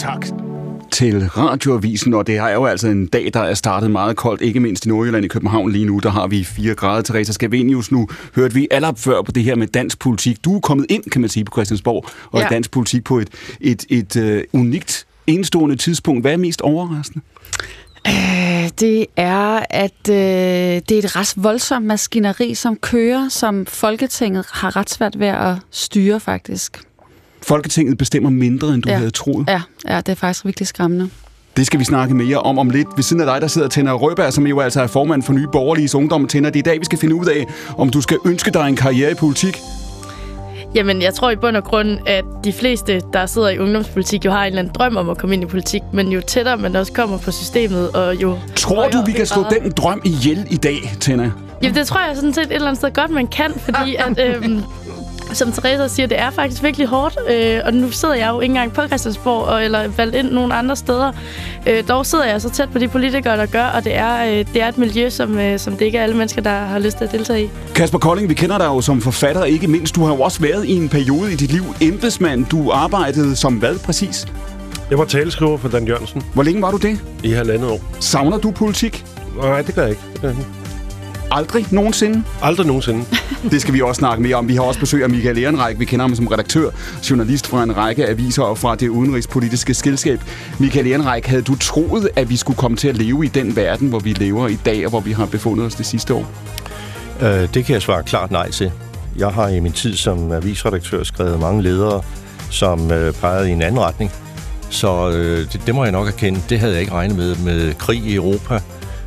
optakt til Radioavisen, og det er jo altså en dag, der er startet meget koldt, ikke mindst i Nordjylland i København lige nu. Der har vi 4 grader. Teresa Scavenius, nu hørte vi allerede før på det her med dansk politik. Du er kommet ind, kan man sige, på Christiansborg, og i dansk politik på et unikt, enestående tidspunkt. Hvad er mest overraskende? Det er, at det er et ret voldsomt maskineri, som kører, som Folketinget har ret svært ved at styre, faktisk. Folketinget bestemmer mindre, end du havde troet? Ja, det er faktisk virkelig skræmmende. Det skal vi snakke mere om lidt. Ved siden af dig, der sidder Tenna Røberg, som jo altså er formand for Nye Borgerliges Ungdom. Tenna, det er i dag, vi skal finde ud af, om du skal ønske dig en karriere i politik. Jamen, jeg tror i bund og grund, at de fleste, der sidder i ungdomspolitik, jo har en eller anden drøm om at komme ind i politik, men jo tættere man også kommer på systemet, og jo... Tror du, vi kan slå den drøm ihjel i dag, Tenna? Jamen, det tror jeg sådan set et eller andet sted godt, man kan, fordi at... Som Teresa siger, det er faktisk virkelig hårdt, og nu sidder jeg jo ikke engang på Christiansborg eller valgt ind nogen andre steder. Dog sidder jeg så tæt på de politikere, der gør, og det er et miljø, som det ikke er alle mennesker, der har lyst til at deltage i. Kasper Kolding, vi kender dig jo som forfatter, ikke mindst. Du har jo også været i en periode i dit liv embedsmand. Du arbejdede som hvad præcis? Jeg var taleskriver for Dan Jørgensen. Hvor længe var du det? I 1,5 år. Savner du politik? Nej, det gør jeg ikke. Aldrig nogensinde? Aldrig nogensinde. Det skal vi også snakke mere om. Vi har også besøg af Michael Ehrenreich. Vi kender ham som redaktør, journalist fra en række aviser og fra det udenrigspolitiske selskab. Michael Ehrenreich, havde du troet, at vi skulle komme til at leve i den verden, hvor vi lever i dag, og hvor vi har befundet os det sidste år? Det kan jeg svare klart nej til. Jeg har i min tid som avisredaktør skrevet mange ledere, som pegede i en anden retning. Så det må jeg nok erkende. Det havde jeg ikke regnet med krig i Europa.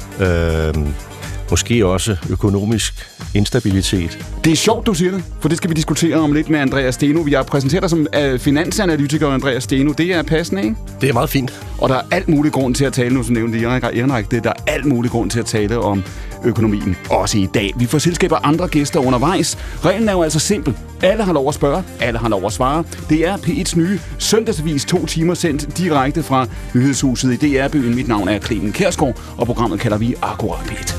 Måske også økonomisk instabilitet. Det er sjovt, du siger det, for det skal vi diskutere om lidt med Andreas Steno. Vi har præsenteret dig som finansanalytiker Andreas Steno. Det er passende, ikke? Det er meget fint. Og der er alt mulig grund til at tale, nu som nævnte Ehrenreich, der er alt mulig grund til at tale om økonomien, også i dag. Vi får selskab af andre gæster undervejs. Reglen er jo altså simpel. Alle har lov at spørge, alle har lov at svare. Det er P1's nye søndagsavis, 2 timer sendt direkte fra Nyhedshuset i DR-byen. Mit navn er Clemen Kjærsgaard, og programmet kalder vi Akkurat P1.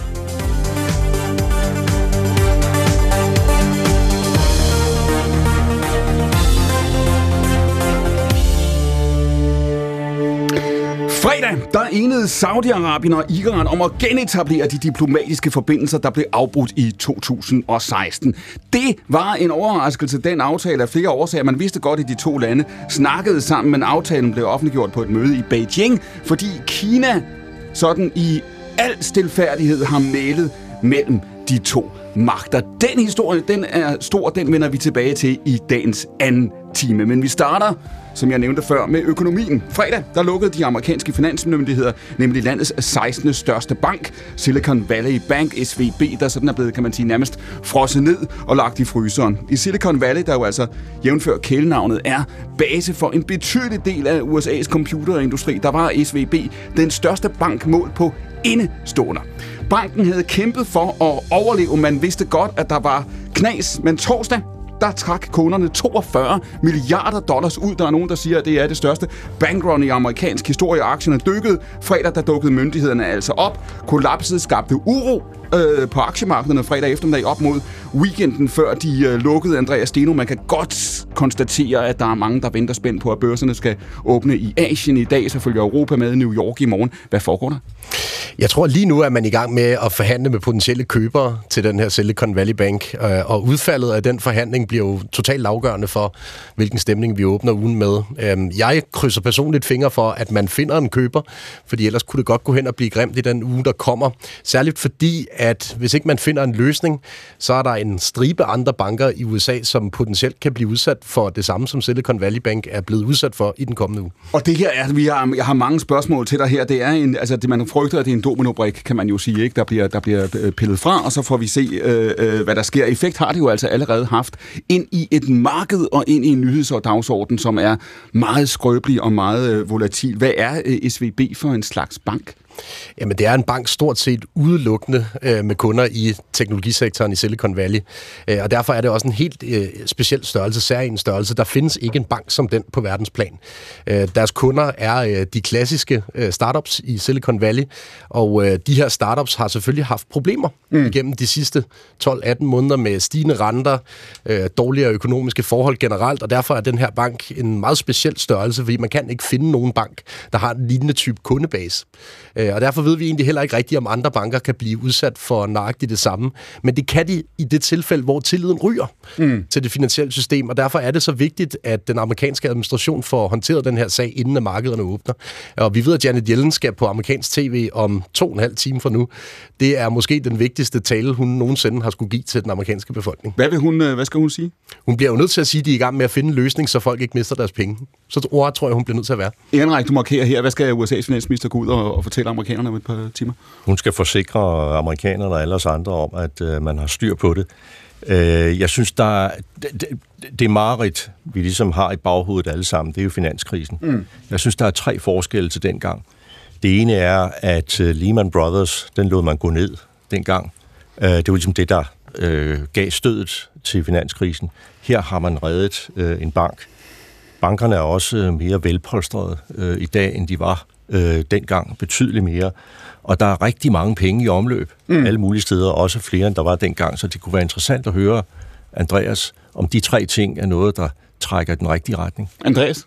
Fredag, der enede Saudi-Arabien og Iran om at genetablere de diplomatiske forbindelser, der blev afbrudt i 2016. Det var en overraskelse, den aftale af flere årsager. Man vidste godt, at de 2 lande snakkede sammen, men aftalen blev offentliggjort på et møde i Beijing, fordi Kina sådan i al stilfærdighed har mælet mellem de 2 magter. Den historie, den er stor, den vender vi tilbage til i dagens anden time. Men vi starter, som jeg nævnte før, med økonomien. Fredag, der lukkede de amerikanske finansmyndigheder, nemlig landets 16. største bank, Silicon Valley Bank, SVB, der sådan er blevet, kan man sige, nærmest frosset ned og lagt i fryseren. I Silicon Valley, der jo altså jævnfør kælenavnet, er base for en betydelig del af USA's computerindustri, der var SVB den største bank målt på indeståender. Banken havde kæmpet for at overleve. Man vidste godt, at der var knas, men torsdag, der trak kunderne 42 milliarder dollars ud. Der er nogen, der siger, at det er det største bankrun i amerikansk historie. Aktierne dykkede. Fredag, der dukkede myndighederne altså op. Kollapset skabte uro på aktiemarkederne fredag eftermiddag op mod weekenden, før de lukkede. Andreas Steno, man kan godt konstatere, at der er mange, der venter spændt på, at børserne skal åbne i Asien i dag. Så følger Europa med, New York i morgen. Hvad foregår der? Jeg tror lige nu, at man er i gang med at forhandle med potentielle købere til den her Silicon Valley Bank, og udfaldet af den forhandling bliver jo totalt afgørende for, hvilken stemning vi åbner ugen med. Jeg krydser personligt fingre for, at man finder en køber, fordi ellers kunne det godt gå hen og blive grimt i den uge, der kommer. Særligt fordi, at hvis ikke man finder en løsning, så er der en stribe andre banker i USA, som potentielt kan blive udsat for det samme, som Silicon Valley Bank er blevet udsat for i den kommende uge. Og det her er, jeg har mange spørgsmål til dig her. Det er det man frygter, at det er en dominobrik, kan man jo sige, ikke? Der bliver pillet fra, og så får vi se, hvad der sker. Effekt har det jo altså allerede haft ind i et marked og ind i en nyheds- og dagsorden, som er meget skrøbelig og meget volatil. Hvad er SVB for en slags bank? Jamen, det er en bank stort set udelukkende med kunder i teknologisektoren i Silicon Valley. Og derfor er det også en helt speciel størrelse, særlig en størrelse. Der findes ikke en bank som den på verdensplan. Deres kunder er de klassiske startups i Silicon Valley, og de her startups har selvfølgelig haft problemer igennem de sidste 12-18 måneder med stigende renter, dårligere økonomiske forhold generelt, og derfor er den her bank en meget speciel størrelse, fordi man kan ikke finde nogen bank, der har en lignende type kundebase. Og derfor ved vi egentlig heller ikke rigtigt, om andre banker kan blive udsat for nøjagtigt det samme. Men det kan de i det tilfælde, hvor tilliden ryger til det finansielle system, og derfor er det så vigtigt, at den amerikanske administration får håndteret den her sag, inden markederne åbner. Og vi ved, at Janet Yellen skal på amerikansk tv om 2,5 timer fra nu. Det er måske den vigtigste tale, hun nogensinde har skulle give til den amerikanske befolkning. Hvad skal hun sige? Hun bliver jo nødt til at sige, at de er i gang med at finde en løsning, så folk ikke mister deres penge. Så tror jeg, hun bliver nødt til at være. Ehrenreich, du markerer her. Hvad skal USA's finansminister gå ud og fortælle amerikanerne om et par timer? Hun skal forsikre amerikanerne og alle os andre om, at man har styr på det. Jeg synes, det mareridt, vi ligesom har i baghovedet alle sammen, det er jo finanskrisen. Jeg synes, der er 3 forskelle til dengang. Det ene er, at Lehman Brothers, den lod man gå ned dengang. Det var ligesom det, der gav stødet til finanskrisen. Her har man reddet en bank. Bankerne er også mere velpolstrede i dag, end de var dengang. Betydeligt mere. Og der er rigtig mange penge i omløb. Alle mulige steder, også flere, end der var dengang. Så det kunne være interessant at høre, Andreas, om de 3 ting er noget, der trækker i den rigtige retning. Andreas?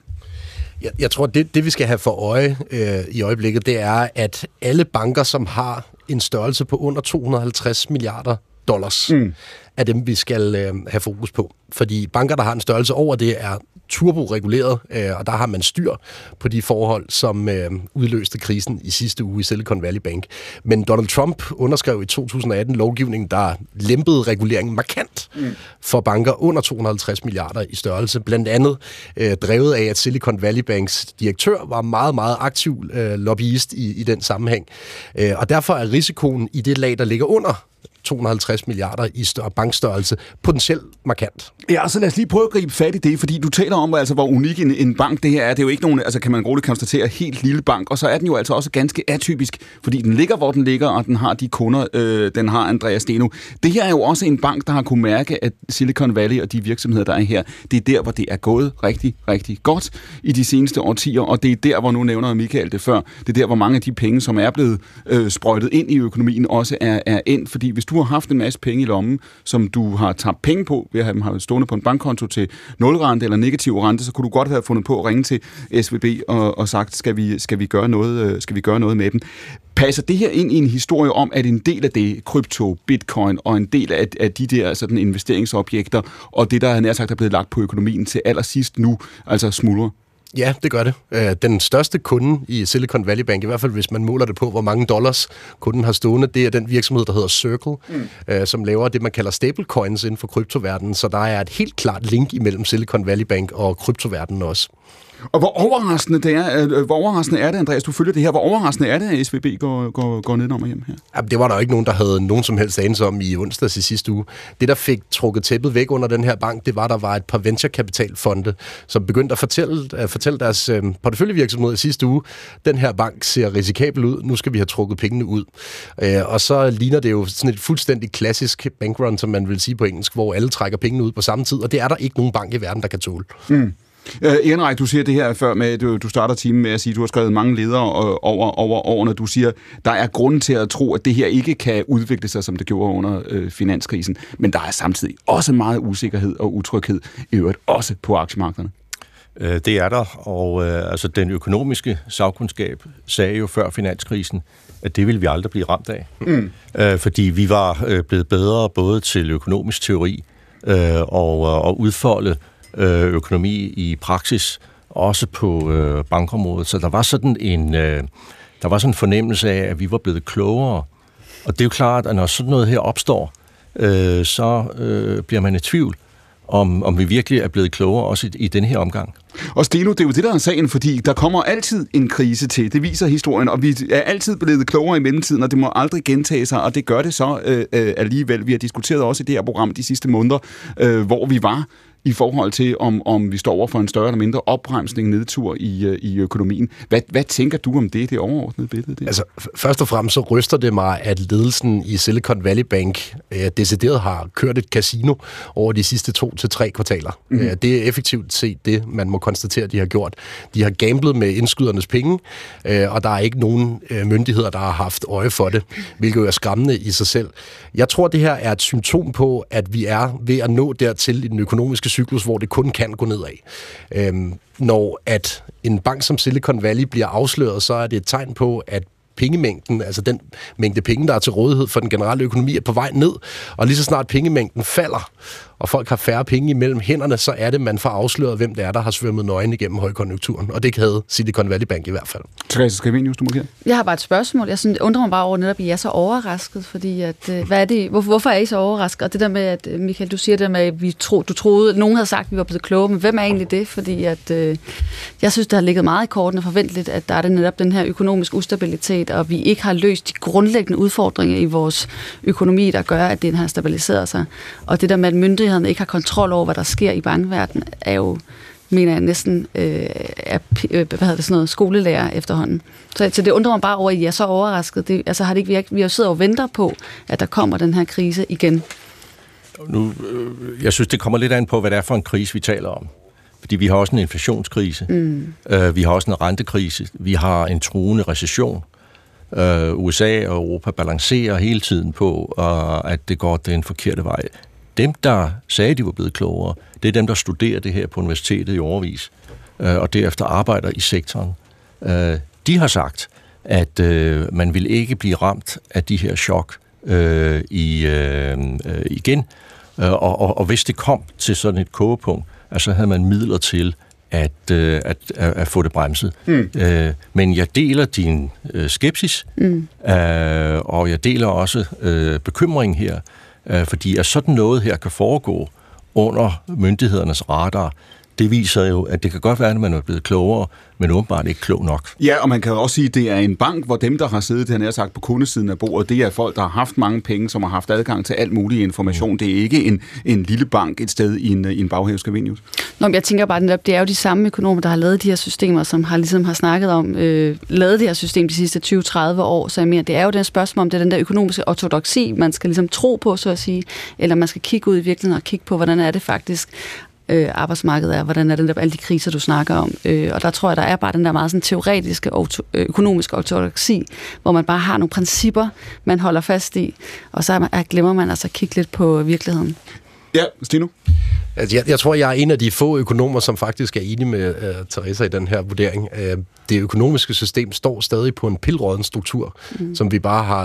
Jeg tror, det vi skal have for øje i øjeblikket, det er, at alle banker, som har en størrelse på under 250 milliarder dollars, er dem, vi skal have fokus på. Fordi banker, der har en størrelse over det, er turboreguleret, og der har man styr på de forhold, som udløste krisen i sidste uge i Silicon Valley Bank. Men Donald Trump underskrev i 2018 lovgivningen, der lempede reguleringen markant for banker under 250 milliarder i størrelse. Blandt andet drevet af, at Silicon Valley Banks direktør var meget, meget aktiv lobbyist i den sammenhæng. Og derfor er risikoen i det lag, der ligger under 250 milliarder i bankstørrelse, potentielt markant. Ja, så lad os lige prøve at gribe fat i det, fordi du taler om, altså, hvor unik en bank det her er. Det er jo ikke nogen, altså kan man roligt konstatere, helt lille bank, og så er den jo altså også ganske atypisk, fordi den ligger, hvor den ligger, og den har de kunder, den har Andreas Steno. Det her er jo også en bank, der har kunne mærke, at Silicon Valley og de virksomheder, der er her, det er der, hvor det er gået rigtig, rigtig godt i de seneste årtier, og det er der, hvor nu nævner Michael det før, det er der, hvor mange af de penge, som er blevet sprøjtet ind i økonomien, også er ind, fordi hvis du har haft en masse penge i lommen, som du har tabt penge på, ved at have dem stående på en bankkonto til 0 rente eller negativ rente, så kunne du godt have fundet på at ringe til SVB og sagt, skal vi gøre noget med dem. Passer det her ind i en historie om, at en del af det, krypto, bitcoin og en del af de der sådan investeringsobjekter, og det, der nær sagt er blevet lagt på økonomien til allersidst nu, altså smuldrer? Ja, det gør det. Den største kunde i Silicon Valley Bank, i hvert fald hvis man måler det på, hvor mange dollars kunden har stående, det er den virksomhed, der hedder Circle, som laver det, man kalder stablecoins inden for kryptoverdenen. Så der er et helt klart link imellem Silicon Valley Bank og kryptoverdenen også. Og hvor overraskende er det, Andreas, du følger det her, hvor overraskende er det, at SVB går nedenom og hjem her? Jamen, det var der jo ikke nogen, der havde nogen som helst anelse om i onsdags i sidste uge. Det, der fik trukket tæppet væk under den her bank, det var, der var et par venturekapitalfonde, som begyndte at fortælle deres porteføljevirksomhed i sidste uge, den her bank ser risikabel ud, nu skal vi have trukket pengene ud. Og så ligner det jo sådan et fuldstændig klassisk bankrun, som man vil sige på engelsk, hvor alle trækker pengene ud på samme tid, og det er der ikke nogen bank i verden, der kan tåle. Ehrenreich, du siger det her før med, du starter timen med at sige, at du har skrevet mange ledere over årene. Du siger, der er grund til at tro, at det her ikke kan udvikle sig, som det gjorde under finanskrisen. Men der er samtidig også meget usikkerhed og utryghed, i øvrigt også på aktiemarkederne. Det er der, og altså den økonomiske sagkundskab sagde jo før finanskrisen, at det ville vi aldrig blive ramt af. Fordi vi var blevet bedre både til økonomisk teori og udfolde økonomi i praksis, også på bankområdet. Så der var sådan en fornemmelse af, at vi var blevet klogere. Og det er jo klart, at når sådan noget her opstår, så bliver man i tvivl, om vi virkelig er blevet klogere også i den her omgang. Og Steno, det er jo det, der er sagen, fordi der kommer altid en krise til. Det viser historien, og vi er altid blevet klogere i mellemtiden, og det må aldrig gentage sig, og det gør det så alligevel. Vi har diskuteret også i det her program de sidste måneder, hvor vi var i forhold til, om vi står over for en større eller mindre opbremsning, nedtur i økonomien. Hvad tænker du om det overordnede billede? Der? Altså, først og fremmest så ryster det mig, at ledelsen i Silicon Valley Bank decideret har kørt et casino over de sidste 2 til 3 kvartaler. Det er effektivt set det, man må konstatere, de har gjort. De har gamblet med indskydernes penge, og der er ikke nogen myndigheder, der har haft øje for det, hvilket jo er skræmmende i sig selv. Jeg tror, det her er et symptom på, at vi er ved at nå dertil i den økonomiske cyklus, hvor det kun kan gå nedad. Når at en bank som Silicon Valley bliver afsløret, så er det et tegn på, at pengemængden, altså den mængde penge, der er til rådighed for den generelle økonomi, er på vej ned. Og lige så snart pengemængden falder, og folk har færre penge imellem hænderne, så er det, man får afsløret, hvem det er, der har svømmet nøgen igennem højkonjunkturen. Og det havde Silicon Valley Bank i hvert fald. Therese Scavenius, du markerer. Jeg har bare et spørgsmål. Jeg undrer mig bare over netop, at I er så overrasket, fordi at, hvad er det, hvorfor er I så overrasket? Og det der med, at Michael, du siger det med, at du troede, nogen havde sagt, at vi var blevet kloge, men hvem er egentlig det? Fordi at, jeg synes, der har ligget meget i kortene forventeligt, at der er det netop den her økonomisk ustabilitet, og vi ikke har løst de grundlæggende udfordringer i vores økonomi, der gør, at den har stabiliseret sig. Og det der med, at myndighederne ikke har kontrol over, hvad der sker i bankverdenen, er jo, mener jeg, næsten skolelærer efterhånden. Så det undrer mig bare over, at I er så overrasket. Det, altså, har det ikke, vi har jo siddet og venter på, at der kommer den her krise igen. Nu, jeg synes, det kommer lidt an på, hvad det er for en krise, vi taler om. Fordi vi har også en inflationskrise. Vi har også en rentekrise. Vi har en truende recession. USA og Europa balancerer hele tiden på, at det går den forkerte vej. Dem, der sagde, de var blevet klogere, det er dem, der studerer det her på universitetet i årevis, og derefter arbejder i sektoren. De har sagt, at man vil ikke blive ramt af de her chok igen, og hvis det kom til sådan et kogepunkt, så havde man midler til at få det bremset. Men jeg deler din skepsis, og jeg deler også bekymringen her, fordi at sådan noget her kan foregå under myndighedernes radar. Det viser jo, at det kan godt være, at man er blevet klogere, men åbenbart ikke klog nok. Ja, og man kan også sige, at det er en bank, hvor dem, der har siddet her sagt på kundesiden af bordet, det er folk, der har haft mange penge, som har haft adgang til alt mulig information. Det er ikke en lille bank et sted i en baghave, Scavenius. Nå, men jeg tænker bare, at det er jo de samme økonomer, der har lavet de her systemer, som har snakket om, lavet det her system de sidste 20-30 år. Så jeg mener, det er jo den spørgsmål om, det er den der økonomiske ortodoksi, man skal ligesom tro på, så at sige, eller man skal kigge ud i virkeligheden og kigge på, hvordan er det faktisk, arbejdsmarkedet er, hvordan er det der, alle de kriser, du snakker om. Og der tror jeg, der er bare den der meget sådan teoretiske økonomiske ortodoksi, hvor man bare har nogle principper, man holder fast i, og så glemmer man altså at kigge lidt på virkeligheden. Ja, Stino? Altså, jeg tror, jeg er en af de få økonomer, som faktisk er enig med Theresa i den her vurdering. Det økonomiske system står stadig på en pilråden struktur, som vi bare har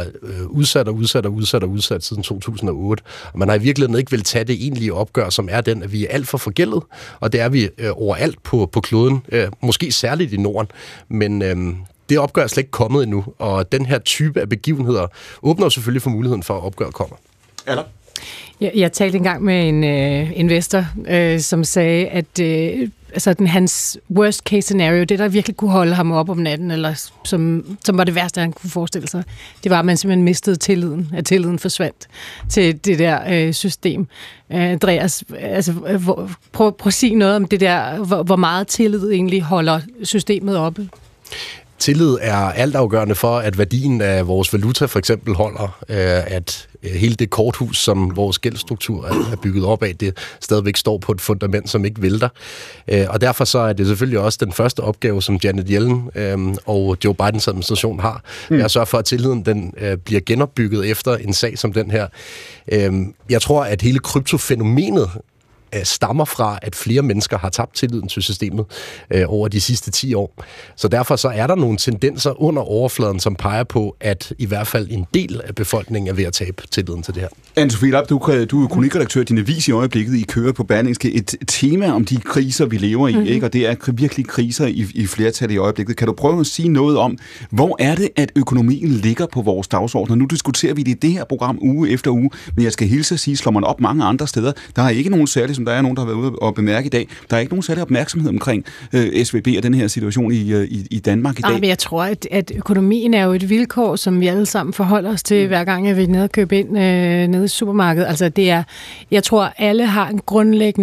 udsat siden 2008. Og man har i virkeligheden ikke vil tage det egentlige opgør, som er den, at vi er alt for forgældet, og det er vi overalt på kloden, måske særligt i Norden, men det opgør er slet ikke kommet endnu, og den her type af begivenheder åbner selvfølgelig for muligheden for, at opgør kommer. Eller? Jeg talte engang med en investor, som sagde, at hans worst case scenario, det der virkelig kunne holde ham op om natten, eller som var det værste, han kunne forestille sig, det var, at man simpelthen mistede tilliden, at tilliden forsvandt til det der system. Andreas, prøv at sige noget om det der, hvor meget tillid egentlig holder systemet oppe. Tillid er altafgørende for, at værdien af vores valuta for eksempel holder, at hele det korthus, som vores gældsstruktur er bygget op af, det stadigvæk står på et fundament, som ikke vælter. Og derfor så er det selvfølgelig også den første opgave, som Janet Yellen og Joe Bidens administration har, at sørge for, at tilliden den bliver genopbygget efter en sag som den her. Jeg tror, at hele kryptofænomenet stammer fra, at flere mennesker har tabt tilliden til systemet over de sidste 10 år. Så derfor så er der nogle tendenser under overfladen, som peger på, at i hvert fald en del af befolkningen er ved at tabe tilliden til det her. Anne-Sophie Lapp, du er kronikredaktør. Din avis i øjeblikket, I kører på Berlingske. Et tema om de kriser, vi lever i, ikke? Og det er virkelig kriser i flertal i øjeblikket. Kan du prøve at sige noget om, hvor er det, at økonomien ligger på vores dagsorden? Nu diskuterer vi det i det her program uge efter uge, men jeg skal hilse at sige, slår man op mange andre steder. Der er ikke nogen særlig, som der er nogen, der har været ude og bemærke i dag. Der er ikke nogen særlig opmærksomhed omkring SVB og den her situation i Danmark i dag. Men jeg tror, at økonomien er jo et vilkår, som vi alle sammen forholder os til, hver gang vi er nede og købe ind nede i supermarkedet. Altså det er, jeg tror, alle har en grundlæggende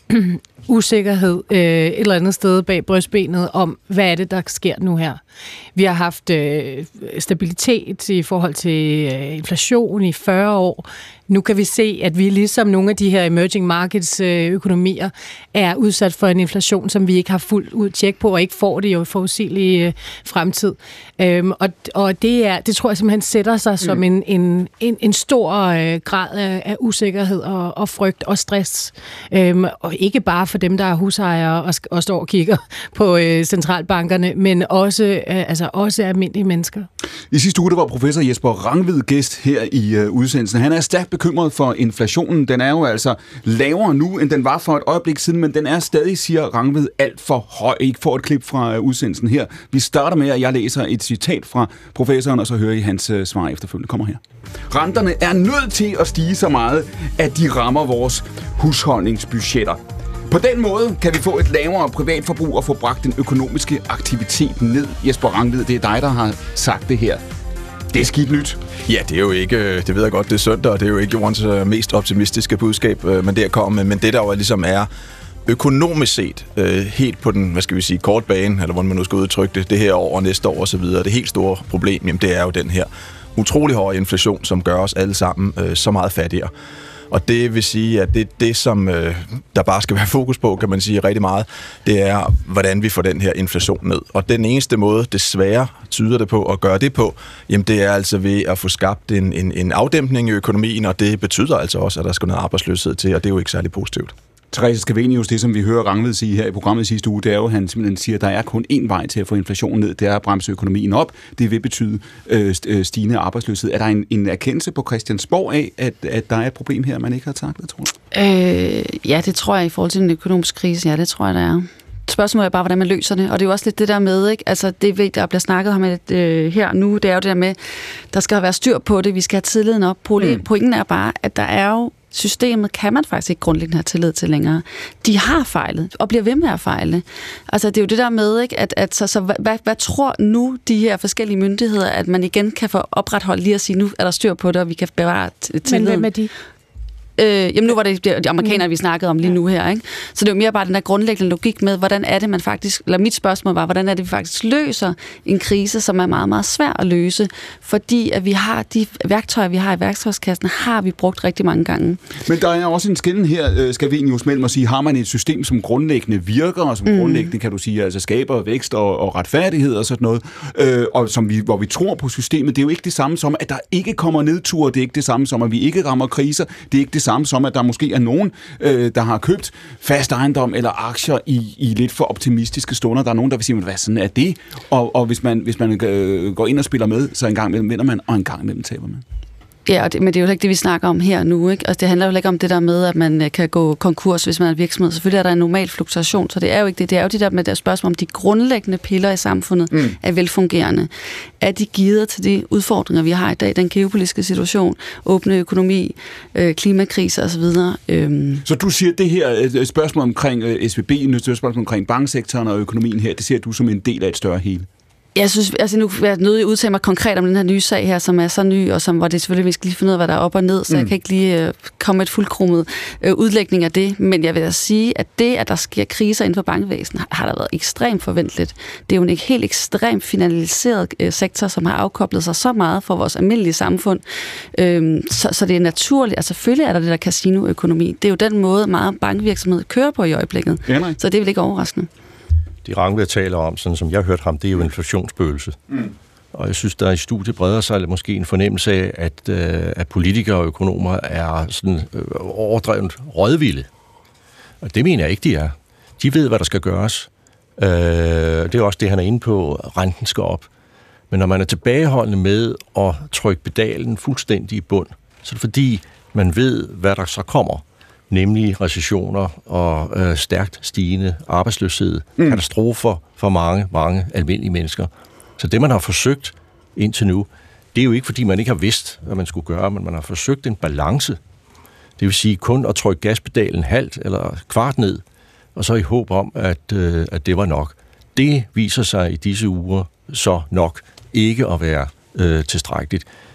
usikkerhed et eller andet sted bag brystbenet om, hvad er det, der sker nu her. Vi har haft stabilitet i forhold til inflation i 40 år. Nu kan vi se, at vi ligesom nogle af de her emerging markets økonomier er udsat for en inflation, som vi ikke har fuldt ud tjek på, og ikke får det jo i forudsigelig fremtid. Og det tror jeg simpelthen sætter sig som en stor grad af usikkerhed og frygt og stress. Og ikke bare for dem, der er husejere og står og kigger på centralbankerne, men også almindelige mennesker. I sidste uge der var professor Jesper Rangvid gæst her i udsendelsen. Han er stærkt bekymret for inflationen. Den er jo altså lavere nu, end den var for et øjeblik siden, men den er stadig, siger Rangvid, alt for høj. I får et klip fra udsendelsen her. Vi starter med, at jeg læser et citat fra professoren, og så hører I hans svar efterfølgende. Kommer her. Renterne er nødt til at stige så meget, at de rammer vores husholdningsbudgetter. På den måde kan vi få et lavere privatforbrug og få bragt den økonomiske aktivitet ned. Jesper Rangvid, det er dig, der har sagt det her. Det er skidt nyt. Ja, det er jo ikke, det ved jeg godt, det er søndag, og det er jo ikke Jordens mest optimistiske budskab, men det er kommet med. Men det der jo ligesom er økonomisk set, helt på den, kort bane, eller hvordan man nu skal udtrykke det her år og næste år osv., det helt store problem, jamen det er jo den her utrolig høje inflation, som gør os alle sammen så meget fattigere. Og det vil sige, at det som der bare skal være fokus på, kan man sige rigtig meget, det er, hvordan vi får den her inflation ned. Og den eneste måde, desværre tyder det på at gøre det på, jamen det er altså ved at få skabt en afdæmpning i økonomien, og det betyder altså også, at der skal noget arbejdsløshed til, og det er jo ikke særlig positivt. Therese Scavenius, det som vi hører Rangvid sige her i programmet sidste uge, det er jo, at han simpelthen siger, at der er kun én vej til at få inflationen ned, det er at bremse økonomien op. Det vil betyde stigende arbejdsløshed. Er der en erkendelse på Christiansborg af, at der er et problem her, man ikke har taklet, tror du? Ja, det tror jeg i forhold til den økonomiske krise. Ja, det tror jeg, der er. Spørgsmålet er bare, hvordan man løser det, og det er jo også lidt det der med, ikke? Altså det, der bliver snakket om her nu, det er jo det der med, der skal være styr på det, vi skal have tilliden op. Pointen er bare, at der er jo systemet kan man faktisk ikke grundlæggende have tillid til længere. De har fejlet, og bliver ved med at fejle. Altså, det er jo det der med, ikke, hvad tror nu de her forskellige myndigheder, at man igen kan få opretholdt lige at sige, nu er der styr på det, og vi kan bevare tilliden. Men hvem er de? Jamen nu var det de amerikanere, vi snakkede om lige nu her, ikke? Så det er jo mere bare den der grundlæggende logik med, hvordan er det, man faktisk, eller mit spørgsmål var, hvordan er det, vi faktisk løser en krise, som er meget, meget svær at løse, fordi at vi har de værktøjer, vi har i værktøjskassen, har vi brugt rigtig mange gange. Men der er også en skelnen her, Scavenius, mellem at sige, har man et system, som grundlæggende virker, og som grundlæggende, kan du sige, altså skaber vækst og retfærdighed og sådan noget, og hvor vi tror på systemet, det er jo ikke det samme som, at der ikke kommer nedture, det er ikke det samme som, at vi ikke rammer kriser, det er ikke det samme som, at der måske er nogen, der har købt fast ejendom eller aktier i lidt for optimistiske stunder. Der er nogen, der vil sige, hvad sådan er det? Og hvis man går ind og spiller med, så en gang imellem vinder man, og en gang imellem taber man. Ja, men det er jo ikke det, vi snakker om her nu, ikke? Altså, det handler jo ikke om det der med, at man kan gå konkurs, hvis man er en virksomhed. Selvfølgelig er der en normal fluktuation, så det er jo ikke det. Det er jo det der med det spørgsmål om de grundlæggende piller i samfundet er velfungerende. Er de givet til de udfordringer, vi har i dag, den geopolitiske situation, åbne økonomi, klimakrise osv.? Så du siger, det her spørgsmål omkring SVB, et spørgsmål omkring banksektoren og økonomien her, det ser du som en del af et større hele? Jeg synes, altså nu vil jeg nødt til at udtale mig konkret om den her nye sag her, som er så ny, og hvor det selvfølgelig, vi skal lige finde ud af, hvad der er op og ned, så jeg kan ikke lige komme med et fuldkrummet udlægning af det. Men jeg vil da sige, at det, at der sker kriser inden for bankvæsenet, har der været ekstremt forventeligt. Det er jo en helt ekstremt finaliseret sektor, som har afkoblet sig så meget fra vores almindelige samfund. Så det er naturligt. Altså selvfølgelig er der det der casinoøkonomi. Det er jo den måde, meget bankvirksomhed kører på i øjeblikket. Ja, så det er vel ikke overraskende. De Rangvid taler om, sådan som jeg har hørt ham, det er jo inflationsspøgelse. Og jeg synes, der i studiet breder sig måske en fornemmelse af, at politikere og økonomer er sådan overdrevet rådvilde. Og det mener jeg ikke, de er. De ved, hvad der skal gøres. Det er også det, han er inde på. Renten skal op. Men når man er tilbageholdende med at trykke pedalen fuldstændig i bund, så er det fordi, man ved, hvad der så kommer. Nemlig recessioner og stærkt stigende arbejdsløshed, katastrofer for mange, mange almindelige mennesker. Så det, man har forsøgt indtil nu, det er jo ikke, fordi man ikke har vidst, hvad man skulle gøre, men man har forsøgt en balance. Det vil sige kun at trykke gaspedalen halvt eller kvart ned, og så i håb om, at det var nok. Det viser sig i disse uger så nok ikke at være tilstrækkeligt.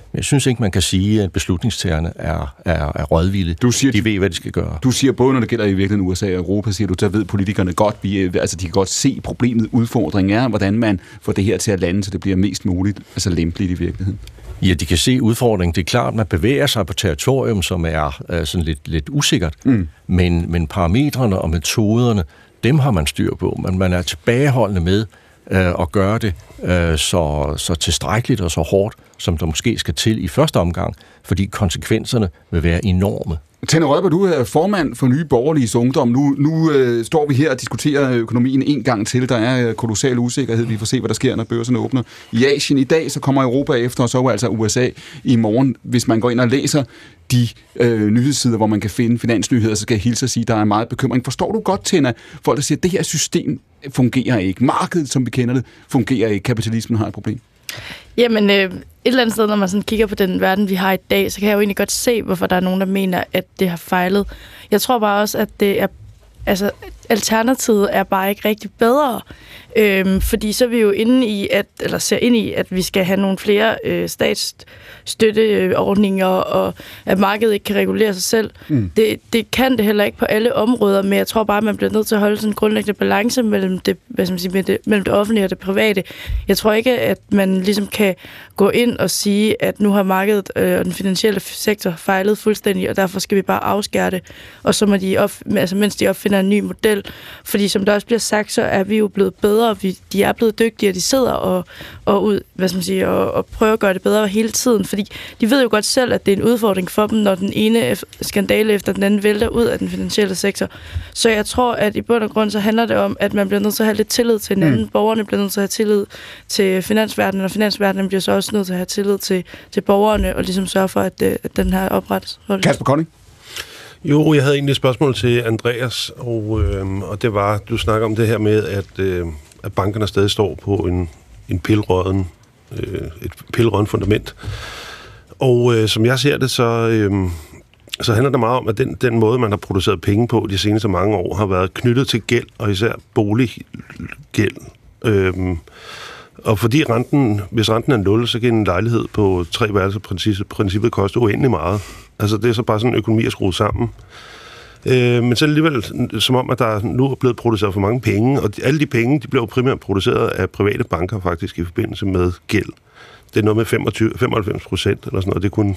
Jeg synes ikke, man kan sige, at beslutningstagerne er rådvilde. De ved, hvad de skal gøre. Du siger både, når det gælder i virkeligheden USA og Europa, siger du, så ved politikerne godt, de kan godt se problemet. Udfordringen er, hvordan man får det her til at lande, så det bliver mest muligt, altså lempeligt i virkeligheden. Ja, de kan se udfordringen. Det er klart, at man bevæger sig på territorium, som er sådan lidt usikkert. Men parametrene og metoderne, dem har man styr på. Man er tilbageholdende med at gøre det så tilstrækkeligt og så hårdt, som der måske skal til i første omgang, fordi konsekvenserne vil være enorme. Tanne Røjber, du er formand for Nye Borgerliges Ungdom. Nu står vi her og diskuterer økonomien en gang til. Der er kolossal usikkerhed. Vi får se, hvad der sker, når børserne åbner i Asien i dag. Så kommer Europa efter, og så altså USA i morgen. Hvis man går ind og læser de nyhedssider, hvor man kan finde finansnyheder, så skal jeg hilse at sige, at der er meget bekymring. Forstår du godt, Tanne, folk der siger, at det her system fungerer ikke. Markedet, som vi kender det, fungerer ikke. Kapitalismen har et problem. Jamen, et eller andet sted, når man sådan kigger på den verden, vi har i dag, så kan jeg jo egentlig godt se, hvorfor der er nogen, der mener, at det har fejlet. Jeg tror bare også, at det er, altså, alternativet er bare ikke rigtig bedre. Fordi så er vi jo ser ind i, at vi skal have nogle flere statsstøtteordninger, og at markedet ikke kan regulere sig selv. Det kan det heller ikke på alle områder, men jeg tror bare, at man bliver nødt til at holde sådan en grundlæggende balance mellem det, mellem det offentlige og det private. Jeg tror ikke, at man ligesom kan gå ind og sige, at nu har markedet og den finansielle sektor fejlet fuldstændig, og derfor skal vi bare afskære det, og så må mens de opfinder en ny model. Fordi som der også bliver sagt, så er vi jo blevet bedre, de er blevet dygtigere, de sidder og prøver at gøre det bedre hele tiden, fordi de ved jo godt selv, at det er en udfordring for dem, når den ene skandale efter den anden vælter ud af den finansielle sektor. Så jeg tror, at i bund og grund, så handler det om, at man bliver nødt til at have lidt tillid til hinanden. Borgerne bliver nødt til at have tillid til finansverdenen, og finansverdenen bliver så også nødt til at have tillid til borgerne, og ligesom sørge for, at den her oprettes. Kasper Kolding? Jo, jeg havde egentlig et spørgsmål til Andreas, og det var, du snakker om det her med, at bankerne stadig står på et pilrådden fundament. Og som jeg ser det, så handler det meget om, at den måde, man har produceret penge på de seneste mange år, har været knyttet til gæld, og især boliggæld. Og fordi hvis renten er 0, så kan en lejlighed på 3 værelser princippet koste uendelig meget. Altså det er så bare sådan en økonomi at skrue sammen. Men så alligevel som om, at der nu er blevet produceret for mange penge, og alle de penge, de bliver jo primært produceret af private banker faktisk i forbindelse med gæld. Det er noget med 95% eller sådan noget. Det er kun,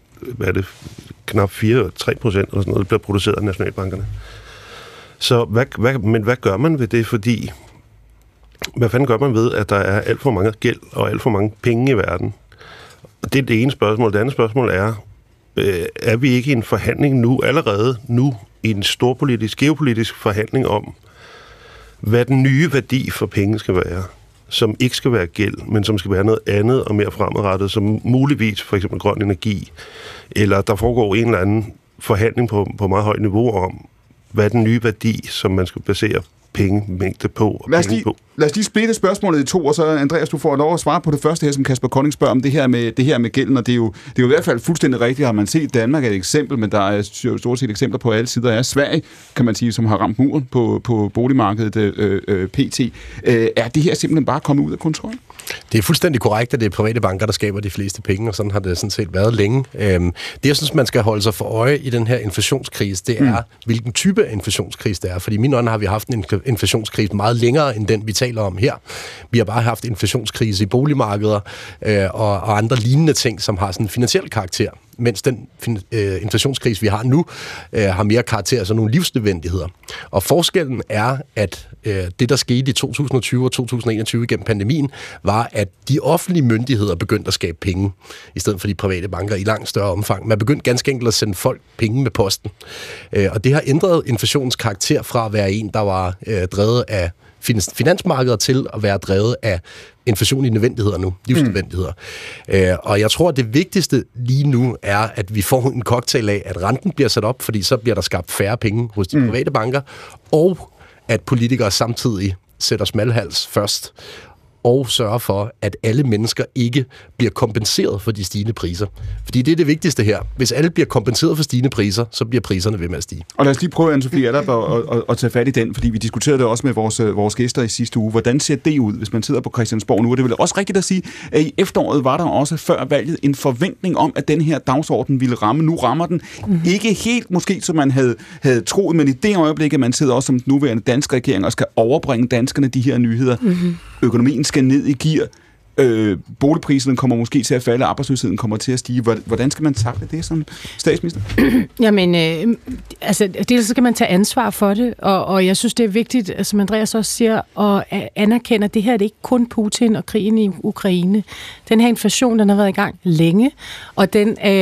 knap 4-3% eller sådan noget, der bliver produceret af nationalbankerne. Så hvad gør man ved det? Fordi hvad fanden gør man ved, at der er alt for mange gæld og alt for mange penge i verden? Og det er det ene spørgsmål. Det andet spørgsmål er vi ikke i en forhandling allerede nu, i en geopolitisk forhandling om, hvad den nye værdi for penge skal være, som ikke skal være gæld, men som skal være noget andet og mere fremadrettet, som muligvis for eksempel grøn energi, eller der foregår en eller anden forhandling på meget højt niveau om, hvad den nye værdi, som man skal basere pengemængde på. Lad os lige splitte spørgsmålet i to, og så Andreas, du får lov at svare på det første her, som Kasper Kolding spørger om det her med gælden, og det er jo i hvert fald fuldstændig rigtigt, har man set. Danmark er et eksempel, men der er stort set eksempler på alle sider af Sverige, kan man sige, som har ramt muren på boligmarkedet pt. Er det her simpelthen bare kommet ud af kontrol? Det er fuldstændig korrekt, at det er private banker, der skaber de fleste penge, og sådan har det sådan set været længe. Det, jeg synes, man skal holde sig for øje i den her inflationskrise, det er, hvilken type af inflationskrise det er. Fordi i mine øjne har vi haft en inflationskrise meget længere, end den, vi taler om her. Vi har bare haft inflationskrise i boligmarkeder og andre lignende ting, som har sådan en finansiel karakter. Mens den inflationskrise, vi har nu, har mere karakter af sådan nogle livsnødvendigheder. Og forskellen er, at det, der skete i 2020 og 2021 gennem pandemien, var, at de offentlige myndigheder begyndte at skabe penge, i stedet for de private banker i langt større omfang. Man begyndte ganske enkelt at sende folk penge med posten. Og det har ændret inflationens karakter fra at være en, der var drevet af finansmarkeder til at være drevet af inflation i nødvendigheder nu, livsnødvendigheder. Og jeg tror, at det vigtigste lige nu er, at vi får en cocktail af, at renten bliver sat op, fordi så bliver der skabt færre penge hos de private banker, og at politikere samtidig sætter smalhals først og sørge for, at alle mennesker ikke bliver kompenseret for de stigende priser. Fordi det er det vigtigste her. Hvis alle bliver kompenseret for stigende priser, så bliver priserne ved med at stige. Og lad os lige prøve, Anne-Sophie Adlerup, at tage fat i den, fordi vi diskuterede det også med vores gæster i sidste uge. Hvordan ser det ud, hvis man sidder på Christiansborg nu? Og det er vel også rigtigt at sige, at i efteråret var der også før valget en forventning om, at den her dagsorden ville ramme. Nu rammer den ikke helt måske, som man havde troet, men i det øjeblik, at man sidder også som den nuværende danske regering og skal overbringe danskerne de her nyheder. Økonomien skal ned i gear. Boligpriserne kommer måske til at falde, arbejdsløsheden kommer til at stige. Hvordan skal man takle det som statsminister? Jamen, dels skal man tage ansvar for det, og jeg synes, det er vigtigt, som Andreas også siger, at anerkende, at det her det er ikke kun Putin og krigen i Ukraine. Den her inflation, den har været i gang længe, og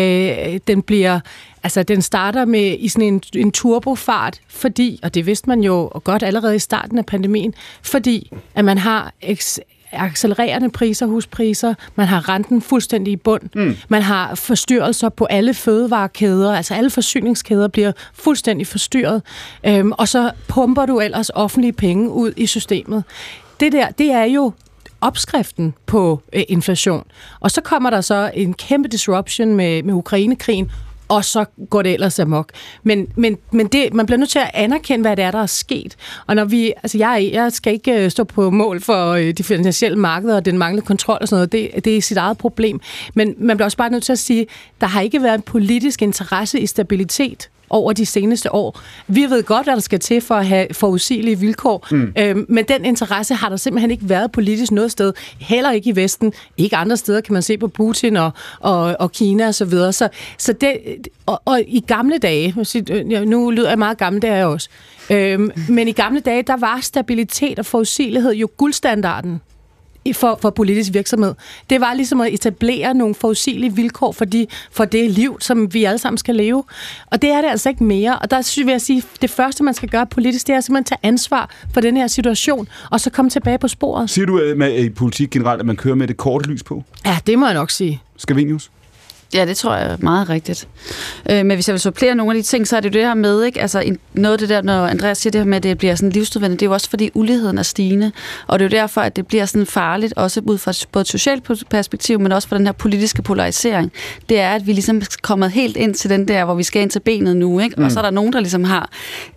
den bliver... Altså, den starter med i sådan en turbofart, fordi, og det vidste man jo godt allerede i starten af pandemien, fordi at man har accelererende priser, huspriser, man har renten fuldstændig i bund, man har forstyrrelser på alle fødevarekæder, altså alle forsyningskæder bliver fuldstændig forstyrret, og så pumper du ellers offentlige penge ud i systemet. Det er jo opskriften på inflation. Og så kommer der så en kæmpe disruption med Ukrainekrigen, og så går det ellers amok. Men det, man bliver nødt til at anerkende, hvad det er, der er sket. Og når jeg skal ikke stå på mål for de finansielle markeder og den manglende kontrol og sådan noget, det er sit eget problem. Men man bliver også bare nødt til at sige, der har ikke været en politisk interesse i stabilitet over de seneste år. Vi ved godt, hvad der skal til for at have forudsigelige vilkår, men den interesse har der simpelthen ikke været politisk noget sted, heller ikke i Vesten, ikke andre steder kan man se på Putin og Kina og så videre. Så det, og i gamle dage, nu lyder jeg meget gammel, det er jeg også, men i gamle dage, der var stabilitet og forudsigelighed jo guldstandarden for politisk virksomhed. Det var ligesom at etablere nogle forudsigelige vilkår for det liv, som vi alle sammen skal leve. Og det er det altså ikke mere. Og der vil jeg sige, det første, man skal gøre politisk, det er simpelthen at tage ansvar for den her situation, og så komme tilbage på sporet. Siger du i politik generelt, at man kører med det korte lys på? Ja, det må jeg nok sige. Scavenius? Ja, det tror jeg er meget rigtigt. Men hvis jeg vil supplere nogle af de ting, så er det jo det her med, ikke? Altså noget af det der, når Andreas siger det her med, at det bliver sådan livsnødvendigt, det er jo også fordi uligheden er stigende. Og det er jo derfor, at det bliver sådan farligt, også ud fra både et socialt perspektiv, men også for den her politiske polarisering. Det er, at vi ligesom er kommet helt ind til den der, hvor vi skal ind til benet nu, ikke? Og så er der nogen, der ligesom har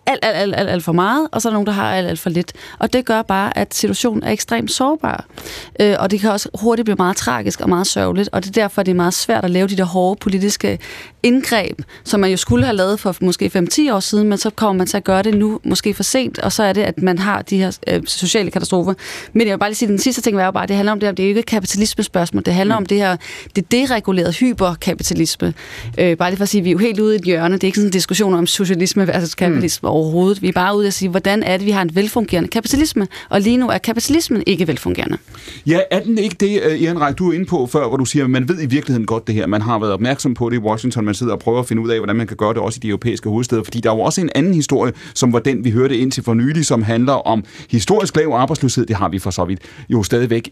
alt for meget, og så er der nogen, der har alt for lidt. Og det gør bare, at situationen er ekstremt sårbar. Og det kan også hurtigt blive meget tragisk og meget sørgeligt, og det er derfor, det er meget svært at lave de der hårde politiske indgreb, som man jo skulle have lavet for måske 5-10 år siden, men så kommer man til at gøre det nu, måske for sent, og så er det, at man har de her sociale katastrofer. Men jeg vil bare lige sige, den sidste ting var jo bare, det handler om det her, det er jo ikke et kapitalismespørgsmål, det handler om det her, det deregulerede hyperkapitalisme. Bare lige for at sige, at vi er jo helt ude i et hjørne, det er ikke sådan en diskussion om socialisme versus kapitalisme overhovedet. Vi er bare ude at sige, hvordan er det, vi har en velfungerende kapitalisme, og lige nu er kapitalismen ikke velfungerende. Ja, er den ikke det, Ian Reich, du er inde på før, hvor du siger, at man ved i virkeligheden godt det her, man har været opmærksom på det i Washington, man sidder og prøver at finde ud af, hvordan man kan gøre det også i de europæiske hovedstæder, fordi der er jo også en anden historie, som var den, vi hørte indtil for nylig, som handler om historisk lav arbejdsløshed, det har vi for så vidt jo stadigvæk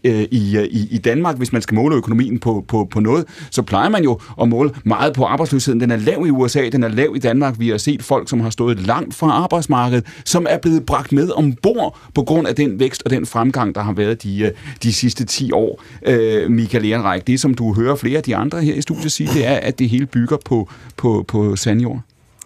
i Danmark. Hvis man skal måle økonomien på noget, så plejer man jo at måle meget på arbejdsløsheden. Den er lav i USA, den er lav i Danmark. Vi har set folk, som har stået langt fra arbejdsmarkedet, som er blevet bragt med ombord på grund af den vækst og den fremgang, der har været de sidste 10 år. Michael Ian Reich, det som du hører flere af de andre her i studiet sige, det er, at det hele bygger på sandjord.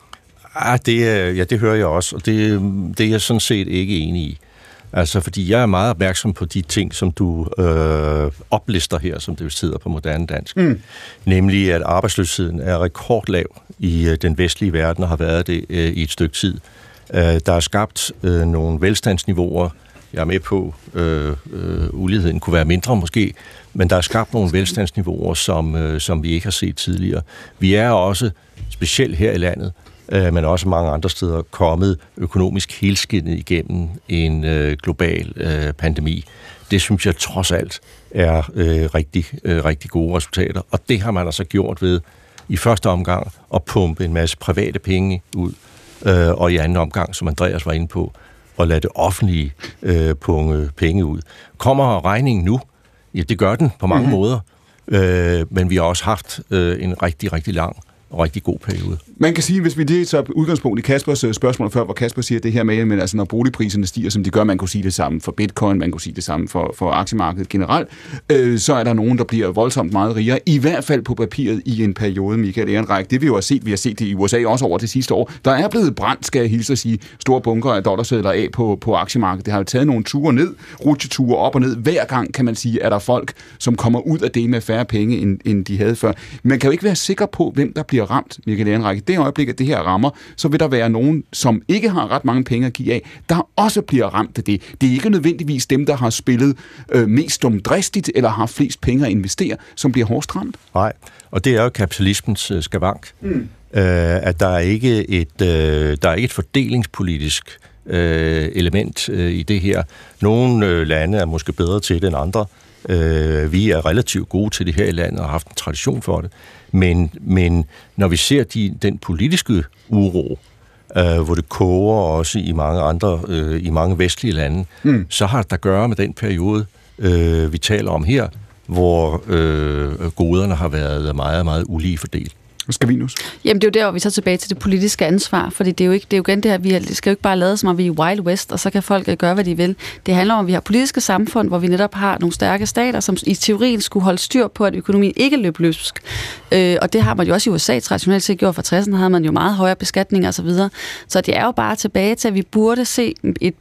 Det hører jeg også, og det er jeg sådan set ikke enig i. Altså, fordi jeg er meget opmærksom på de ting, som du oplister her, som det sidder på moderne dansk. Nemlig, at arbejdsløsheden er rekordlav i den vestlige verden, og har været det i et stykke tid. Der er skabt nogle velstandsniveauer. Jeg er med på, uligheden kunne være mindre måske, men der er skabt nogle velstandsniveauer, som vi ikke har set tidligere. Vi er også, specielt her i landet, men også mange andre steder, kommet økonomisk helskindet igennem en global pandemi. Det synes jeg trods alt er rigtig gode resultater, og det har man altså gjort ved i første omgang at pumpe en masse private penge ud, og i anden omgang, som Andreas var inde på, at lade det offentlige punge penge ud. Kommer regningen nu? Ja, det gør den på mange måder, men vi har også haft en rigtig lang rigtig god periode. Man kan sige, hvis vi det så udgangspunkt i Kaspers spørgsmål før, hvor Kasper siger det her med, men altså når boligpriserne stiger, som de gør, man kunne sige det samme for Bitcoin, man kunne sige det samme for aktiemarkedet generelt, så er der nogen, der bliver voldsomt meget rigere, i hvert fald på papiret i en periode, Michael Ehrenreich. Det vi jo har set det i USA også over det sidste år. Der er blevet brændt, skal jeg hilse at sige, store bunker af dollarsedler af på aktiemarkedet. Det har jo taget nogle ture ned, rutsjeture op og ned. Hver gang, kan man sige, er der folk, som kommer ud af det med færre penge, end de havde før. Man kan jo ikke være sikker på, hvem der bliver ramt, Michael Ehrenreich. I det øjeblik, at det her rammer, så vil der være nogen, som ikke har ret mange penge at give af, der også bliver ramt af det. Det er ikke nødvendigvis dem, der har spillet mest dumdristigt eller har flest penge at investere, som bliver hårdest ramt. Nej, og det er jo kapitalismens skavank. At der er ikke et fordelingspolitisk element i det her. Nogle lande er måske bedre til det end andre. Vi er relativt gode til det her i landet og har haft en tradition for det. Men når vi ser den politiske uro, hvor det koger også i mange vestlige lande, så har det at gøre med den periode, vi taler om her, hvor goderne har været meget, meget ulige fordelt. Skavinus? Jamen det er jo der, hvor vi så tilbage til det politiske ansvar, fordi det er jo igen det her, vi skal jo ikke bare lade som om vi er Wild West, og så kan folk gøre, hvad de vil. Det handler om, at vi har politiske samfund, hvor vi netop har nogle stærke stater, som i teorien skulle holde styr på, at økonomien ikke løb løbsk. Og det har man jo også i USA traditionelt set gjort. For 60'erne havde man jo meget højere beskatning og så videre. Så det er jo bare tilbage til, at vi burde se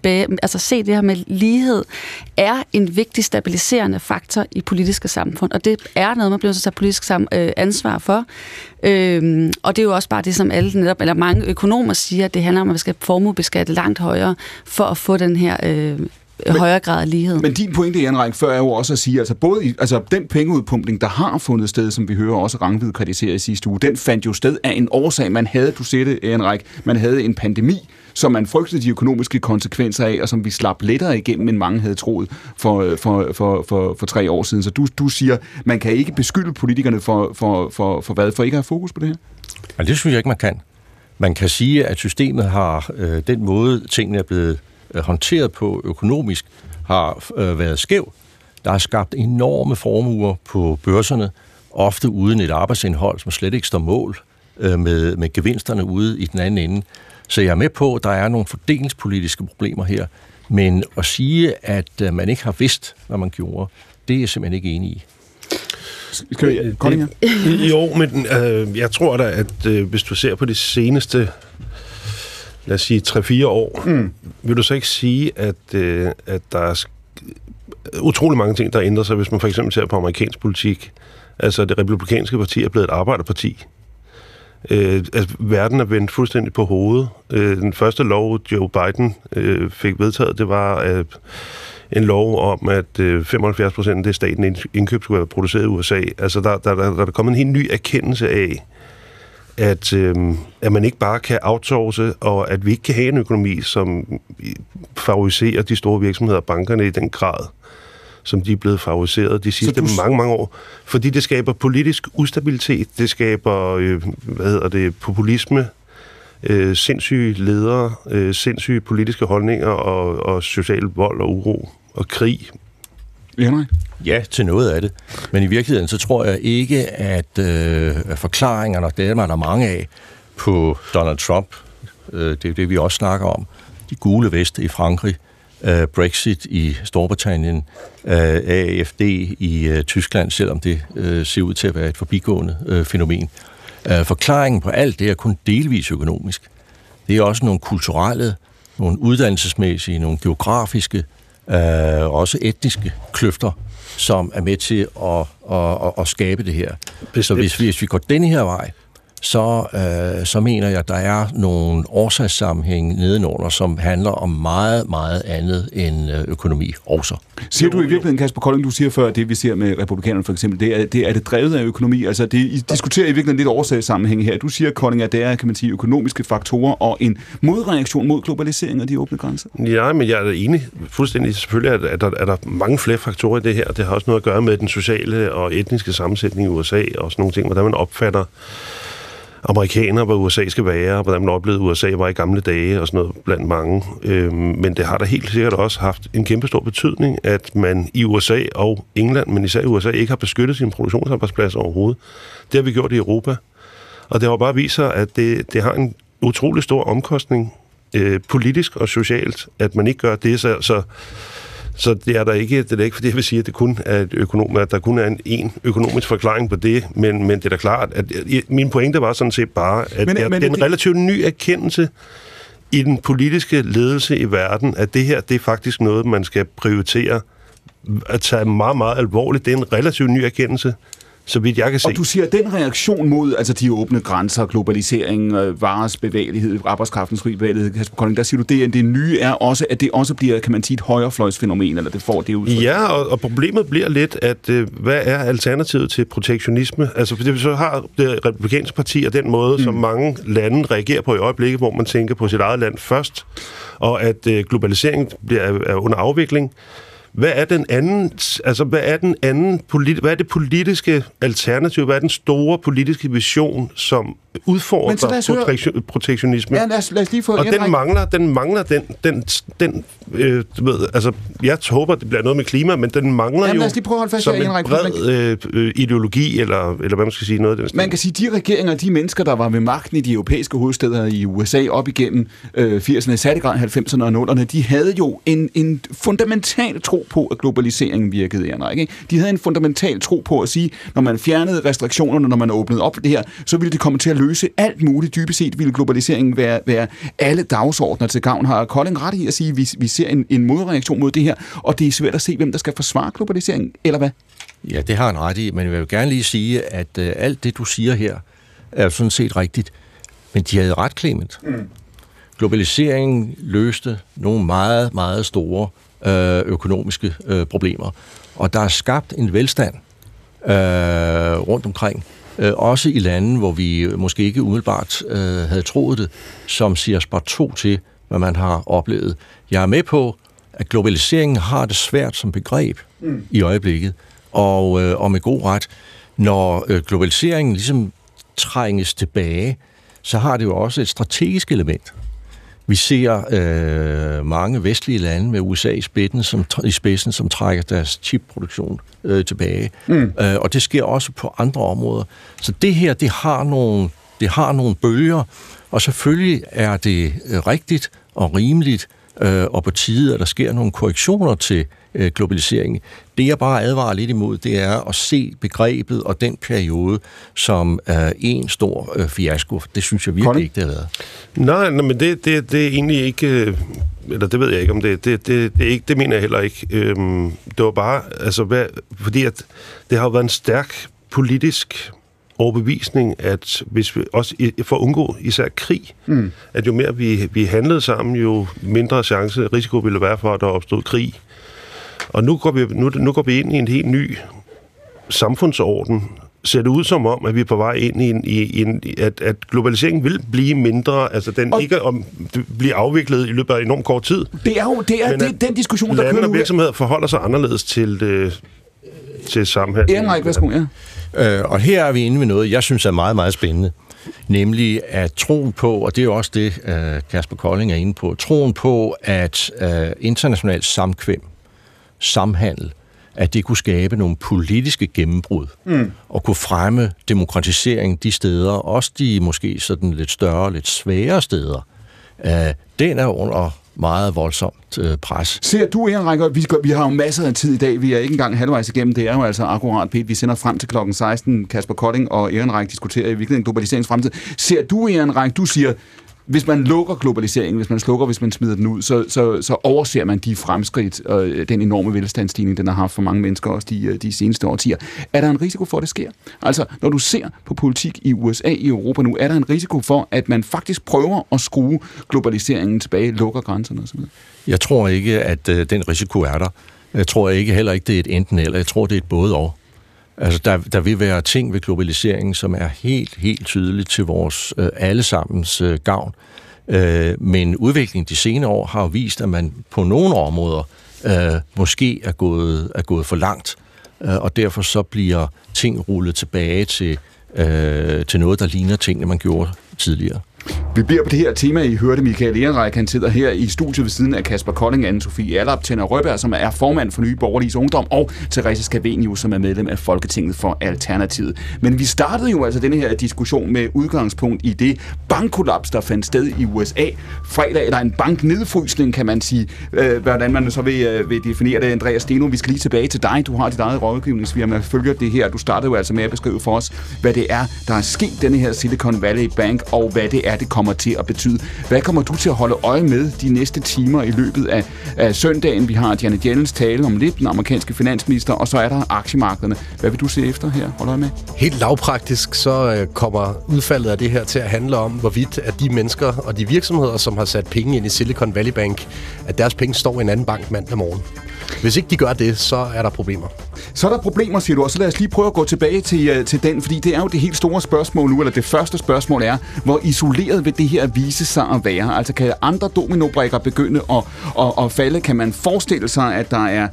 det her med lighed er en vigtig stabiliserende faktor i politiske samfund, og det er noget, man bliver nødt til at tage politisk ansvar for. Og det er jo også bare det, som mange økonomer siger, at det handler om, at vi skal formuebeskatte langt højere for at få den her højere grad af lighed. Men din pointe, Ehrenreich, før er jo også at sige, altså den pengeudpumpning, der har fundet sted, som vi hører også Rangvid kritisere i sidste uge, den fandt jo sted af en årsag. Man havde, Ehrenreich, man havde en pandemi, som man frygtede de økonomiske konsekvenser af, og som vi slap lettere igennem, end mange havde troet for 3 år siden. Så du siger, man kan ikke beskylde politikerne for hvad? For ikke at have fokus på det her? Ja, det synes jeg ikke, man kan. Man kan sige, at systemet har den måde, tingene er blevet håndteret på økonomisk, har været skæv. Der er skabt enorme formuer på børserne, ofte uden et arbejdsindhold, som slet ikke står mål med gevinsterne ude i den anden ende. Så jeg er med på, at der er nogle fordelingspolitiske problemer her, men at sige, at man ikke har vidst, hvad man gjorde, det er jeg simpelthen ikke enig i. Jo, men jeg tror da, at hvis du ser på de seneste, lad os sige 3-4 år, vil du så ikke sige, at der er utrolig mange ting, der ændrer sig, hvis man for eksempel ser på amerikansk politik. Altså, det republikanske parti er blevet et arbejderparti. Verden er vendt fuldstændig på hovedet. Den første lov, Joe Biden fik vedtaget, det var en lov om, at 75% af det staten indkøb skulle være produceret i USA. Altså, der er kommet en helt ny erkendelse af, at man ikke bare kan outsource, og at vi ikke kan have en økonomi, som favoriserer de store virksomheder og bankerne i den grad, som de er blevet favoriseret de sidste mange år. Fordi det skaber politisk ustabilitet, det skaber, populisme, sindssyge ledere, sindssyge politiske holdninger og social vold og uro og krig. Ja, til noget af det. Men i virkeligheden, så tror jeg ikke, at forklaringerne, det er der mange af, på Donald Trump, det er det, vi også snakker om, de gule veste i Frankrig, Brexit i Storbritannien, AfD i Tyskland, selvom det ser ud til at være et forbigående fænomen. Forklaringen på alt det er kun delvis økonomisk. Det er også nogle kulturelle, nogle uddannelsesmæssige, nogle geografiske, også etniske kløfter, som er med til at skabe det her. Så hvis vi går denne her vej, så mener jeg, at der er nogle årsagssammenhæng nedenunder, som handler om meget, meget andet end økonomi også. Siger du i virkeligheden, Kasper Kolding, du siger før, at det vi ser med republikanerne for eksempel, det er det drevet af økonomi? Altså, I diskuterer i virkeligheden lidt årsagssammenhæng her. Du siger, Kolding, at det er, kan man sige, økonomiske faktorer og en modreaktion mod globalisering af de åbne grænser? Ja, men jeg er enig fuldstændig. Selvfølgelig er der mange flere faktorer i det her. Det har også noget at gøre med den sociale og etniske sammensætning i USA og sådan nogle ting, hvordan man opfatter amerikanere, hvor USA skal være, hvordan man oplevede USA var i gamle dage og sådan noget blandt mange. Men det har da helt sikkert også haft en kæmpe stor betydning, at man i USA og England, men især i USA, ikke har beskyttet sine produktionsarbejdspladser overhovedet. Det har vi gjort i Europa. Og det har bare vist sig, at det har en utrolig stor omkostning, politisk og socialt, at man ikke gør det, så det er der ikke, det er ikke fordi jeg vil sige, at det kun er at der kun er en økonomisk forklaring på det, men det er da klart, at min pointe var sådan set bare, at det er en relativt ny erkendelse i den politiske ledelse i verden, at det her, det er faktisk noget, man skal prioritere at tage meget, meget alvorligt. Det er en relativt ny erkendelse, så vidt jeg kan se. Og du siger, at den reaktion mod altså de åbne grænser, globalisering, vares bevægelighed, arbejdskraftens fri bevægelighed, Kasper Kolding, der siger du, det nye er også, at det også bliver, kan man sige, et højrefløjsfænomen, eller det får det udtryk. Ja, og problemet bliver lidt, at hvad er alternativet til protektionisme? Altså, fordi så har det republikanske parti og den måde, som mange lande reagerer på i øjeblikket, hvor man tænker på sit eget land først, og at globalisering er under afvikling. Hvad er det politiske alternativ? Hvad er den store politiske vision, som udfordrer protektionisme? Ja, lad os lige få og den mangler du ved, altså, jeg håber, det bliver noget med klima, men den mangler jo som en bred ideologi, eller hvad man skal sige, noget af den. Man kan sige, de regeringer, de mennesker, der var ved magten i de europæiske hovedstæder i USA op igennem 80'erne, særlig grad 90'erne og 00'erne, de havde jo en fundamental tro på, at globaliseringen virkede, ikke? De havde en fundamental tro på at sige, når man fjernede restriktionerne, når man åbnede op for det her, så ville det komme til at løse alt muligt. Dybest set ville globaliseringen være alle dagsordner til gavn. Har Kolding ret i at sige, at vi ser en modreaktion mod det her, og det er svært at se, hvem der skal forsvare globaliseringen, eller hvad? Ja, det har han ret i, men jeg vil gerne lige sige, at alt det, du siger her, er sådan set rigtigt. Men de havde ret, Clement. Globaliseringen løste nogle meget, meget store økonomiske problemer. Og der er skabt en velstand rundt omkring, også i lande, hvor vi måske ikke umiddelbart havde troet det, som siger spot 2 til, hvad man har oplevet. Jeg er med på, at globaliseringen har det svært som begreb i øjeblikket, og med god ret. Når globaliseringen ligesom trænges tilbage, så har det jo også et strategisk element. Vi ser mange vestlige lande med USA i spidsen, som trækker deres chip-produktion tilbage. Og det sker også på andre områder. Så det her, det har nogle bølger, og selvfølgelig er det rigtigt og rimeligt og på tide, at der sker nogle korrektioner til globaliseringen. Det, jeg bare advarer lidt imod, det er at se begrebet og den periode som en stor fiasko. Det synes jeg virkelig ikke, det har været. Nej, men det er egentlig ikke... Eller det ved jeg ikke om det. Det mener jeg heller ikke. Det var bare... Altså, fordi at det har været en stærk politisk overbevisning, at hvis vi også for at ungå især krig, at jo mere vi handlede sammen, jo mindre risiko ville være for, at der opstod krig. Og nu går vi ind i en helt ny samfundsorden. Ser det ud som om, at vi er på vej ind i at globaliseringen vil blive mindre, altså den ikke bliver afviklet i løbet af enormt kort tid. Det er jo den diskussion, der kører nu. Lande og virksomheder forholder sig anderledes til samhandel. Ehrenreich, værsgo, ja. Og her er vi inde ved noget, jeg synes er meget, meget spændende. Nemlig at troen på, og det er jo også det, Kasper Kolding er inde på, troen på, at internationalt samhandel, at det kunne skabe nogle politiske gennembrud, og kunne fremme demokratisering de steder, også de måske sådan lidt større, lidt svære steder. Den er under meget voldsomt pres. Ser du, Ehrenreich, vi har jo masser af tid i dag, vi er ikke engang halvvejs igennem, det er jo altså akkurat pænt, vi sender frem til klokken 16, Kasper Kolding og Ehrenreich diskuterer i virkeligheden globaliseringens fremtid. Ser du, Ehrenreich, du siger, hvis man lukker globaliseringen, hvis man smider den ud, så overser man de fremskridt og den enorme velstandsstigning, den har haft for mange mennesker også de seneste årtier. Er der en risiko for, at det sker? Altså, når du ser på politik i USA, i Europa nu, er der en risiko for, at man faktisk prøver at skrue globaliseringen tilbage, lukker grænserne osv.? Jeg tror ikke, at den risiko er der. Jeg tror heller ikke, det er et enten eller. Jeg tror, det er et både og. Altså, der vil være ting ved globaliseringen, som er helt tydeligt til vores allesammens gavn. Men udviklingen de senere år har jo vist, at man på nogle områder måske er gået for langt, og derfor så bliver ting rullet tilbage til noget, der ligner tingene, man gjorde tidligere. Vi bliver på det her tema. I hørte Michael Ehrenreich, han sidder her i studiet ved siden af Kasper Kolding, Anne-Sophie Allerup, Tenna Røberg, som er formand for Nye Borgerliges Ungdom, og Therese Scavenius, som er medlem af Folketinget for Alternativet. Men vi startede jo altså denne her diskussion med udgangspunkt i det bankkollaps, der fandt sted i USA fredag, eller en banknedfrysning, kan man sige. Hvordan man så vil definere det, Andreas Steno. Vi skal lige tilbage til dig. Du har dit eget rådgivningsfirma, følger det her. Du startede jo altså med at beskrive for os, hvad det er, der er sket denne her Silicon Valley Bank, og hvad det er, det kommer til at betyde. Hvad kommer du til at holde øje med de næste timer i løbet af søndagen? Vi har Janet Yellens tale om lidt, den amerikanske finansminister, og så er der aktiemarkederne. Hvad vil du se efter her? Hold øje med. Helt lavpraktisk, så kommer udfaldet af det her til at handle om, hvorvidt at de mennesker og de virksomheder, som har sat penge ind i Silicon Valley Bank, at deres penge står i en anden bank mandag morgen. Hvis ikke de gør det, så er der problemer. Så er der problemer, siger du, og så lad os lige prøve at gå tilbage til den, fordi det er jo det helt store spørgsmål nu, eller det første spørgsmål er, hvor isoleret vil det her vise sig at være? Altså kan andre dominobrikker begynde at falde? Kan man forestille sig, at der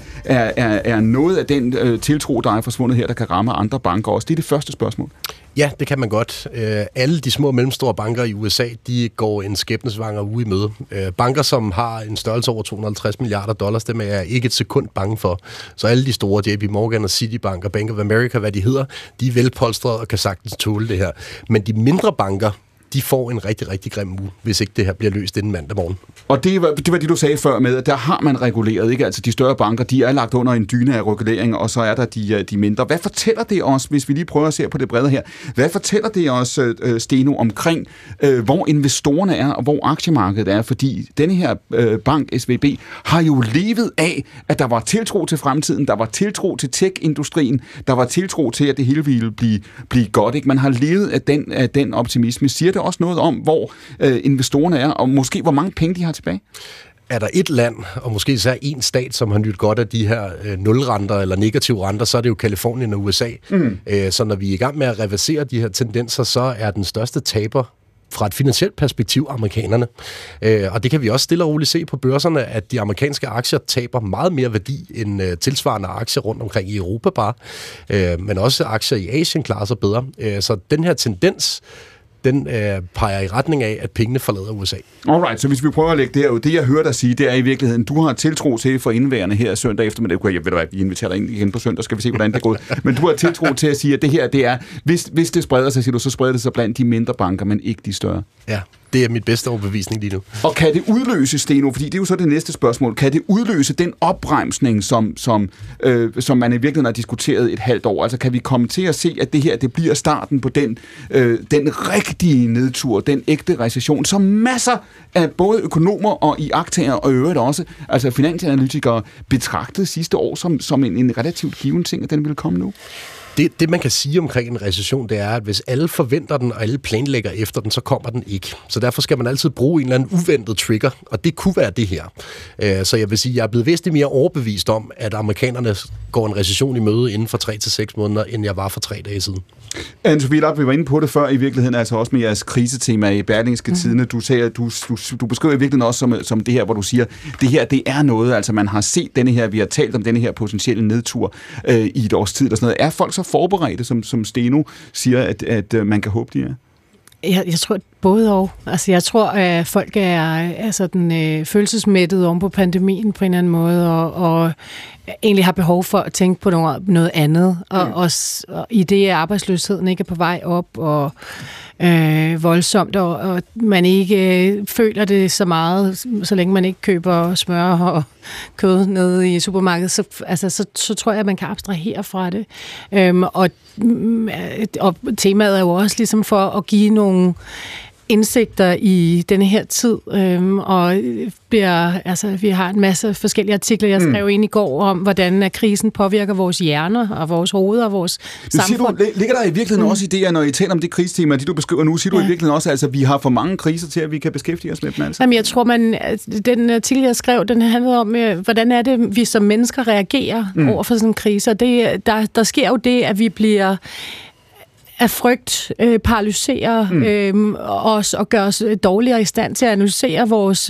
er noget af den tiltro, der er forsvundet her, der kan ramme andre banker også? Det er det første spørgsmål. Ja, det kan man godt. Alle de små og mellemstore banker i USA, de går en skæbnesvanger uge i møde. Banker, som har en størrelse over $250 milliarder, dem er jeg ikke et sekund bange for. Så alle de store, JP Morgan og Citibank og Bank of America, hvad de hedder, de er velpolstrede og kan sagtens tåle det her. Men de mindre banker, de får en rigtig, rigtig grim uge, hvis ikke det her bliver løst inden mandag morgen. Og det var det, du sagde før med, at der har man reguleret, ikke? Altså de større banker, de er lagt under en dyne af regulering, og så er der de mindre. Hvad fortæller det os, hvis vi lige prøver at se på det brede her? Hvad fortæller det os, Steno, omkring, hvor investorerne er, og hvor aktiemarkedet er? Fordi denne her bank, SVB, har jo levet af, at der var tiltro til fremtiden, der var tiltro til tech-industrien, der var tiltro til, at det hele ville blive godt, ikke? Man har levet af den optimisme. Siger det også noget om, hvor investorerne er, og måske hvor mange penge de har tilbage? Er der et land, og måske især en stat, som har nydt godt af de her nulrenter eller negative renter, så er det jo Californien og USA. Så når vi er i gang med at reversere de her tendenser, så er den største taber fra et finansielt perspektiv amerikanerne. Og det kan vi også stille og roligt se på børserne, at de amerikanske aktier taber meget mere værdi end tilsvarende aktier rundt omkring i Europa bare. Men også aktier i Asien klarer sig bedre. Så den her tendens, den peger i retning af, at pengene forlader USA. Alright, så hvis vi prøver at lægge det her ud, det jeg hører dig sige, det er i virkeligheden, du har tiltro til for indværende her søndag eftermiddag. Jeg ved da ikke, vi inviterer dig ind igen på søndag, skal vi se, hvordan det går. Men du har tiltro til at sige, at det her, det er, hvis det spreder sig, siger du, så spreder det sig blandt de mindre banker, men ikke de større. Ja, det er mit bedste overbevisning lige nu. Og kan det udløse, Steno, fordi det er jo så det næste spørgsmål, kan det udløse den opbremsning, som man i virkeligheden har diskuteret et halvt år? Altså kan vi komme til at se, at det her, det bliver starten på den rigtige nedtur, den ægte recession, som masser af både økonomer og iagttagere og øvrigt også, altså finansanalytikere, betragtede sidste år som en relativt given ting, at den vil komme nu? Det, man kan sige omkring en recession, det er, at hvis alle forventer den, og alle planlægger efter den, så kommer den ikke. Så derfor skal man altid bruge en eller anden uventet trigger, og det kunne være det her. Så jeg vil sige, at jeg er blevet væsentligt mere overbevist om, at amerikanerne går en recession i møde inden for 3 til 6 måneder, end jeg var for 3 dage siden. Anne-Sophie Allerup, vi var inde på det før i virkeligheden, altså også med jeres krisetema i Berlingske Tidende. Du beskriver i virkeligheden også som det her, hvor du siger, det her, det er noget, altså man har set denne her, vi har talt om denne her potentielle nedtur i et års tid eller sådan noget. Er folk så forberedte, som Steno siger, at man kan håbe, de er? Jeg tror både og. Altså, jeg tror, at folk er sådan følelsesmættet oven på pandemien på en eller anden måde, og egentlig har behov for at tænke på noget andet. Og i det, at arbejdsløsheden ikke er på vej op, og voldsomt, og man ikke føler det så meget, så længe man ikke køber smør og kød nede i supermarkedet, så tror jeg, at man kan abstrahere fra det. Og temaet er jo også ligesom for at give nogle indsigter i denne her tid, og vi har en masse forskellige artikler, jeg skrev ind i går om, hvordan krisen påvirker vores hjerner og vores hoveder og vores samfund. Ligger der i virkeligheden også idéer, når I taler om det krigstema, de du beskriver nu, siger du i virkeligheden også, altså vi har for mange kriser til, at vi kan beskæftige os med dem altså? Jamen, jeg tror, den artikel, jeg skrev, den handlede om, hvordan er det, vi som mennesker reagerer over for sådan en krise, og der sker jo det, at vi bliver at frygt paralyserer os og gør os dårligere i stand til at analysere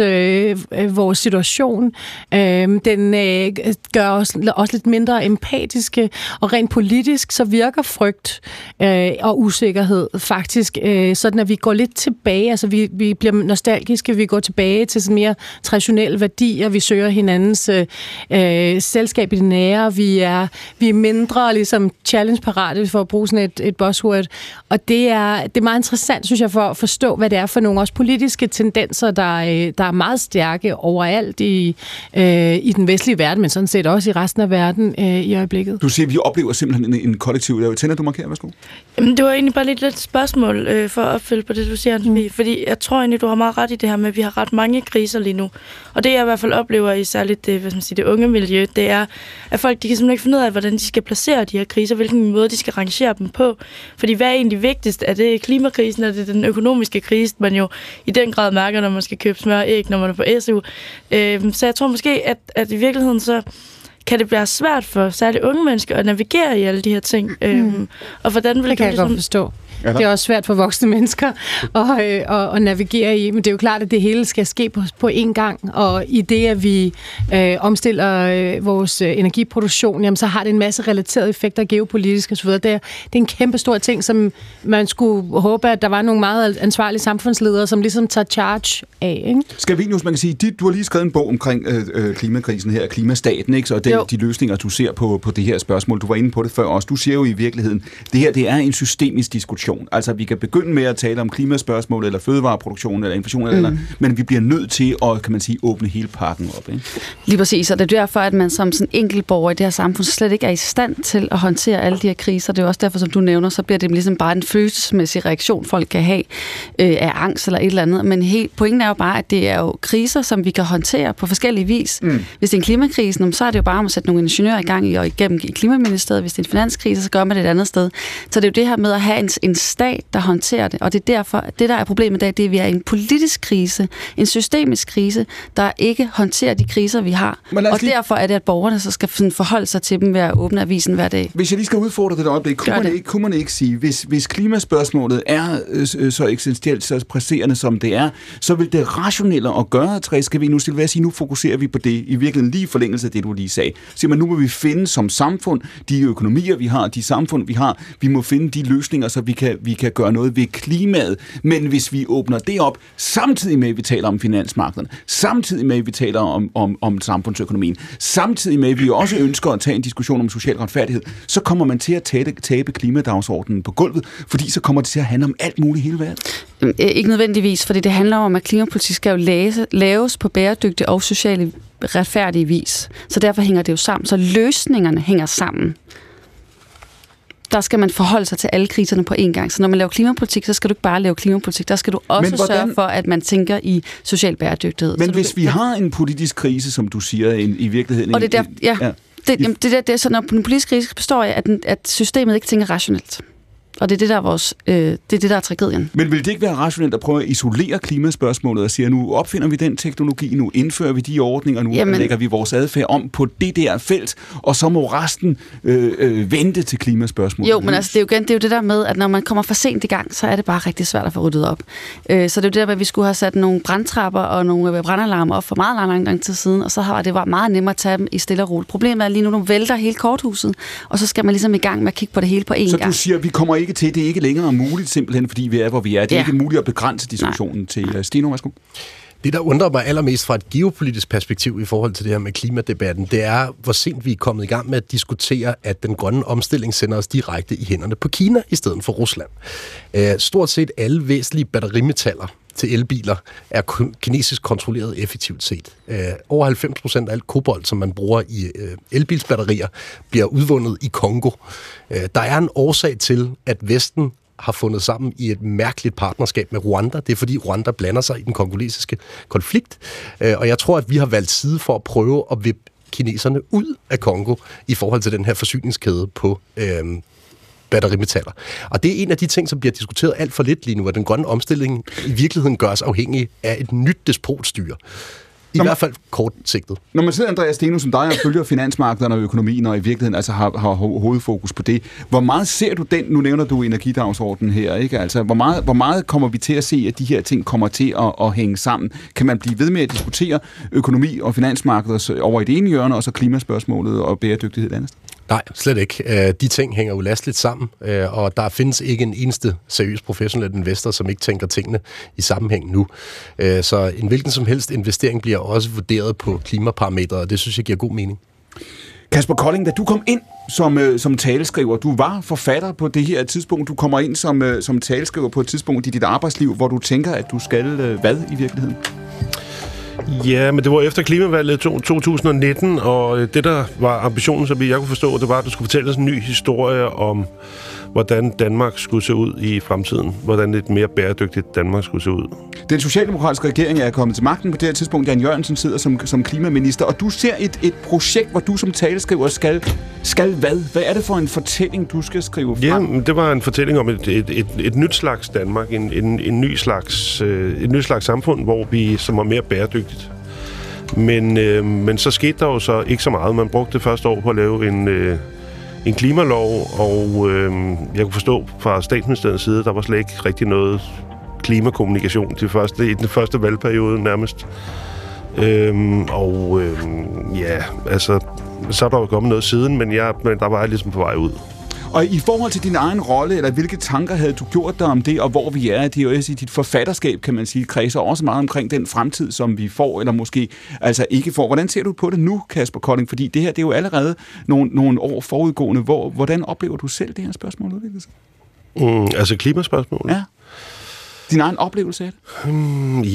vores situation. Den gør os også lidt mindre empatiske, og rent politisk så virker frygt og usikkerhed faktisk sådan, at vi går lidt tilbage. Altså vi bliver nostalgiske, vi går tilbage til sådan mere traditionelle værdier, vi søger hinandens selskab i det nære, vi er mindre ligesom challenge-parate, for at bruge sådan et buzzword. Og det er meget interessant, synes jeg, for at forstå, hvad det er for nogle også politiske tendenser, der er meget stærke overalt i den vestlige verden, men sådan set også i resten af verden i øjeblikket. Du siger, at vi oplever simpelthen en kollektiv. Tænder, du markerer, værsgo. Jamen, det var egentlig bare lidt et spørgsmål for at opfylde på det, du siger, fordi jeg tror egentlig, du har meget ret i det her med, at vi har ret mange kriser lige nu. Og det, jeg i hvert fald oplever i særligt det unge miljø, det er, at folk de kan simpelthen ikke finde ud af, hvordan de skal placere de her kriser, hvilken måde de skal rangere dem på. Fordi hvad er egentlig vigtigst? Er det klimakrisen, er det den økonomiske krise, man jo i den grad mærker, når man skal købe smør og æg, når man er på SU. Så jeg tror måske, at i virkeligheden så kan det blive svært for særligt unge mennesker at navigere i alle de her ting. Og hvordan vil det kan jeg godt forstå. Det er også svært for voksne mennesker at navigere i, men det er jo klart, at det hele skal ske på én gang, og i det, at vi omstiller vores energiproduktion, jamen, så har det en masse relaterede effekter, geopolitiske osv. Det er en kæmpe stor ting, som man skulle håbe, at der var nogle meget ansvarlige samfundsledere, som ligesom tager charge af. Ikke? Scavenius, man kan sige, du har lige skrevet en bog omkring klimakrisen her, klimastaten, ikke? Så de løsninger, du ser på det her spørgsmål. Du var inde på det før også. Du siger jo i virkeligheden, det her det er en systemisk diskussion. Altså, vi kan begynde med at tale om klimaspørgsmål, eller fødevareproduktion, eller inflation, men vi bliver nødt til at, kan man sige, åbne hele pakken op. Ikke? Lige præcis, og det er derfor, at man som sådan enkelt borger i det her samfund slet ikke er i stand til at håndtere alle de her kriser. Det er også derfor, som du nævner, så bliver det ligesom bare en følelsesmæssig reaktion, folk kan have af angst eller et eller andet. Men pointen er jo bare, at det er jo kriser, som vi kan håndtere på forskellige vis. Hvis det er en klimakrise, så er det jo bare om at sætte nogle ingeniører i gang og igennem i Klimaministeriet. Hvis det er en finanskrise, så gør man det et andet sted. Så det er jo det her med at have en stat, der håndterer det. Og det er derfor, det der er problemet i dag, det er, at vi er i en politisk krise, en systemisk krise, der ikke håndterer de kriser, vi har. Og derfor er det, at borgerne så skal forholde sig til dem ved at åbne avisen hver dag. Hvis jeg lige skal udfordre det øjeblik, kunne man ikke sige, hvis klimaspørgsmålet er så eksistentielt, så presserende som det er, så vil det rationelle at gøre, skal vi nu stille, hvad sige, nu fokuserer vi på det, i virkeligheden lige i forlængelse af det, du lige sagde. Så man, nu må vi finde som samfund de økonomier, vi har, de samfund, vi har, vi må finde de løsninger, så vi kan gøre noget ved klimaet. Men hvis vi åbner det op, samtidig med, at vi taler om finansmarkederne, samtidig med, at vi taler om samfundsøkonomien, samtidig med, at vi også ønsker at tage en diskussion om social retfærdighed, så kommer man til at tabe klimadagsordenen på gulvet, fordi så kommer det til at handle om alt muligt hele verden. Ikke nødvendigvis, fordi det handler om, at klimapolitik skal jo laves på bæredygtig og socialt retfærdig vis. Så derfor hænger det jo sammen. Så løsningerne hænger sammen. Der skal man forholde sig til alle kriserne på én gang. Så når man laver klimapolitik, så skal du ikke bare lave klimapolitik. Der skal du også sørge for, at man tænker i social bæredygtighed. Men hvis vi har en politisk krise, som du siger, i virkeligheden... Og det er der, det er så, når den politiske krise består af, at systemet ikke tænker rationelt. Og det er det, der er tragedien. Men vil det ikke være rationelt at prøve at isolere klimaspørgsmålet og sige, at nu opfinder vi den teknologi, nu indfører vi de ordninger, nu lægger vi vores adfærd om på det der felt, og så må resten vente til klimaspørgsmålet? Jo, men altså, det er jo det der med, at når man kommer for sent i gang, så er det bare rigtig svært at få ryddet op. Så det er jo det der med, at vi skulle have sat nogle brandtrapper og nogle brandalarmer op for meget lang tid siden, og så har det været meget nemmere at tage dem i stille og roligt. Problemet er lige nu vælter hele korthuset, og så skal man ligesom i gang med at kigge på det hele på én gang. Så du siger, at vi kommer ikke til, det er ikke længere muligt, simpelthen fordi vi er, hvor vi er. Det er ikke muligt at begrænse diskussionen til Steno. Værsgo. Det, der undrer mig allermest fra et geopolitisk perspektiv i forhold til det her med klimadebatten, det er, hvor sent vi er kommet i gang med at diskutere, at den grønne omstilling sender os direkte i hænderne på Kina i stedet for Rusland. Stort set alle væsentlige batterimetaller til elbiler er kinesisk kontrolleret effektivt set. Over 90% af alt kobolt, som man bruger i elbilsbatterier, bliver udvundet i Kongo. Der er en årsag til, at Vesten har fundet sammen i et mærkeligt partnerskab med Rwanda. Det er fordi Rwanda blander sig i den kongolesiske konflikt. Og jeg tror, at vi har valgt side for at prøve at vippe kineserne ud af Kongo i forhold til den her forsyningskæde på batterimetaller. Og det er en af de ting, som bliver diskuteret alt for lidt lige nu, at den grønne omstilling i virkeligheden gør os afhængige af et nyt despotstyre. I hvert fald kortsigtet. Når man sidder, Andreas Steno, som dig, og følger finansmarkederne og økonomien, og i virkeligheden altså har hovedfokus på det, hvor meget ser du den, nu nævner du energidagsordenen her, ikke? Altså, hvor meget kommer vi til at se, at de her ting kommer til at hænge sammen? Kan man blive ved med at diskutere økonomi og finansmarkeder over i det ene hjørne, og så klimaspørgsmålet og bæredygtighed et andet? Nej, slet ikke. De ting hænger ulasteligt sammen, og der findes ikke en eneste seriøs professionel investor, som ikke tænker tingene i sammenhæng nu. Så en hvilken som helst investering bliver også vurderet på klimaparametre, og det synes jeg giver god mening. Kasper Kolding, da du kom ind som taleskriver, du var forfatter på det her tidspunkt, du kommer ind som taleskriver på et tidspunkt i dit arbejdsliv, hvor du tænker, at du skal hvad i virkeligheden? Ja, men det var efter klimavalget 2019, og det, der var ambitionen, så jeg kunne forstå, det var, at du skulle fortælle os en ny historie om, hvordan Danmark skulle se ud i fremtiden. Hvordan et mere bæredygtigt Danmark skulle se ud. Den socialdemokratiske regering er kommet til magten på det her tidspunkt. Jan Jørgensen sidder som klimaminister, og du ser et projekt, hvor du som taleskriver skal hvad? Hvad er det for en fortælling, du skal skrive frem? Ja, det var en fortælling om et nyt slags Danmark, en ny slags samfund, hvor vi som var mere bæredygtigt. Men så skete der jo så ikke så meget. Man brugte det første år på at lave en klimalov, og jeg kunne forstå fra statsministeriets side, der var slet ikke rigtig noget klimakommunikation i den første valgperiode nærmest. Så er der jo kommet noget siden, men der var jeg ligesom på vej ud. Og i forhold til din egen rolle, eller hvilke tanker havde du gjort dig om det, og hvor vi er, det er jo også i dit forfatterskab, kan man sige, kredser også meget omkring den fremtid, som vi får, eller måske altså ikke får. Hvordan ser du på det nu, Kasper Kolding? Fordi det her, det er jo allerede nogle år forudgående. Hvordan oplever du selv det her spørgsmål udvikle sig? Altså klimaspørgsmålet? Ja. Din egen oplevelse af det?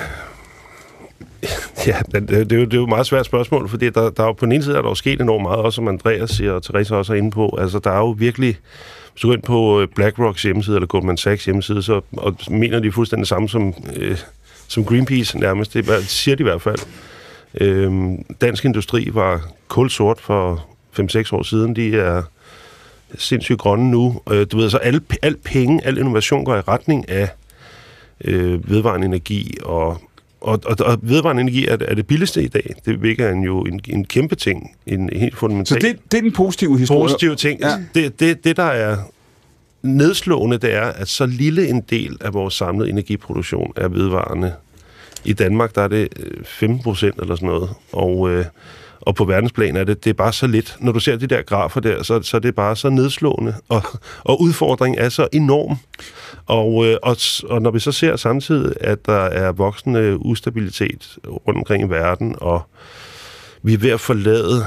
Ja, det er jo et meget svært spørgsmål, fordi der er jo på den ene side, er der jo sket enormt meget, også som Andreas siger, og Therese også er inde på. Altså, der er jo virkelig, hvis du går ind på BlackRocks hjemmeside, eller Goldman Sachs hjemmeside, og mener de fuldstændig samme som Greenpeace nærmest. Det siger de i hvert fald. Dansk Industri var kulsort for 5-6 år siden. De er sindssygt grønne nu. Du ved, så al penge, al innovation går i retning af vedvarende energi, og vedvarende energi er det billigste i dag. Det virker jo en kæmpe ting, en helt fundamental. Så det er den positive historie. Positive ting. Ja. Det, der er nedslående, det er, at så lille en del af vores samlede energiproduktion er vedvarende. I Danmark, der er det 15% eller sådan noget. Og på verdensplan er det er bare så lidt. Når du ser de der grafer der, så er det bare så nedslående, og udfordringen er så enorm. Og når vi så ser samtidig, at der er voksende ustabilitet rundt omkring i verden, og vi er ved at forlade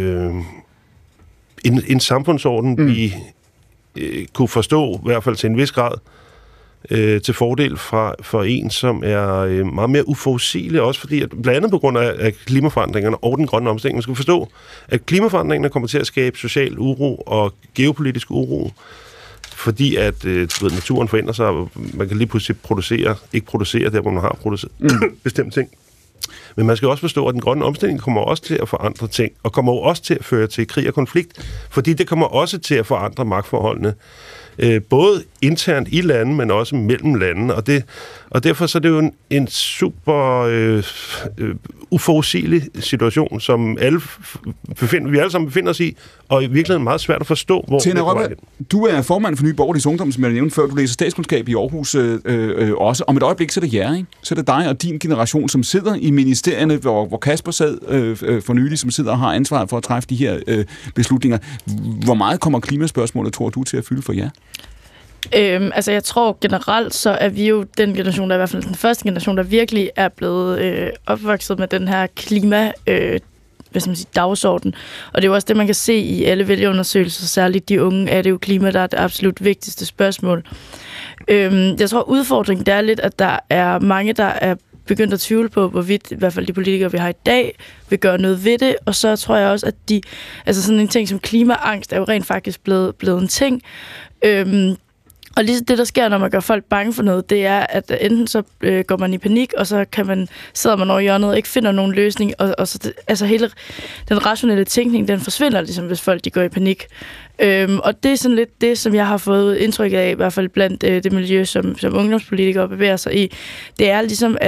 en samfundsorden, vi kunne forstå, i hvert fald til en vis grad, til fordel for en, som er meget mere uforudsigelig, også fordi, at blandt andet på grund af klimaforandringerne og den grønne omstilling, man skal forstå, at klimaforandringerne kommer til at skabe social uro og geopolitisk uro, fordi at naturen forandrer sig, og man kan lige pludselig ikke producere der, hvor man har produceret bestemte ting. Men man skal også forstå, at den grønne omstilling kommer også til at forandre ting, og kommer også til at føre til krig og konflikt, fordi det kommer også til at forandre magtforholdene, både internt i lande, men også mellem lande, og derfor så er det jo en super uforudsigelig situation, som vi alle sammen befinder os i, og i virkeligheden meget svært at forstå, hvor det er. Du er formand for Nye Borgerliges Ungdom, som jeg nævnte før. Du læser statskundskab i Aarhus også. Om et øjeblik, så er det jer, ikke? Så er det dig og din generation, som sidder i ministerierne, hvor Kasper sad for nylig, som sidder og har ansvaret for at træffe de her beslutninger. Hvor meget kommer klimaspørgsmålet, tror du, til at fylde for jer? Jeg tror generelt, så er vi jo den generation, der i hvert fald den første generation, der virkelig er blevet opvokset med den her klima dagsorden. Og det er jo også det, man kan se i alle vælgerundersøgelser, særligt de unge, er det jo klima, der er det absolut vigtigste spørgsmål. Jeg tror, udfordringen det er lidt, at der er mange, der er begyndt at tvivle på, hvorvidt i hvert fald de politikere, vi har i dag, vil gøre noget ved det. Og så tror jeg også, at sådan en ting som klimaangst er jo rent faktisk blevet en ting. Og lige det, der sker, når man gør folk bange for noget, det er, at enten så går man i panik, og så sidder man over hjørnet og ikke finder nogen løsning, og så hele den rationelle tænkning, den forsvinder ligesom, hvis folk de går i panik. Og det er sådan lidt det, som jeg har fået indtryk af, i hvert fald blandt det miljø, som ungdomspolitikere bevæger sig i. Det er ligesom, at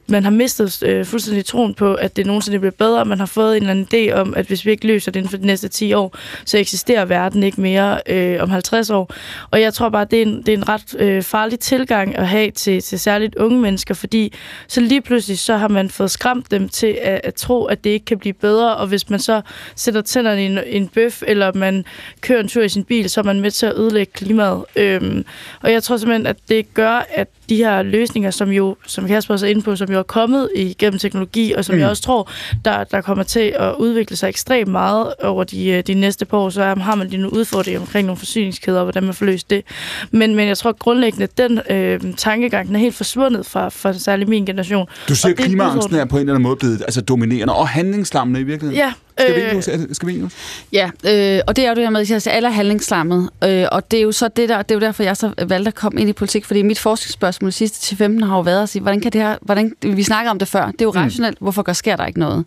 man har mistet fuldstændig troen på, at det nogensinde bliver bedre. Man har fået en eller anden idé om, at hvis vi ikke løser det inden for de næste 10 år, så eksisterer verden ikke mere om 50 år. Og jeg tror bare, det er en ret farlig tilgang at have til særligt unge mennesker, fordi så lige pludselig så har man fået skræmt dem til at tro, at det ikke kan blive bedre, og hvis man så sætter tænderne i en bøf, eller man kører en tur i sin bil, så er man med til at ødelægge klimaet. Og jeg tror simpelthen, at det gør, at de her løsninger, som Kasper også er inde på, som jo er kommet igennem teknologi, og som jeg også tror, der kommer til at udvikle sig ekstremt meget over de næste par år, så har man lige nogle udfordringer omkring nogle forsyningskæder, og hvordan man får løst det. Men jeg tror grundlæggende, at den tankegang, den er helt forsvundet fra særligt min generation. Du siger, at klimaangsten er på en eller anden måde blevet dominerende og handlingslammende i virkeligheden? Ja. Skal vi ind? Ja, og det er jo det her med, at alle er handlingslammet. Og det er jo så det er jo derfor, jeg så valgte at komme ind i politik, fordi mit forskningsspørgsmål de sidste 10-15 har jo været at sige, hvordan vi snakker om det før. Det er jo rationelt, hvorfor sker der ikke noget?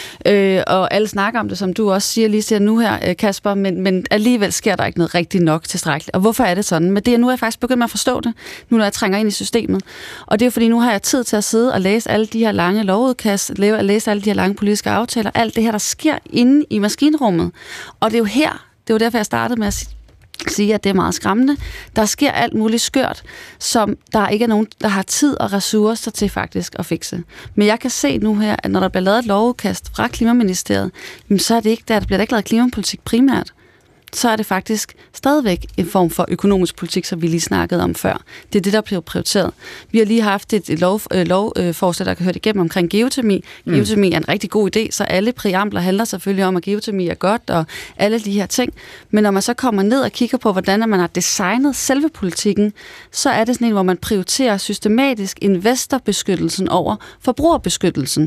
Og alle snakker om det, som du også siger nu her, Kasper, men alligevel sker der ikke noget rigtig nok tilstrækkeligt. Og hvorfor er det sådan? Men nu er jeg faktisk begyndt med at forstå det, nu når jeg trænger ind i systemet. Og det er jo fordi, nu har jeg tid til at sidde og læse alle de her lange lovudkast, læse alle de her lange politiske aftaler, alt det her, der sker inde i maskinrummet. Og det er jo derfor, jeg startede med at sige, at det er meget skræmmende. Der sker alt muligt skørt, som der ikke er nogen, der har tid og ressourcer til faktisk at fikse. Men jeg kan se nu her, at når der bliver lavet et lovudkast fra Klimaministeriet, så er det ikke der bliver der ikke lavet klimapolitik primært. Så er det faktisk stadigvæk en form for økonomisk politik, som vi lige snakkede om før. Det er det, der bliver prioriteret. Vi har lige haft et lovforslag, der kan høre det igennem omkring geotermi. Geotermi er en rigtig god idé, så alle præambler handler selvfølgelig om, at geotermi er godt, og alle de her ting. Men når man så kommer ned og kigger på, hvordan man har designet selve politikken, så er det sådan en, hvor man prioriterer systematisk investorbeskyttelsen over forbrugerbeskyttelsen.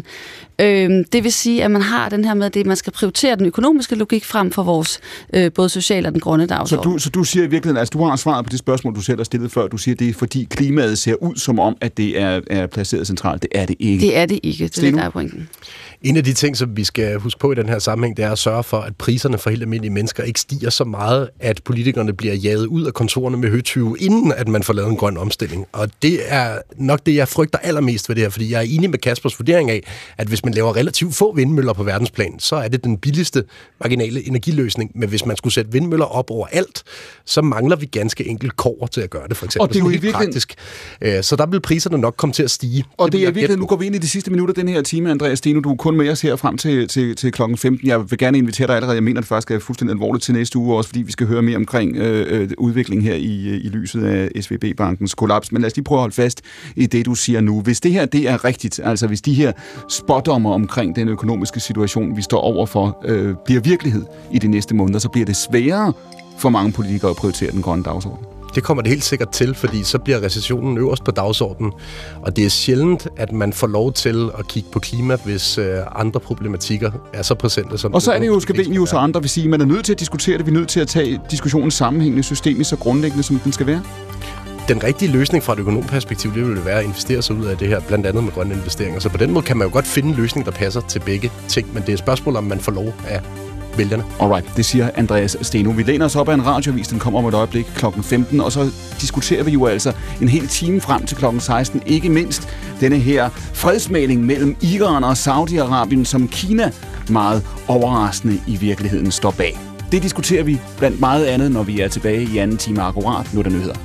Det vil sige, at man har den her med, at man skal prioritere den økonomiske logik frem for vores både sociale og den grønne dagsorden. Så du siger i virkeligheden, altså du har svaret på det spørgsmål, du selv har stillet før. Du siger, det er fordi klimaet ser ud som om, at det er placeret centralt. Det er det ikke. Det er det ikke. Det er det, der er pointen. En af de ting, som vi skal huske på i den her sammenhæng, det er at sørge for, at priserne for helt almindelige mennesker ikke stiger så meget, at politikerne bliver jaget ud af kontorerne med høtyve, inden at man får lavet en grøn omstilling. Og det er nok det, jeg frygter allermest ved det her, fordi jeg er enig med Kaspers vurdering af, at hvis man laver relativt få vindmøller på verdensplan, så er det den billigste marginale energiløsning. Men hvis man skulle sætte vindmøller op over alt, så mangler vi ganske enkelt kobber til at gøre det, for eksempel. Og det er jo i virkeligheden praktisk. Så der vil priserne nok komme til at stige. Og det er virkelig, nu går vi ind i de sidste minutter den her time, Andreas Steno, du er kun med os her frem til klokken 15. Jeg vil gerne invitere dig allerede. Jeg mener, det faktisk er fuldstændig alvorligt til næste uge også, fordi vi skal høre mere omkring udviklingen her i lyset af SVB-bankens kollaps. Men lad os lige prøve at holde fast i det, du siger nu. Hvis det her det er rigtigt, altså hvis de her spådommer omkring den økonomiske situation, vi står overfor, bliver virkelighed i de næste måneder, så bliver det sværere for mange politikere at prioritere den grønne dagsorden. Det kommer det helt sikkert til, fordi så bliver recessionen øverst på dagsordenen. Og det er sjældent, at man får lov til at kigge på klima, hvis andre problematikker er så præsente som... Og så er det jo Scavenius og andre vil sige, at man er nødt til at diskutere det. Vi er nødt til at tage diskussionen sammenhængende systemisk så grundlæggende, som den skal være. Den rigtige løsning fra et økonomperspektiv, det vil være at investere sig ud af det her, blandt andet med grønne investeringer. Så på den måde kan man jo godt finde en løsning, der passer til begge ting, men det er et spørgsmål, om man får lov af vælgerne. Alright, det siger Andreas Steno. Vi læner os op af en radioavis, den kommer om et øjeblik klokken 15, og så diskuterer vi jo altså en hel time frem til klokken 16, ikke mindst denne her fredsmægling mellem Iran og Saudi-Arabien, som Kina meget overraskende i virkeligheden står bag. Det diskuterer vi blandt meget andet, når vi er tilbage i anden time akkurat. Nu er der nyheder.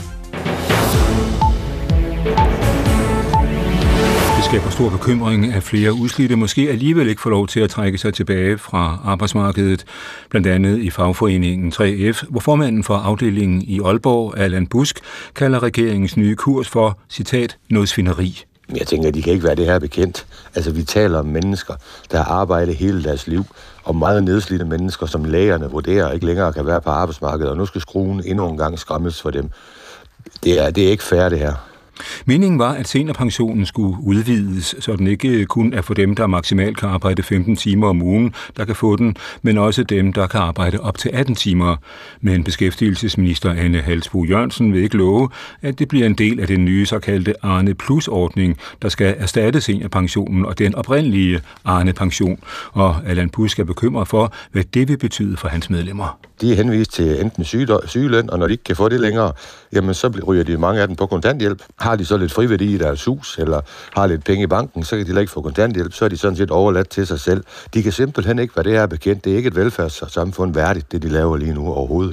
Det skaber stor bekymring, at flere udslidte måske alligevel ikke får lov til at trække sig tilbage fra arbejdsmarkedet, blandt andet i fagforeningen 3F, hvor formanden for afdelingen i Aalborg, Allan Busk, kalder regeringens nye kurs for, citat, noget svineri. Jeg tænker, at de kan ikke være det her bekendt. Altså, vi taler om mennesker, der har arbejdet hele deres liv, og meget nedslidte mennesker, som lægerne vurderer ikke længere kan være på arbejdsmarkedet, og nu skal skruen endnu en gang skræmmes for dem. Det er ikke fair, det her. Meningen var, at seniorpensionen skulle udvides, så den ikke kun er for dem, der maksimalt kan arbejde 15 timer om ugen, der kan få den, men også dem, der kan arbejde op til 18 timer. Men beskæftigelsesminister Ane Halsboe Jørgensen vil ikke love, at det bliver en del af den nye såkaldte Arne Plus-ordning, der skal erstatte seniorpensionen og den oprindelige Arne-pension. Og Allan Busk er bekymret for, hvad det vil betyde for hans medlemmer. De er henvist til enten sygeløn, og når de ikke kan få det længere, jamen så ryger de mange af dem på kontanthjælp. har de så lidt friværdi i deres hus, eller har lidt penge i banken, så kan de heller ikke få kontanthjælp, så er de sådan set overladt til sig selv. De kan simpelthen ikke være det her bekendt. Det er ikke et velfærdssamfund værdigt, det de laver lige nu overhovedet.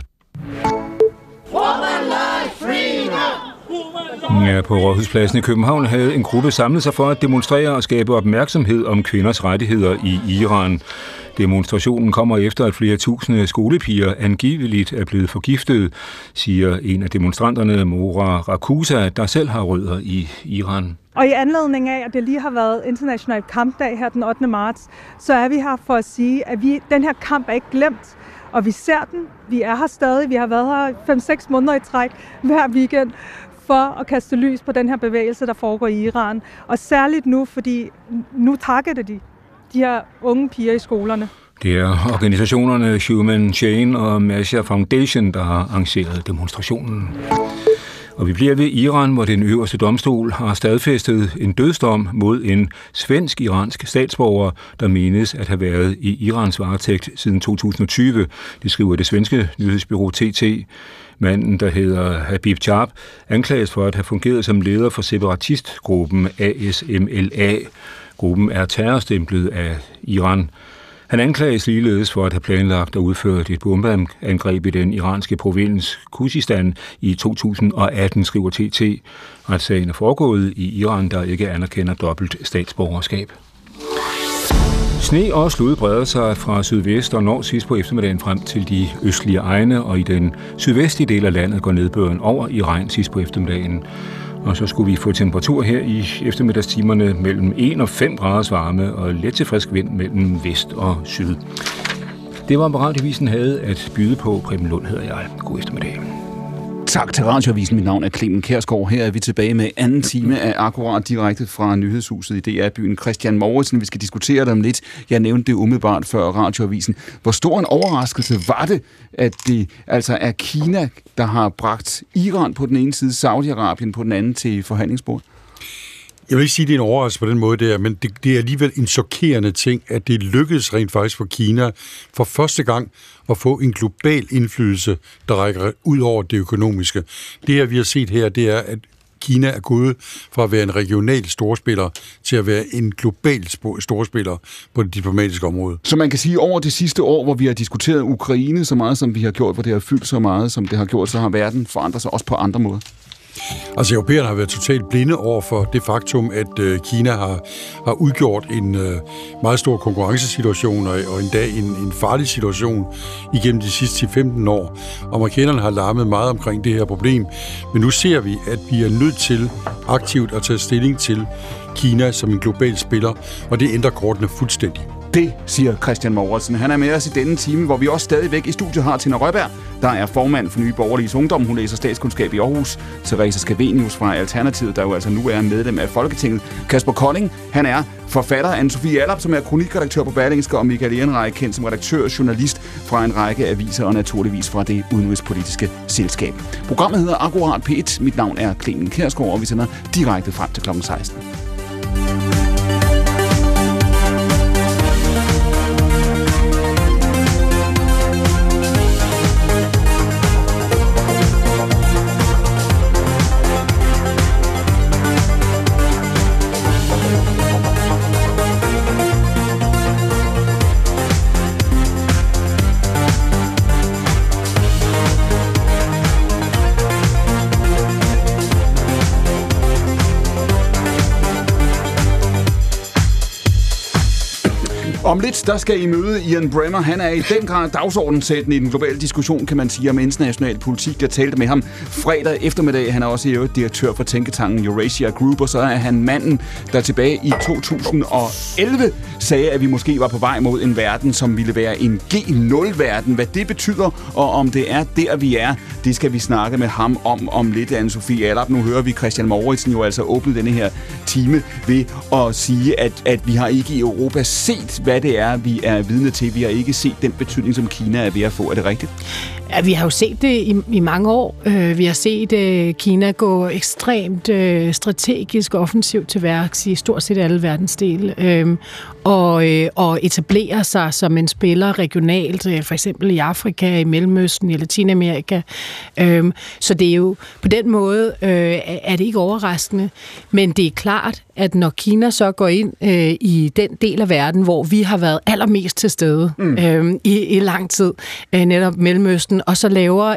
Ja, på Rådhuspladsen i København havde en gruppe samlet sig for at demonstrere og skabe opmærksomhed om kvinders rettigheder i Iran. Demonstrationen kommer efter, at flere tusinde skolepiger angiveligt er blevet forgiftet, siger en af demonstranterne, Mora Rakusa, der selv har rødder i Iran. Og i anledning af, at det lige har været international kampdag her den 8. marts, så er vi her for at sige, at den her kamp er ikke glemt, og vi ser den. Vi er her stadig. Vi har været her 5-6 måneder i træk hver weekend for at kaste lys på den her bevægelse, der foregår i Iran. Og særligt nu, fordi nu targeter de her unge piger i skolerne. Det er organisationerne Human Chain og Masha Foundation, der har arrangeret demonstrationen. Og vi bliver ved Iran, hvor den øverste domstol har stadfæstet en dødsdom mod en svensk-iransk statsborger, der menes at have været i Irans varetægt siden 2020. Det skriver det svenske nyhedsbureau TT. Manden, der hedder Habib Chab, anklages for at have fungeret som leder for separatistgruppen ASMLA. Gruppen er terrorstemplet af Iran. Han anklages ligeledes for at have planlagt og udført et bombeangreb i den iranske provins Khuzestan i 2018, skriver TT. Retssagen er foregået i Iran, der ikke anerkender dobbelt statsborgerskab. Sne og slud breder sig fra sydvest og når sidst på eftermiddagen frem til de østlige egne, og i den sydvestlige del af landet går nedbøren over i regn sidst på eftermiddagen. Og så skulle vi få temperatur her i eftermiddagstimerne mellem 1 og 5 graders varme og let til frisk vind mellem vest og syd. Det var, hvad Radioavisen havde at byde på. Preben Lund hedder jeg. God eftermiddag. Tak til Radioavisen. Mit navn er Clemen Kjærsgaard. Her er vi tilbage med anden time af Akkurat direkte fra Nyhedshuset i DR-byen. Christian Mouritsen, vi skal diskutere det om lidt. Jeg nævnte det umiddelbart før Radioavisen. Hvor stor en overraskelse var det, at det altså er Kina, der har bragt Iran på den ene side, Saudi-Arabien på den anden til forhandlingsbordet? Jeg vil ikke sige, at det er en overraskelse på den måde der, men det er alligevel en chokerende ting, at det lykkedes rent faktisk for Kina for første gang at få en global indflydelse, der rækker ud over det økonomiske. Det her, vi har set her, det er, at Kina er gået fra at være en regional storspiller til at være en global storspiller på det diplomatiske område. Så man kan sige, over det sidste år, hvor vi har diskuteret Ukraine så meget, som vi har gjort, hvor det har fyldt så meget, som det har gjort, så har verden forandret sig også på andre måder. Altså, europæerne har været totalt blinde over for det faktum, at Kina har udgjort en meget stor konkurrencesituation og endda en farlig situation igennem de sidste 10-15 år. Amerikanerne har larmet meget omkring det her problem, men nu ser vi, at vi er nødt til aktivt at tage stilling til Kina som en global spiller, og det ændrer kortene fuldstændig. Det siger Christian Mouritsen. Han er med os i denne time, hvor vi også stadigvæk i studiet har Tina Røberg, der er formand for Nye Borgerliges Ungdom. Hun læser statskundskab i Aarhus. Theresa Scavenius fra Alternativet, der jo altså nu er medlem af Folketinget. Kasper Kolding, han er forfatter. Anne-Sophie Allap, som er kronikredaktør på Berlingske, og Michael Ehrenreich, kendt som redaktør og journalist fra en række aviser og naturligvis fra det udenrigspolitiske selskab. Programmet hedder Akkurat P1. Mit navn er Clemen Kjærsgaard, og vi sender direkte frem til kl. 16. Om lidt, der skal I møde Ian Bremmer. Han er i den grad dagsordenssættende i den globale diskussion, kan man sige, om international politik. Jeg talte med ham fredag eftermiddag. Han er også i øvrigt direktør for tænketanken Eurasia Group, og så er han manden, der tilbage i 2011 sagde, at vi måske var på vej mod en verden, som ville være en G0-verden. Hvad det betyder, og om det er der, vi er, det skal vi snakke med ham om lidt. Anne-Sophie Allap, nu hører vi Christian Mouritsen jo altså åbne denne her time ved at sige, at vi har ikke i Europa set, hvad det er, vi er vidne til. Vi har ikke set den betydning, som Kina er ved at få. Er det rigtigt? Ja, vi har jo set det i mange år. Vi har set Kina gå ekstremt strategisk og offensivt til værks i stort set alle verdensdele. Og etablere sig som en spiller regionalt, for eksempel i Afrika, i Mellemøsten, i Latinamerika. Så det er jo på den måde er det ikke overraskende. Men det er klart, at når Kina så går ind i den del af verden, hvor vi har været allermest til stede i lang tid, netop Mellemøsten, og så laver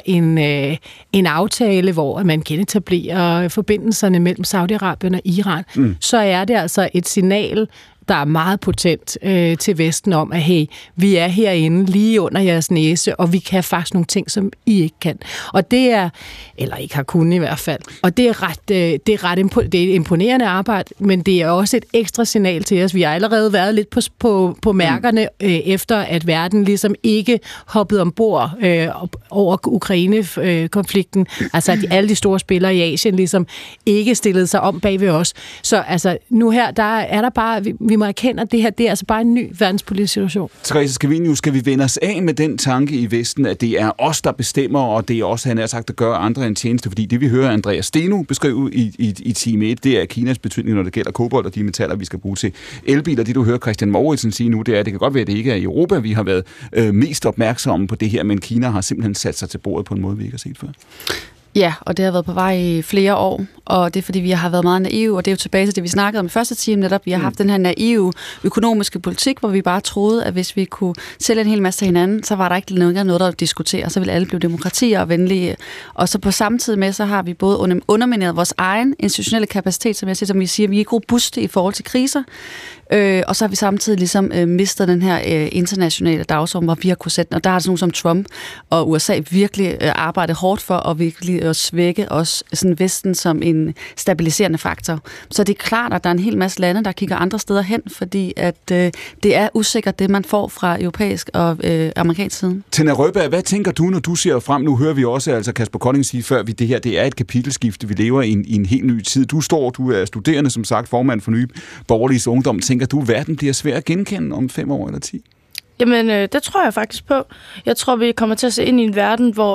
en aftale, hvor man genetablerer forbindelserne mellem Saudi-Arabien og Iran, så er det altså et signal, der er meget potent til Vesten om, at hey, vi er herinde lige under jeres næse, og vi kan faktisk nogle ting, som I ikke kan. Og det er, eller ikke har kunnet i hvert fald, og det er et imponerende arbejde, men det er også et ekstra signal til os. Vi har allerede været lidt på mærkerne, efter at verden ligesom ikke hoppede ombord over Ukraine-konflikten. Altså, at alle de store spillere i Asien ligesom ikke stillede sig om bag ved os. Så altså, nu her, der er der bare, vi må erkende, at det her, det er altså bare en ny verdenspolitisk situation. Therese Scavenius, skal vi vende os af med den tanke i Vesten, at det er os, der bestemmer, og det er også, han har sagt, at gøre andre en tjeneste, fordi det vi hører Andreas Steno beskrive i time 1, det er Kinas betydning, når det gælder kobolt og de metaller, vi skal bruge til elbiler. Det du hører Christian Mouritsen sige nu, det er, at det kan godt være, at det ikke er i Europa, vi har været mest opmærksomme på det her, men Kina har simpelthen sat sig til bordet på en måde, vi ikke har set før. Ja, og det har været på vej i flere år, og det er fordi, vi har været meget naive, og det er jo tilbage til det, vi snakkede om i første time netop. Vi har haft den her naive økonomiske politik, hvor vi bare troede, at hvis vi kunne sælge en hel masse til hinanden, så var der ikke længere noget, der ville diskutere, så ville alle blive demokratier og venlige. Og så på samme tid med, så har vi både undermineret vores egen institutionelle kapacitet, som vi siger, vi er ikke robuste i forhold til kriser, og så har vi samtidig ligesom mistet den her internationale dagsorden, hvor vi har kunnet sætte, og der er sådan nogen som Trump og USA virkelig arbejdet hårdt for at virkelig at svække os sådan Vesten som en stabiliserende faktor. Så det er klart, at der er en hel masse lande, der kigger andre steder hen, fordi at det er usikkert, det man får fra europæisk og amerikansk side. Tenna Røberg, hvad tænker du, når du ser frem? Nu hører vi også, altså Kasper Kolding sige før, det her, det er et kapitelskifte, vi lever i en helt ny tid. Du er studerende, som sagt, formand for Nye Borgerliges Ungdom. Tænker du, at verden bliver svær at genkende om 5 år eller 10? Jamen, det tror jeg faktisk på. Jeg tror, vi kommer til at se ind i en verden, hvor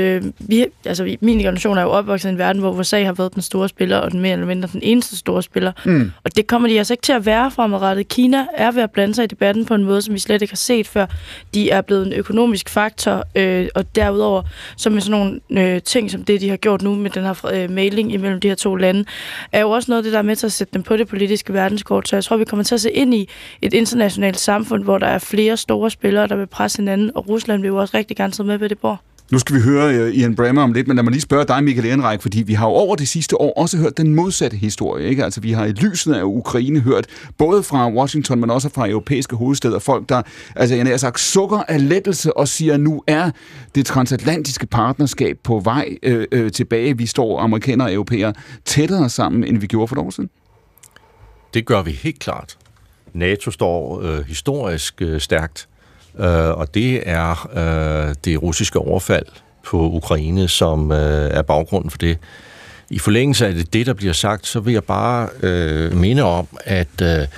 min generation er jo opvokset i en verden, hvor USA har været den store spiller, og den mere eller mindre den eneste store spiller. Og det kommer de altså ikke til at være fremadrettet. Kina er ved at blande sig i debatten på en måde, som vi slet ikke har set før. De er blevet en økonomisk faktor, og derudover, så med sådan nogle ting, som det, de har gjort nu med den her mailing imellem de her to lande, er jo også noget af det, der er med til at sætte dem på det politiske verdenskort. Så jeg tror, vi kommer til at se ind i et internationalt samfund, hvor der er flere store spillere, der vil presse hinanden, og Rusland vil jo også rigtig gerne sidde med ved det bord. Nu skal vi høre Ian Bremmer om lidt, men lad mig lige spørge dig, Michael Ehrenreich, fordi vi har jo over det sidste år også hørt den modsatte historie, ikke? Altså, vi har i lyset af Ukraine hørt, både fra Washington, men også fra europæiske hovedsteder, folk, der, altså, jeg har sagt, sukker af lettelse og siger, nu er det transatlantiske partnerskab på vej tilbage. Vi står, amerikanere og europæere, tættere sammen, end vi gjorde for et år siden. Det gør vi helt klart. NATO står historisk stærkt, og det er det russiske overfald på Ukraine, som er baggrunden for det. I forlængelse af det, der bliver sagt, så vil jeg bare minde om, at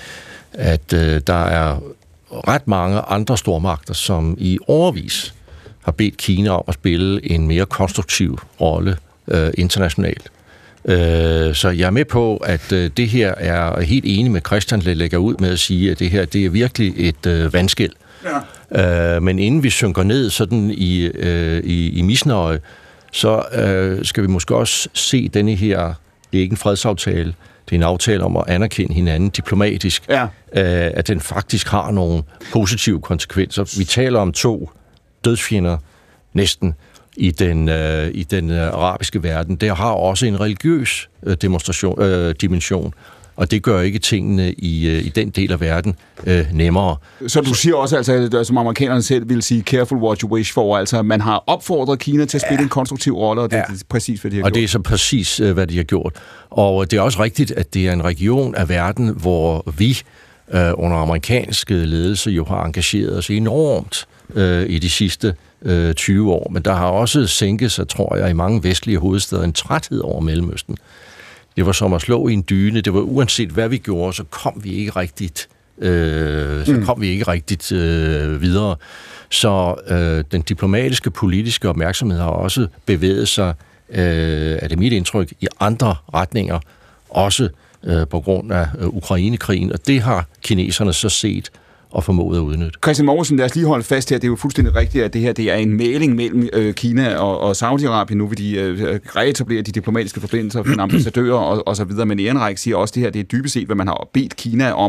der er ret mange andre stormagter, som i årevis har bedt Kina om at spille en mere konstruktiv rolle internationalt. Så jeg er med på, at det her er helt enig med Christian, der lægger ud med at sige, at det her det er virkelig et vandskel. Ja. Men inden vi synker ned sådan i misnøje, så skal vi måske også se denne her, det er ikke en fredsaftale, det er en aftale om at anerkende hinanden diplomatisk, at den faktisk har nogle positive konsekvenser. Vi taler om 2 dødsfjender næsten i den arabiske verden. Der har også en religiøs dimension, og det gør ikke tingene i den del af verden nemmere. Så du siger også, altså, som amerikanerne selv vil sige, careful what you wish for, altså man har opfordret Kina til at spille en konstruktiv rolle, og det er præcis, hvad de har gjort. Og det er så præcis, hvad de har gjort. Og det er også rigtigt, at det er en region af verden, hvor vi under amerikansk ledelse jo har engageret os enormt i de sidste 20 år, men der har også sænket sig, tror jeg, i mange vestlige hovedsteder en træthed over Mellemøsten. Det var som at slå i en dyne. Det var uanset hvad vi gjorde, så kom vi ikke rigtigt så kom vi ikke rigtigt videre. Så den diplomatiske, politiske opmærksomhed har også bevæget sig, er det mit indtryk, i andre retninger, også på grund af Ukrainekrigen, og det har kineserne så set og formået at udnytte. Christian Mouritzen, lad os lige holde fast her. Det er jo fuldstændig rigtigt, at det her det er en mægling mellem Kina og Saudi-Arabien. Nu vil de reetablere de diplomatiske forbindelser, finde ambassadører og så videre. Men Ehrenreich siger også, at det her det er dybest set, hvad man har bedt Kina om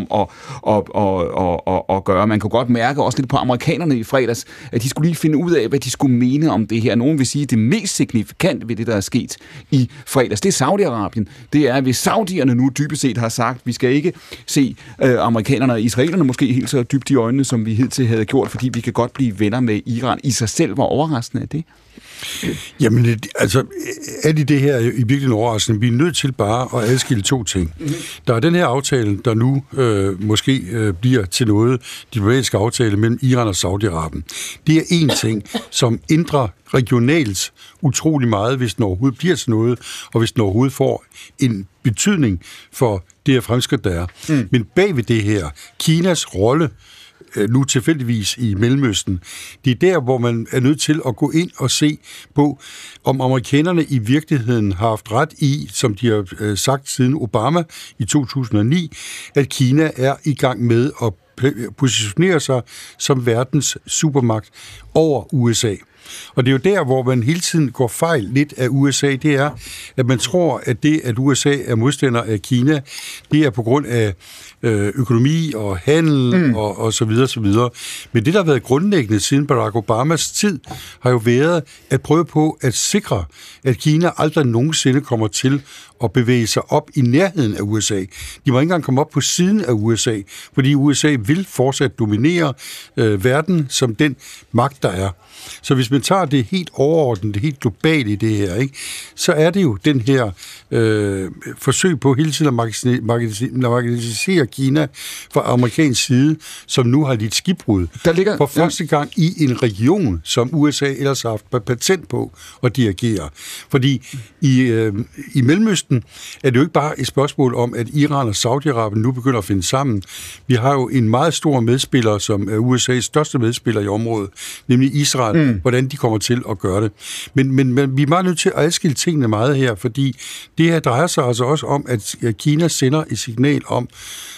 at gøre. Man kunne godt mærke også lidt på amerikanerne i fredags, at de skulle lige finde ud af, hvad de skulle mene om det her. Nogen vil sige, at det mest signifikante ved det, der er sket i fredags, det er Saudi-Arabien. Det er, hvis saudierne nu dybest set har sagt, vi skal ikke se amerikanerne og israelerne måske helt så dybt i øjnene, som vi hidtil havde gjort, fordi vi kan godt blive venner med Iran. I sig selv, hvor overraskende er det? Jamen, altså, er det her i virkeligheden overraskende? Vi er nødt til bare at adskille to ting. Der er den her aftale, der nu måske bliver til noget, diplomatiske aftale mellem Iran og Saudi-Arabien. Det er en ting, som ændrer regionalt utrolig meget, hvis den overhovedet bliver til noget, og hvis den overhovedet får en betydning for det her fremskridt, der er. Men bag ved det her, Kinas rolle, nu tilfældigvis i Mellemøsten, det er der, hvor man er nødt til at gå ind og se på, om amerikanerne i virkeligheden har haft ret i, som de har sagt siden Obama i 2009, at Kina er i gang med at positionere sig som verdens supermagt over USA. Og det er jo der, hvor man hele tiden går fejl lidt af USA, det er, at man tror, at det, at USA er modstander af Kina, det er på grund af økonomi og handel og så videre, så videre. Men det, der har været grundlæggende siden Barack Obamas tid, har jo været at prøve på at sikre, at Kina aldrig nogensinde kommer til at bevæge sig op i nærheden af USA. De må ikke engang komme op på siden af USA, fordi USA vil fortsat dominere verden som den magt, der er. Så hvis man tager det helt overordnet, det helt globale i det her, ikke, så er det jo den her forsøg på hele tiden at marginalisere Kina fra amerikansk side, som nu har lidt skibbrud. Der ligger for første gang i en region, som USA ellers har haft patent på at dirigere. Fordi i Mellemøsten er det jo ikke bare et spørgsmål om, at Iran og Saudi-Arabien nu begynder at finde sammen. Vi har jo en meget stor medspiller, som er USA's største medspiller i området, nemlig Israel, hvordan de kommer til at gøre det. Men vi er meget nødt til at adskille tingene meget her, fordi det her drejer sig altså også om, at Kina sender et signal om,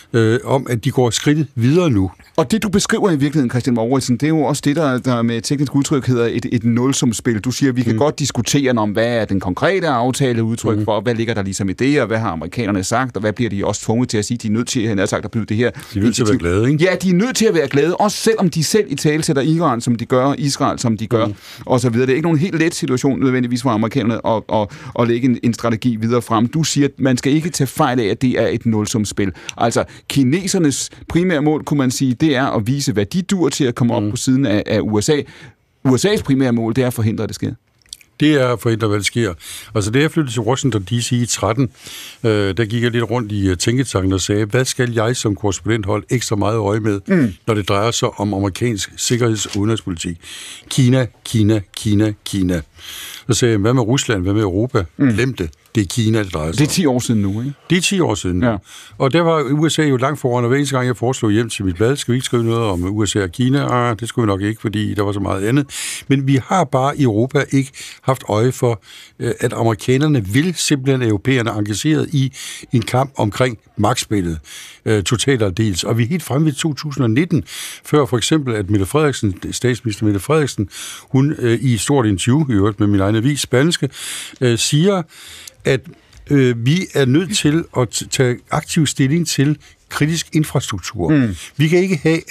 at de går skridtet videre nu. Og det, du beskriver i virkeligheden, Christian Mouritzen, det er jo også det, der med teknisk udtryk hedder et nulsumspil. Du siger, at vi kan godt diskutere om, hvad er den konkrete aftale udtryk for, hvad ligger der ligesom i det, og hvad har amerikanerne sagt, og hvad bliver de også tvunget til at sige, de er nødt til at byde det her. De er nødt til at være glade, ikke? Ja, de er nødt til at være glade, også selvom de selv i tale sætter Iran, som de gør, Israel, som de gør, og så videre. Det er ikke nogen helt let situation nødvendigvis for amerikanerne at lægge en strategi videre frem. Du siger, at man skal ikke tage fejl af, at det er et nulsumspil. Altså, kinesernes primære mål, kunne man sige, det er at vise, hvad de dur til at komme op på siden af USA. USA's primære mål, det er at forhindre, at det sker. Det er at forhindre, hvad der sker. Altså, da jeg flyttede til Washington D.C. i 13, der gik jeg lidt rundt i tænketanken og sagde, hvad skal jeg som korrespondent holde ekstra meget øje med, når det drejer sig om amerikansk sikkerheds- og udenrigspolitik? Kina, Kina, Kina, Kina. Så sagde jeg, hvad med Rusland, hvad med Europa? Glem det. Det er Kina, det drejer sig om. Det er 10 år siden nu, ikke? Det er 10 år siden. Ja. Og der var USA jo langt foran, og hver eneste gang jeg foreslog hjem til mit blad, skal vi ikke skrive noget om USA og Kina? Det skulle vi nok ikke, fordi der var så meget andet. Men vi har bare i Europa ikke haft øje for, at amerikanerne vil simpelthen europæerne engageret i en kamp omkring magtspillet. Totalt og dels. Og vi er helt fremme ved 2019, før for eksempel, at statsminister Mette Frederiksen, hun i et stort interview, i øvrigt med min egen avis, Spanske, siger, at vi er nødt til at tage aktiv stilling til kritisk infrastruktur. Vi kan ikke have,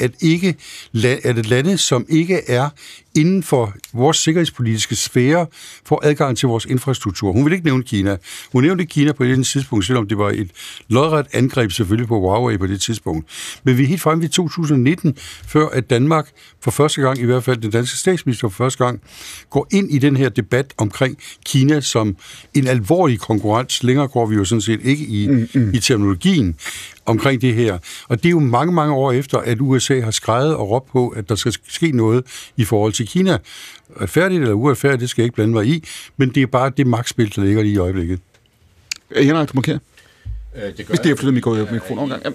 at lande, som ikke er inden for vores sikkerhedspolitiske sfære, får adgang til vores infrastruktur. Hun vil ikke nævne Kina. Hun nævnte Kina på et tidspunkt, selvom det var et lodret angreb selvfølgelig på Huawei på det tidspunkt. Men vi er helt fremme ved 2019, før at Danmark for første gang, i hvert fald den danske statsminister for første gang, går ind i den her debat omkring Kina som en alvorlig konkurrent. Længere går vi jo sådan set ikke i terminologien omkring det her. Og det er jo mange, mange år efter, at USA har skreget og råbt på, at der skal ske noget i forhold til Kina. Retfærdigt eller uretfærdigt, det skal jeg ikke blande mig i, men det er bare det magtspil, der ligger lige i øjeblikket. Henrik, du markerer? Hvis det er flyttet mikrofonen omgang. Ja.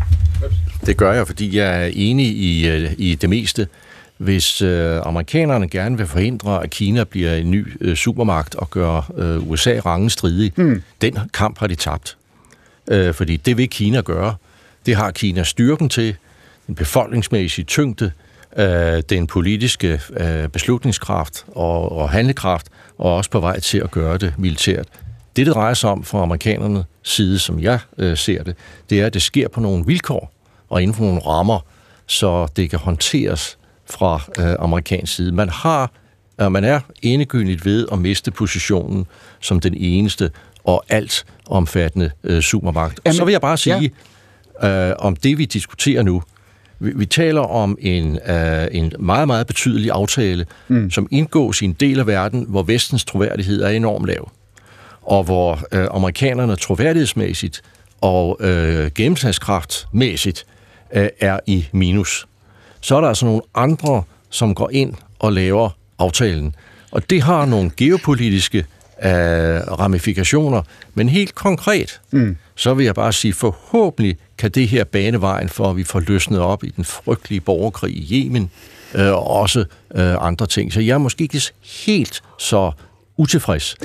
Det gør jeg, fordi jeg er enig i det meste. Hvis amerikanerne gerne vil forhindre, at Kina bliver en ny supermagt og gør USA rangestridig, den kamp har de tabt. Fordi det vil Kina gøre. Det har Kina styrken til, den befolkningsmæssige tyngde, den politiske beslutningskraft og handlekraft, og også på vej til at gøre det militært. Det drejer sig om fra amerikanernes side, som jeg ser det, det er, at det sker på nogle vilkår og inden for nogle rammer, så det kan håndteres fra amerikansk side. Man er endegyldigt ved at miste positionen som den eneste og alt omfattende supermagt. Så vil jeg bare sige, om det vi diskuterer nu, vi taler om en meget, meget betydelig aftale, som indgås i en del af verden, hvor vestens troværdighed er enormt lav, og hvor amerikanerne troværdighedsmæssigt og gennemslagskraftmæssigt er i minus. Så er der altså nogle andre, som går ind og laver aftalen. Og det har nogle geopolitiske ramifikationer, men helt konkret, så vil jeg bare sige, forhåbentlig kan det her bane vejen for, at vi får løsnet op i den frygtelige borgerkrig i Yemen, og også andre ting. Så jeg er måske ikke helt så utilfreds,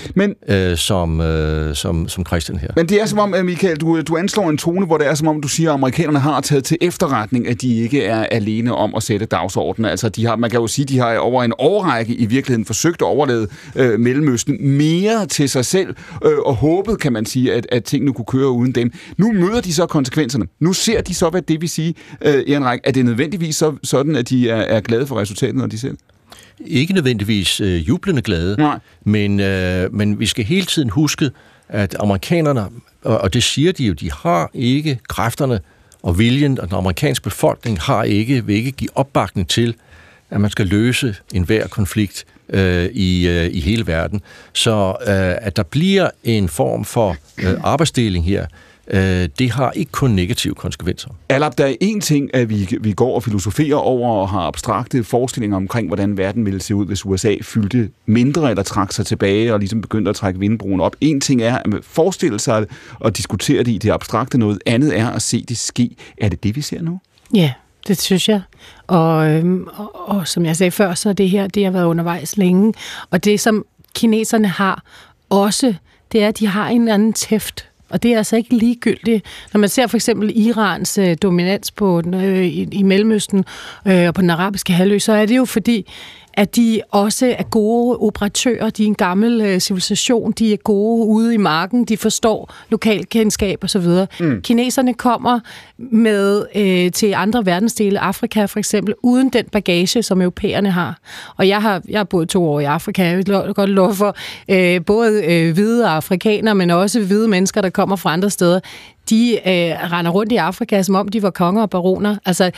som Christian her. Men det er som om, Michael, du anslår en tone, hvor det er som om, du siger, at amerikanerne har taget til efterretning, at de ikke er alene om at sætte dagsordenen. Altså, man kan jo sige, at de har over en årrække i virkeligheden forsøgt at overlade Mellemøsten mere til sig selv, og håbet, kan man sige, at tingene kunne køre uden dem. Nu møder de så konsekvenserne. Nu ser de så, hvad det vil sige, Ehrenreich. Er det nødvendigvis sådan, at de er glade for resultatet, når de ser? Ikke nødvendigvis jublende glade, men vi skal hele tiden huske, at amerikanerne, og det siger de jo, de har ikke kræfterne og viljen, og den amerikanske befolkning vil ikke give opbakning til, at man skal løse enhver konflikt i hele verden. Så at der bliver en form for arbejdsdeling her, det har ikke kun negative konsekvenser. Alap, der er en ting, at vi går og filosoferer over og har abstrakte forestillinger omkring, hvordan verden ville se ud, hvis USA fyldte mindre eller trak sig tilbage og ligesom begyndte at trække vindbroen op. En ting er at forestille sig og diskutere det i det abstrakte, noget andet er at se det ske. Er det det, vi ser nu? Ja, det synes jeg. Og som jeg sagde før, så det har været undervejs længe. Og det, som kineserne har også, det er, at de har en eller anden tæft. Og det er altså ikke ligegyldigt. Når man ser for eksempel Irans dominans i Mellemøsten og på den arabiske halvø, så er det jo fordi, at de også er gode operatører. De er en gammel civilisation. De er gode ude i marken. De forstår lokalkendskab osv. Kineserne kommer med til andre verdensdele, Afrika for eksempel, uden den bagage, som europæerne har. Og jeg har boet 2 år i Afrika. Jeg vil godt love for både hvide afrikanere, men også hvide mennesker, der kommer fra andre steder. De render rundt i Afrika, som om de var konger og baroner. Altså,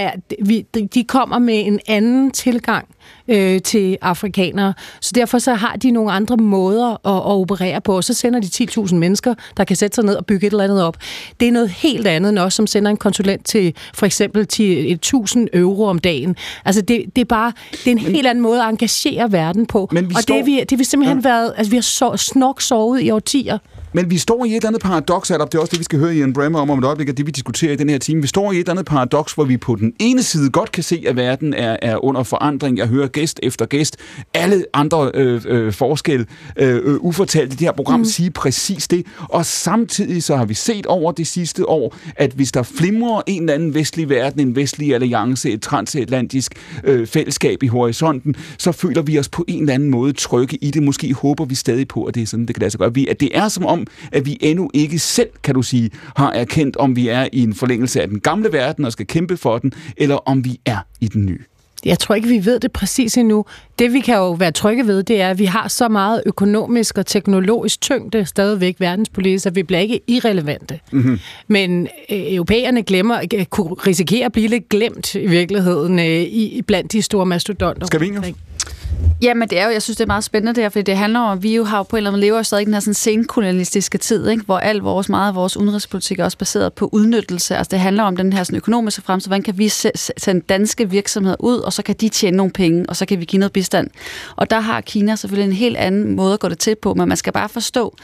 de kommer med en anden tilgang til afrikanere. Så derfor så har de nogle andre måder at operere på. Og så sender de 10.000 mennesker, der kan sætte sig ned og bygge et eller andet op. Det er noget helt andet end os, som sender en konsulent til for eksempel 1.000 euro om dagen. Altså, det er en helt anden måde at engagere verden på. Og det vil simpelthen været... Altså, vi har sovet i årtier. Men vi står i et eller andet paradoks, Alap. Det er også det, vi skal høre Ian Bremmer om et øjeblik, og det vi diskuterer i den her time. Vi står i et eller andet paradoks, hvor vi på den ene side godt kan se, at verden er under forandring. Jeg hører gæst efter gæst. Alle andre forskelle ufortalt i det her program sige præcis det. Og samtidig så har vi set over det sidste år, at hvis der flimrer en eller anden vestlig verden, en vestlig alliance, et transatlantisk fællesskab i horisonten, så føler vi os på en eller anden måde trygge i det. Måske håber vi stadig på, at det er sådan, det kan lade sig gøre. At det er som om, at vi endnu ikke selv, kan du sige, har erkendt, om vi er i en forlængelse af den gamle verden og skal kæmpe for den, eller om vi er i den nye. Jeg tror ikke, vi ved det præcis endnu. Det, vi kan jo være trygge ved, det er, at vi har så meget økonomisk og teknologisk tyngde stadigvæk verdenspolitisk, at vi bliver ikke irrelevante. Mm-hmm. Men europæerne kunne risikere at blive lidt glemt i virkeligheden blandt de store mastodonter. Skal vi ikke? Jamen, det er jo, jeg synes, det er meget spændende det her, fordi det handler om, at vi jo har på en eller anden måde lever stadig i den her sådan senkolonialistiske tid, ikke? Hvor meget af vores udenrigspolitik er også baseret på udnyttelse. Altså, det handler om den her sådan økonomiske fremtid. Hvordan kan vi sende danske virksomheder ud, og så kan de tjene nogle penge, og så kan vi give noget bistand. Og der har Kina selvfølgelig en helt anden måde at gå det til på, men man skal bare forstå,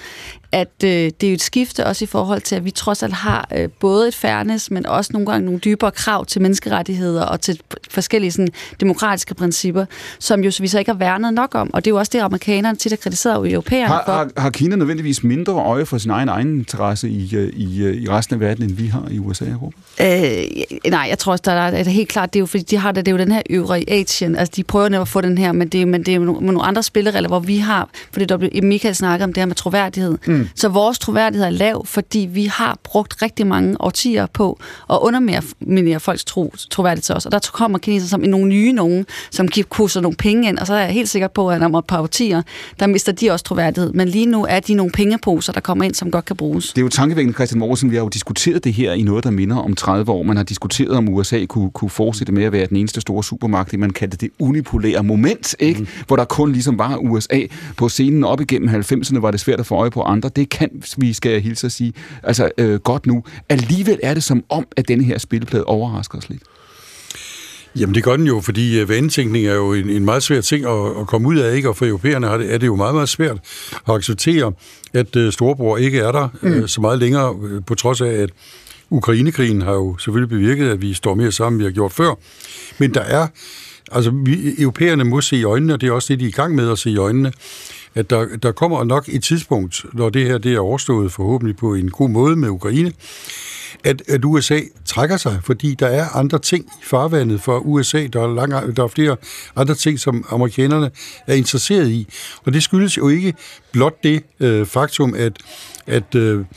at det er jo et skifte også i forhold til, at vi trods alt har både et fairness, men også nogle gange nogle dybere krav til menneskerettigheder og til forskellige sådan, demokratiske principper, som jo vi så ikke har værnet nok om. Og det er jo også det, amerikanerne tit har kritiseret europæerne for. Har Kina nødvendigvis mindre øje for sin egen interesse i resten af verden, end vi har i USA og Europa? Nej, jeg tror også, der er helt klart, det er jo fordi, det er jo den her Eurasian, altså de prøver netop at få den her, men det er jo nogle andre spilleregler, hvor vi har, fordi Michael snakker om det her med troværdighed. Så vores troværdighed er lav, fordi vi har brugt rigtig mange årtier på at underminere folks troværdighed til os. Og der kommer kineser som nogen, som kusser nogle penge ind, og så er jeg helt sikker på, at om et par årtier, der mister de også troværdighed. Men lige nu er de nogle pengeposer, der kommer ind, som godt kan bruges. Det er jo tankevækkende, Christian Mortensen. Vi har jo diskuteret det her i noget, der minder om 30 år. Man har diskuteret, om USA kunne fortsætte med at være den eneste store supermagt, det man kaldte det unipolære moment, ikke? Hvor der kun ligesom var USA på scenen. Op igennem 90'erne var det svært at få øje på andre. Det kan vi, skal jeg hilse at sige, altså godt nu. Alligevel er det som om, at denne her spilleplade overrasker os lidt. Jamen det gør den jo, fordi vanetænkning er jo en meget svær ting at komme ud af, ikke? Og for europæerne er det jo meget, meget svært at acceptere, at storebror ikke er der så meget længere, på trods af, at Ukrainekrigen har jo selvfølgelig bevirket, at vi står mere sammen, vi har gjort før. Men der er, altså europæerne må se i øjnene, og det er også det, de er i gang med at se i øjnene, at der kommer nok et tidspunkt, når det her det er overstået forhåbentlig på en god måde med Ukraine, at USA trækker sig, fordi der er andre ting i farvandet for USA. Der er flere andre ting, som amerikanerne er interesseret i. Og det skyldes jo ikke blot det faktum, at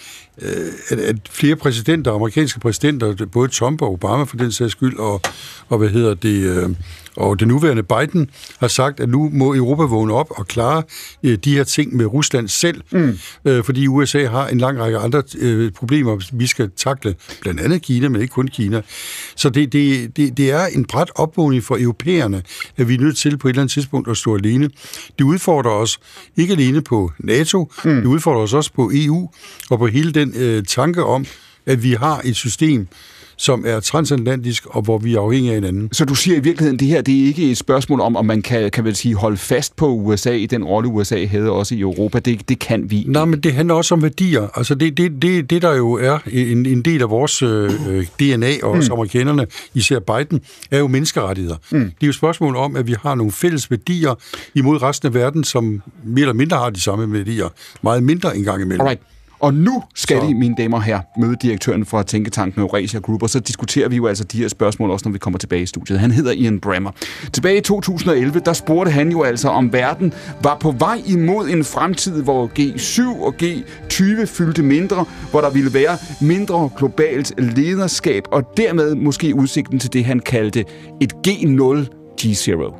flere præsidenter, amerikanske præsidenter, både Trump og Obama for den sags skyld, og den nuværende Biden har sagt, at nu må Europa vågne op og klare de her ting med Rusland selv, fordi USA har en lang række andre problemer, vi skal takle, blandt andet Kina, men ikke kun Kina. Så det er en brat opvågning for europæerne, at vi er nødt til på et eller andet tidspunkt at stå alene. Det udfordrer os ikke alene på NATO, det udfordrer os også på EU, og på hele den tanke om, at vi har et system, som er transatlantisk, og hvor vi er afhængige af hinanden. Så du siger i virkeligheden, det her, det er ikke et spørgsmål om man kan vel sige, holde fast på USA i den rolle, USA havde også i Europa. Det kan vi. Nej, men det handler også om værdier. Altså det der jo er en del af vores DNA, og også amerikanerne, især Biden, er jo menneskerettigheder. Det er jo et spørgsmål om, at vi har nogle fælles værdier imod resten af verden, som mere eller mindre har de samme værdier. Meget mindre en gang imellem. Alright. Og nu skal I, mine damer og herrer, møde direktøren fra tænketanken Eurasia Group, og så diskuterer vi jo altså de her spørgsmål også, når vi kommer tilbage i studiet. Han hedder Ian Bremmer. Tilbage i 2011, der spurgte han jo altså, om verden var på vej imod en fremtid, hvor G7 og G20 fyldte mindre, hvor der ville være mindre globalt lederskab, og dermed måske udsigten til det, han kaldte et G0 G0.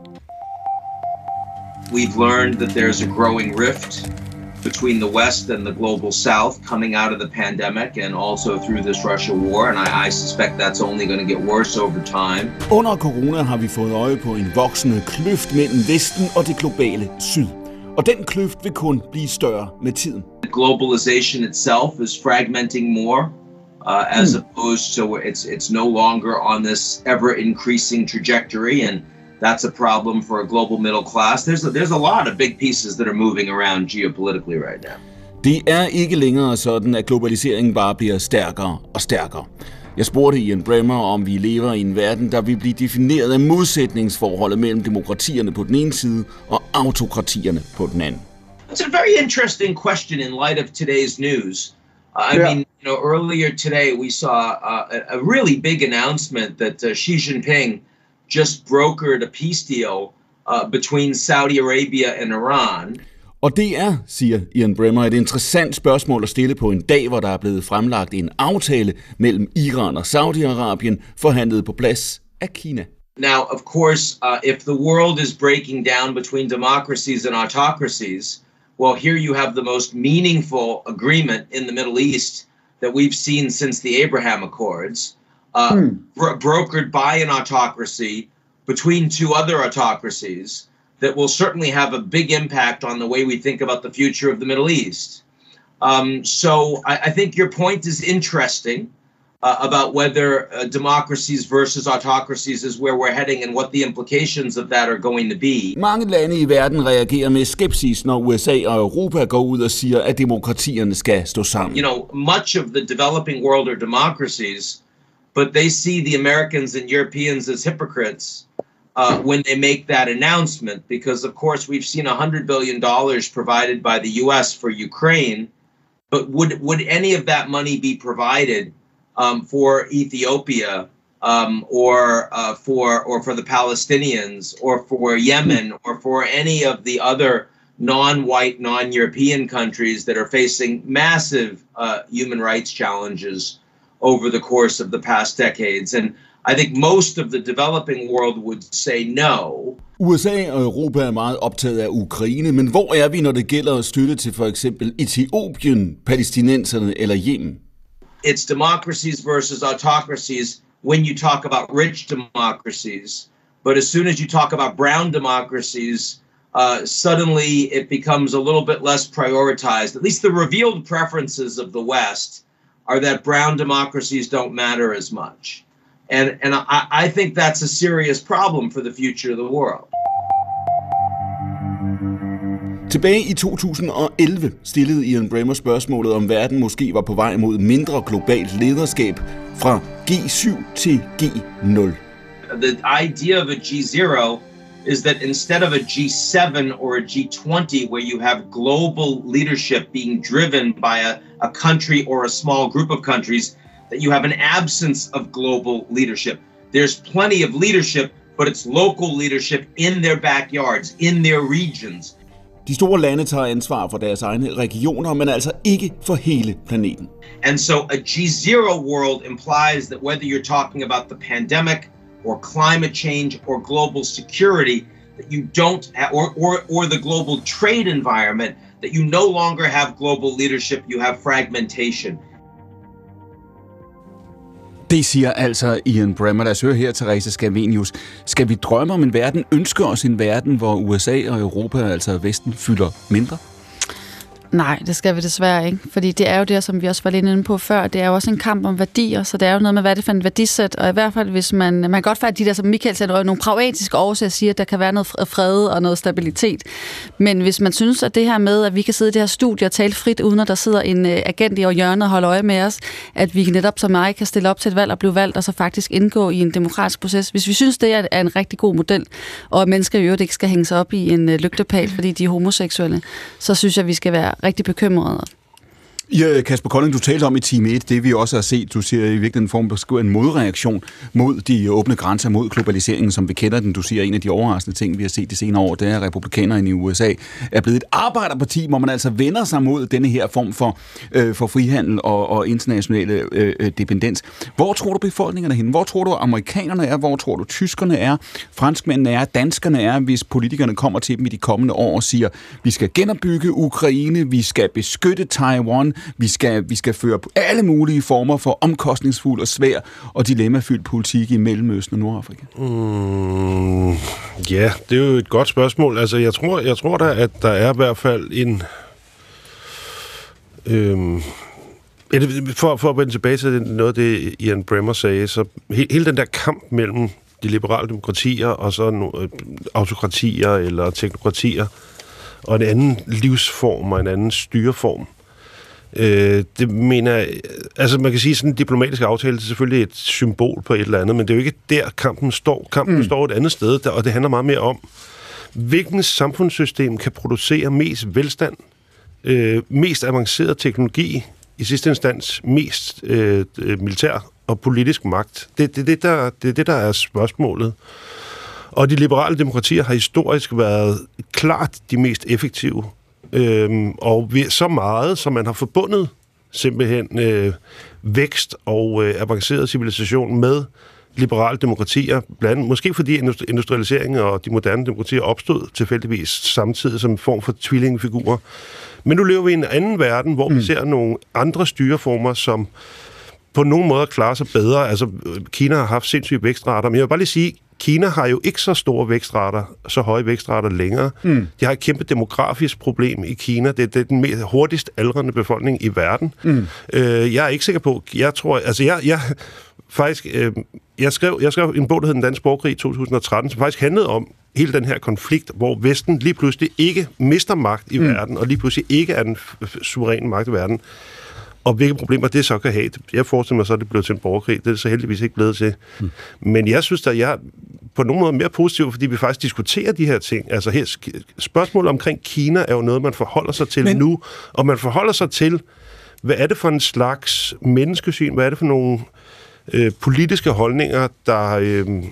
We've learned that there's a growing rift between the West and the global South coming out of the pandemic and also through this Russia war, and I suspect that's only going to get worse over time. Under corona har vi fået øje på en voksende kløft mellem Vesten og det globale Syd. Og den kløft vil kun blive større med tiden. Globalization itself is fragmenting more, as opposed to it's no longer on this ever-increasing trajectory, and that's a problem for a global middle class. There's a lot of big pieces that are moving around geopolitically right now. Det er ikke længere sådan, at globaliseringen bare bliver stærkere og stærkere. Jeg spurgte Ian Bremmer, om vi lever i en verden, der vil blive defineret af modsætningsforholdet mellem demokratierne på den ene side og autokratierne på den anden. It's a very interesting question in light of today's news. I mean, earlier today we saw a really big announcement that Xi Jinping just brokered a peace deal between Saudi Arabia and Iran. Og det er, siger Ian Bremmer, et interessant spørgsmål at stille på en dag, hvor der er blevet fremlagt en aftale mellem Iran og Saudi-Arabien, forhandlet på plads af Kina. Now, of course, if the world is breaking down between democracies and autocracies, well, here you have the most meaningful agreement in the Middle East that we've seen since the Abraham Accords. Brokered by an autocracy between two other autocracies that will certainly have a big impact on the way we think about the future of the Middle East. So I think your point is interesting. about whether democracies versus autocracies is where we're heading and what the implications of that are going to be. Mange lande i verden reagerer med skepsis, når USA og Europa går ud og siger, at demokratierne skal stå sammen. You know, much of the developing world are democracies, but they see the Americans and Europeans as hypocrites when they make that announcement, because of course we've seen $100 billion provided by the US for Ukraine, but would any of that money be provided for Ethiopia, or for the Palestinians, or for Yemen, or for any of the other non-white, non-European countries that are facing massive human rights challenges over the course of the past decades? And I think most of the developing world would say no. USA og Europa er meget optaget af Ukraine, men hvor er vi, når det gælder at støtte til for eksempel Etiopien, palæstinenserne eller Yemen? It's democracies versus autocracies when you talk about rich democracies. But as soon as you talk about brown democracies, suddenly it becomes a little bit less prioritized. At least the revealed preferences of the West are that brown democracies don't matter as much. And I think that's a serious problem for the future of the world. Tilbage i 2011 stillede Ian Bremmer spørgsmålet, om verden måske var på vej mod mindre globalt lederskab fra G7 til G0. The idea of a G0 is that instead of a G7 or a G20 where you have global leadership being driven by a country or a small group of countries, that you have an absence of global leadership. There's plenty of leadership, but it's local leadership in their backyards, in their regions. De store lande tager ansvar for deres egne regioner, men altså ikke for hele planeten. And so a G0 world implies that whether you're talking about the pandemic or climate change or global security, that you don't have, or the global trade environment, that you no longer have global leadership, you have fragmentation. Det siger altså Ian Bremmer. Lad os høre her, Therese Scavenius. Skal vi drømme om en verden, ønsker os en verden, hvor USA og Europa, altså Vesten, fylder mindre? Nej, det skal vi desværre ikke, fordi det er jo det, som vi også var lidt inde på før, det er jo også en kamp om værdier, så det er jo noget med, hvad det for en værdisæt, og i hvert fald, hvis man kan godt fatte de der, som Michael sagde, nogle pragmatiske årsager siger, at der kan være noget fred og noget stabilitet, men hvis man synes, at det her med, at vi kan sidde i det her studie og tale frit, uden at der sidder en agent i hjørnet og holde øje med os, at vi netop som mig kan stille op til et valg og blive valgt, og så faktisk indgå i en demokratisk proces, hvis vi synes, det er en rigtig god model, og at mennesker i øvrigt ikke skal hænge sig op i en lygtepæl, fordi de er homoseksuelle, så synes jeg, vi skal være rigtig bekymrede. Ja, Kasper Kolding, du talte om i time 1, det vi også har set, du siger i virkeligheden en form beskriver en modreaktion mod de åbne grænser, mod globaliseringen, som vi kender den. Du siger, en af de overraskende ting, vi har set de senere år, det er, at republikanerne i USA er blevet et arbejderparti, hvor man altså vender sig mod denne her form for frihandel og internationale dependens. Hvor tror du befolkningerne er henne? Hvor tror du amerikanerne er? Hvor tror du tyskerne er? Franskmændene er? Danskerne er? Hvis politikerne kommer til dem i de kommende år og siger, vi skal genopbygge Ukraine, vi skal beskytte Taiwan, vi skal føre på alle mulige former for omkostningsfuld og svær og dilemmafyldt politik i Mellemøsten og Nordafrika? Ja, det er jo et godt spørgsmål. Altså, jeg tror da, at der er i hvert fald en... For at vende tilbage til noget af det, Ian Bremmer sagde, så hele den der kamp mellem de liberale demokratier og så autokratier eller teknokratier og en anden livsform og en anden styreform, det mener jeg, altså man kan sige, sådan en diplomatisk aftale er selvfølgelig et symbol på et eller andet, men det er jo ikke der kampen står. Kampen står et andet sted, og det handler meget mere om, hvilken samfundssystem kan producere mest velstand, mest avanceret teknologi, i sidste instans mest militær og politisk magt. Det er det, der er spørgsmålet. Og de liberale demokratier har historisk været klart de mest effektive. Og så meget, som man har forbundet simpelthen vækst og avanceret civilisation med liberale demokratier, blandt andet, måske fordi industrialiseringen og de moderne demokratier opstod tilfældigvis samtidig som en form for tvillingefigurer. Men nu lever vi i en anden verden, hvor vi ser nogle andre styreformer, som på nogle måder klarer sig bedre. Altså, Kina har haft sindssyge vækstrater, men jeg vil bare lige sige, Kina har jo ikke så store vækstrater, så høje vækstrater længere. De har et kæmpe demografisk problem i Kina. Det er den hurtigst aldrende befolkning i verden. Jeg er ikke sikker på, jeg skrev en bog, der hed Den Danske Borgerkrig i 2013, som faktisk handlede om hele den her konflikt, hvor Vesten lige pludselig ikke mister magt i verden, og lige pludselig ikke er den suveræne magt i verden. Og hvilke problemer det så kan have. Jeg forestiller mig så, at det blev til en borgerkrig. Det er det så heldigvis ikke blevet til. Men jeg synes, at jeg er på nogen måde mere positiv, fordi vi faktisk diskuterer de her ting. Altså her, spørgsmålet omkring Kina er jo noget, man forholder sig til nu, og man forholder sig til, hvad er det for en slags menneskesyn, hvad er det for nogle politiske holdninger, der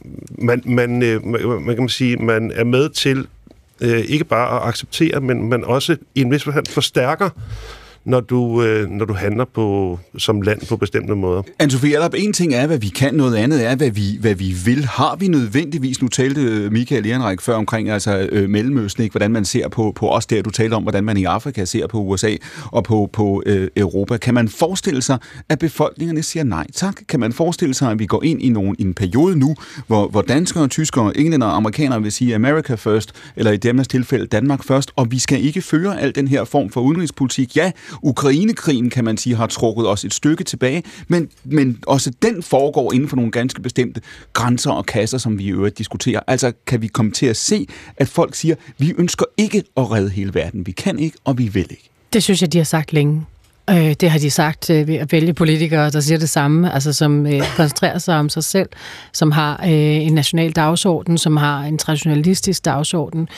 man er med til ikke bare at acceptere, men også i en vis forstand forstærker, når du handler som land på bestemte måder. Anne-Sophie, en ting er, hvad vi kan, noget andet er, hvad vi vil. Har vi nødvendigvis, nu talte Michael Ehrenreich før omkring Mellemøsten, ikke? Hvordan man ser på os der, du talte om, hvordan man i Afrika ser på USA og på Europa. Kan man forestille sig, at befolkningerne siger nej tak? Kan man forestille sig, at vi går ind i en periode nu, hvor danskere, tyskere, englænder og amerikanere vil sige America first, eller i deres tilfælde Danmark først, og vi skal ikke føre al den her form for udenrigspolitik? Ja, Ukrainekrigen, kan man sige, har trukket os et stykke tilbage, men også den foregår inden for nogle ganske bestemte grænser og kasser, som vi i øvrigt diskuterer. Altså, kan vi komme til at se, at folk siger, vi ønsker ikke at redde hele verden. Vi kan ikke, og vi vil ikke. Det synes jeg, de har sagt længe. Det har de sagt ved at vælge politikere, der siger det samme, altså som koncentrerer sig om sig selv, som har en national dagsorden, som har en traditionalistisk dagsorden.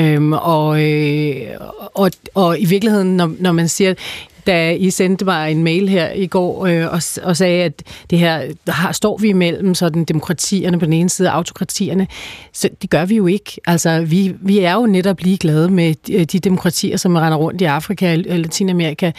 Og i virkeligheden, når man siger, da I sendte mig en mail her i går og sagde, at det her står vi imellem sådan demokratierne på den ene side og autokratierne, så det gør vi jo ikke. Altså, vi er jo netop ligeglade med de demokratier, som render rundt i Afrika og Latinamerika.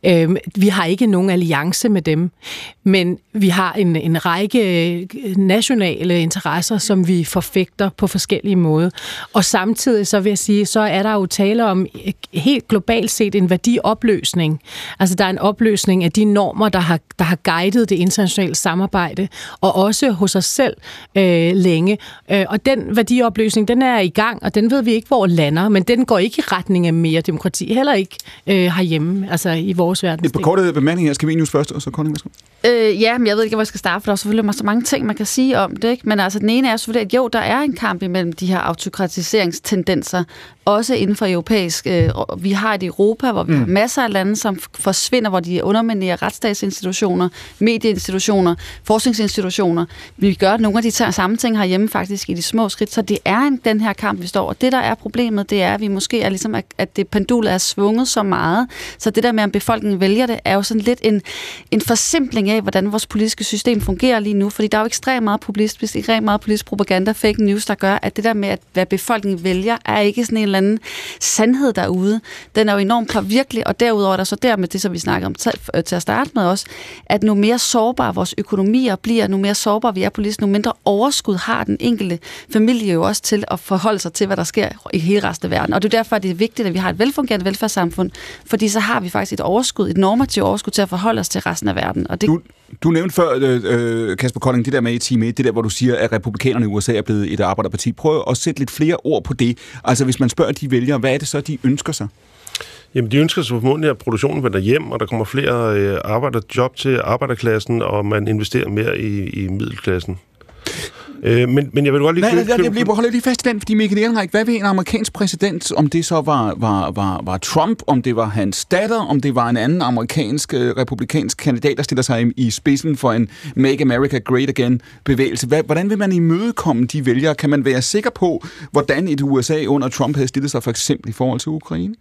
Vi har ikke nogen alliance med dem, men vi har en række nationale interesser, som vi forfægter på forskellige måder. Og samtidig, så vil jeg sige, så er der jo tale om helt globalt set en værdiopløsning. Altså, der er en opløsning af de normer, der har guidet det internationale samarbejde, og også hos os selv længe. Og den værdiopløsning, den er i gang, og den ved vi ikke, hvor lander, men den går ikke i retning af mere demokrati, heller ikke herhjemme, altså i vores verden. Et par korte bemærkninger her. Skal vi først, og så Connie, værsgo. Ja, men jeg ved ikke, hvor jeg skal starte, for der er selvfølgelig så mange ting, man kan sige om det, ikke? Men altså, den ene er selvfølgelig, at jo, der er en kamp imellem de her autokratiseringstendenser, også inden for europæisk. Vi har et Europa, hvor vi har masser af lande, som forsvinder, hvor de underminerer retsstatsinstitutioner, medieinstitutioner, forskningsinstitutioner. Vi gør nogle af de samme ting herhjemme faktisk i de små skridt, så det er den her kamp, vi står. Og det, der er problemet, det er, at vi måske er ligesom, at det pendulet er svunget så meget, så det der med, at befolkningen vælger det, er jo sådan lidt en forsimpling af, hvordan vores politiske system fungerer lige nu, fordi der er jo ekstremt meget politisk propaganda, fake news, der gør, at det der med, at hvad befolkningen vælger, er ikke sådan en eller anden sandhed derude. Den er jo enormt påvirkelig, og derudover er der så med det, som vi snakker om til at starte med også, at nu mere sårbare vores økonomier bliver, nu mere sårbare vi er politisk, nu mindre overskud har den enkelte familie jo også til at forholde sig til, hvad der sker i hele resten af verden. Og det er derfor, at det er vigtigt, at vi har et velfungerende velfærdssamfund, fordi så har vi faktisk et overskud, et normativt overskud til at forholde os til resten af verden. Og det Du nævnte før, Kasper Kolding, det der med i time 1, det der, hvor du siger, at republikanerne i USA er blevet et arbejderparti. Prøv at sætte lidt flere ord på det. Altså, hvis man spørger de vælgere, hvad er det så, de ønsker sig? Jamen, de ønsker sig formodentlig, at produktionen vender hjem, og der kommer flere arbejderjob til arbejderklassen, og man investerer mere i middelklassen. Men jeg vil godt lige... Jeg holder lige fast i den, fordi Michael Ehrenreich, hvad vil en amerikansk præsident, om det så var Trump, om det var hans datter, om det var en anden amerikansk republikansk kandidat, der stiller sig i spidsen for en Make America Great Again bevægelse. Hvordan vil man imødekomme de vælgere? Kan man være sikker på, hvordan et USA under Trump havde stillet sig for eksempel i forhold til Ukraine?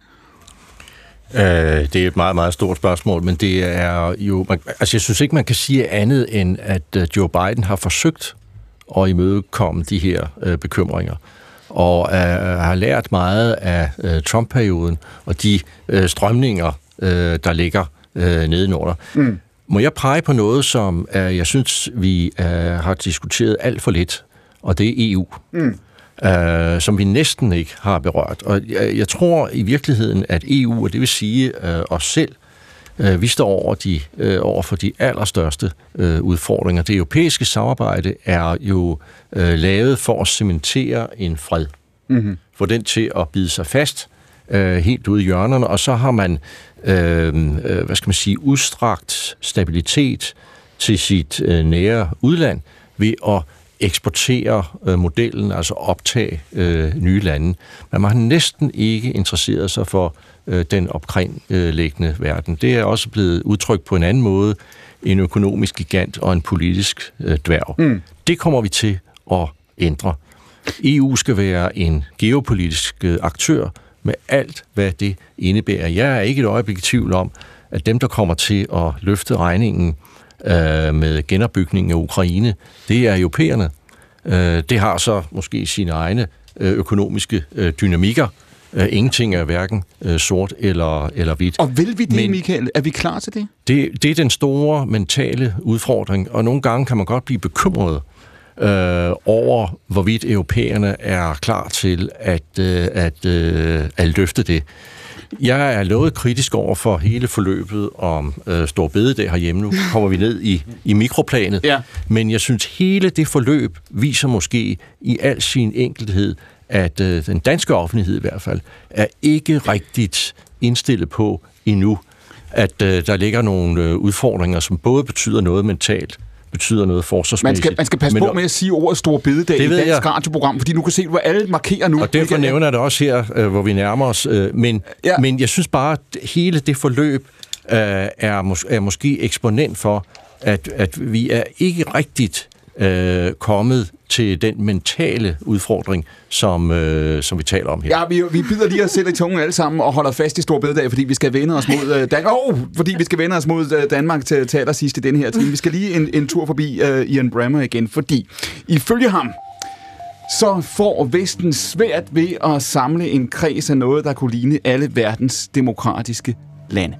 Det er et meget, meget stort spørgsmål, men det er jo... Altså, jeg synes ikke, man kan sige andet, end at Joe Biden har forsøgt at imødekomme de her bekymringer, og har lært meget af Trump-perioden og de strømninger, der ligger nedenunder. Må jeg pege på noget, som jeg synes, vi har diskuteret alt for lidt, og det er EU. Som vi næsten ikke har berørt. Og jeg tror i virkeligheden, at EU, og det vil sige os selv, Vi står over for de allerstørste udfordringer. Det europæiske samarbejde er jo lavet for at cementere en fred. Mm-hmm. Få den til at bide sig fast helt ude i hjørnerne, og så har man udstrakt stabilitet til sit nære udland ved at eksportere modellen, altså optage nye lande. Men man har næsten ikke interesseret sig for den omkringliggende verden. Det er også blevet udtrykt på en anden måde, en økonomisk gigant og en politisk dværg. Mm. Det kommer vi til at ændre. EU skal være en geopolitisk aktør med alt, hvad det indebærer. Jeg er ikke et øjeblik i tvivl om, at dem, der kommer til at løfte regningen med genopbygningen af Ukraine, det er europæerne. Det har så måske sine egne økonomiske dynamikker. Ingenting er hverken sort eller hvidt. Og vil vi det, Michael? Er vi klar til det? Det er den store mentale udfordring, og nogle gange kan man godt blive bekymret over, hvorvidt europæerne er klar til at løfte det. Jeg er noget kritisk over for hele forløbet om Store Bededag herhjemme. Nu kommer vi ned i mikroplanet. Ja. Men jeg synes, hele det forløb viser måske i al sin enkelhed, at den danske offentlighed i hvert fald er ikke rigtigt indstillet på endnu, at der ligger nogle udfordringer, som både betyder noget mentalt, betyder noget forsvarsmæssigt. Man skal passe på med at sige ordet Store Bededag i dansk radioprogram, fordi nu kan se, hvor alle markerer nu. Og derfor nævner jeg det også her, hvor vi nærmer os. Men jeg synes bare, at hele det forløb er måske eksponent for, at vi er ikke rigtigt kommet til den mentale udfordring, som vi taler om her. Ja, vi bider lige os selv i tungen alle sammen og holder fast i Store Bededag, fordi vi skal vende os mod Danmark til allersidst i den her time. Vi skal lige en tur forbi Ian Bremmer igen, fordi ifølge ham, så får Vesten svært ved at samle en kreds af noget, der kunne ligne alle verdens demokratiske lande.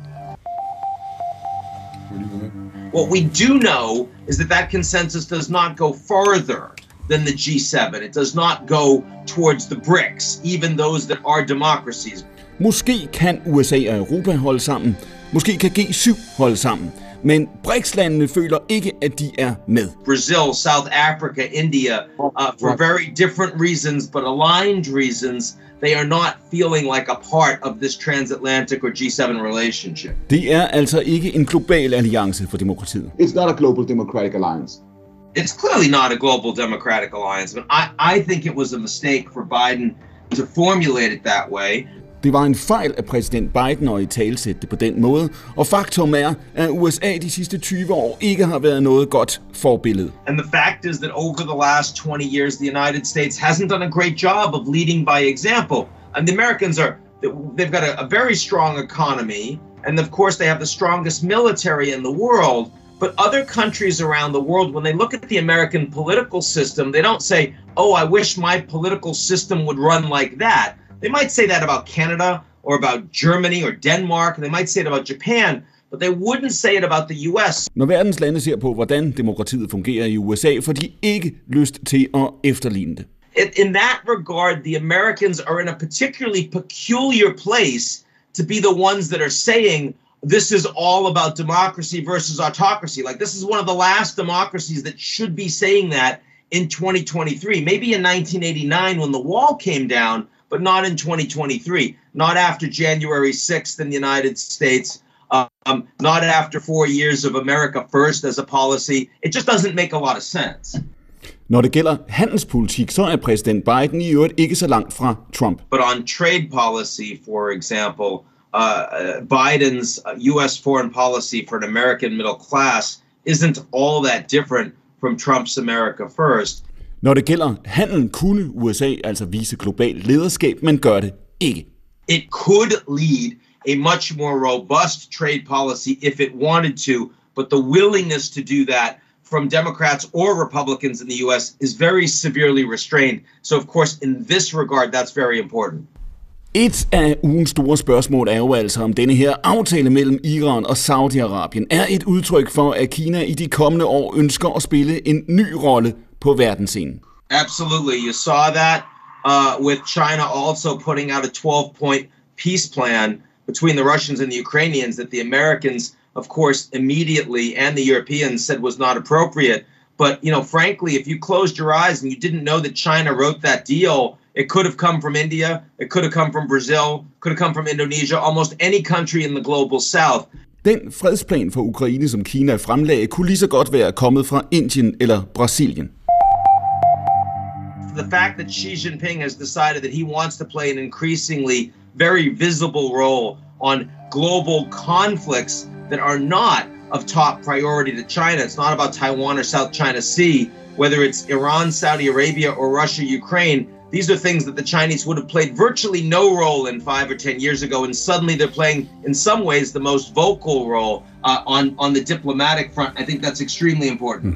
What we do know is that consensus does not go further than the G7. It does not go towards the BRICS, even those that are democracies. Måske kan USA og Europa holde sammen. Måske kan G7 holde sammen. Men BRICS-landene føler ikke, at de er med. Brazil, South Africa, India, for very different reasons, but aligned reasons, they are not feeling like a part of this transatlantic or G7 relationship. Det er altså ikke en global alliance for demokratiet. It's not a global democratic alliance. It's clearly not a global democratic alliance, but I think it was a mistake for Biden to formulate it that way. Det var en fejl af præsident Biden at italesætte det på den måde, og faktum er, at USA de sidste 20 år ikke har været noget godt forbillede. And the fact is that over the last 20 years, the United States hasn't done a great job of leading by example. And the Americans they've got a very strong economy, and of course they have the strongest military in the world. But other countries around the world, when they look at the American political system, they don't say, oh, I wish my political system would run like that. They might say that about Canada or about Germany or Denmark. They might say it about Japan, but they wouldn't say it about the US. Når verdens lande ser på, hvordan demokratiet fungerer i USA, får de ikke lyst til at efterligne det. In that regard, the Americans are in a particularly peculiar place to be the ones that are saying this is all about democracy versus autocracy. Like, this is one of the last democracies that should be saying that in 2023. Maybe in 1989 when the wall came down, but not in 2023. Not after January 6th in the United States. Not after 4 years of America first as a policy. It just doesn't make a lot of sense. Når det gælder handelspolitik, så er præsident Biden i øvrigt ikke så langt fra Trump. But on trade policy, for example, Biden's U.S. foreign policy for an American middle class isn't all that different from Trump's America first. Når det gælder handel, kunne USA altså vise global lederskab, men gør det ikke. It could lead a much more robust trade policy if it wanted to, but the willingness to do that from Democrats or Republicans in the US is very severely restrained. So of course, in this regard, that's very important. Et af ugens store spørgsmål er jo altså, om denne her aftale mellem Iran og Saudi-Arabien er et udtryk for, at Kina i de kommende år ønsker at spille en ny rolle på verdensscenen. Absolutely. You saw that with China also putting out a 12-point peace plan between the Russians and the Ukrainians that the Americans, of course, immediately and the Europeans said was not appropriate. But, frankly, if you closed your eyes and you didn't know that China wrote that deal, it could have come from India, it could have come from Brazil, could have come from Indonesia, almost any country in the global south. Den fredsplan for Ukraine, som Kina fremlagde, kunne lige så godt være kommet fra Indien eller Brasilien. The fact that Xi Jinping has decided that he wants to play an increasingly very visible role on global conflicts that are not of top priority to China. It's not about Taiwan or South China Sea, whether it's Iran, Saudi Arabia, or Russia, Ukraine. These are things that the Chinese would have played virtually no role in 5 or 10 years ago, and suddenly they're playing, in some ways, the most vocal role on the diplomatic front. I think that's extremely important.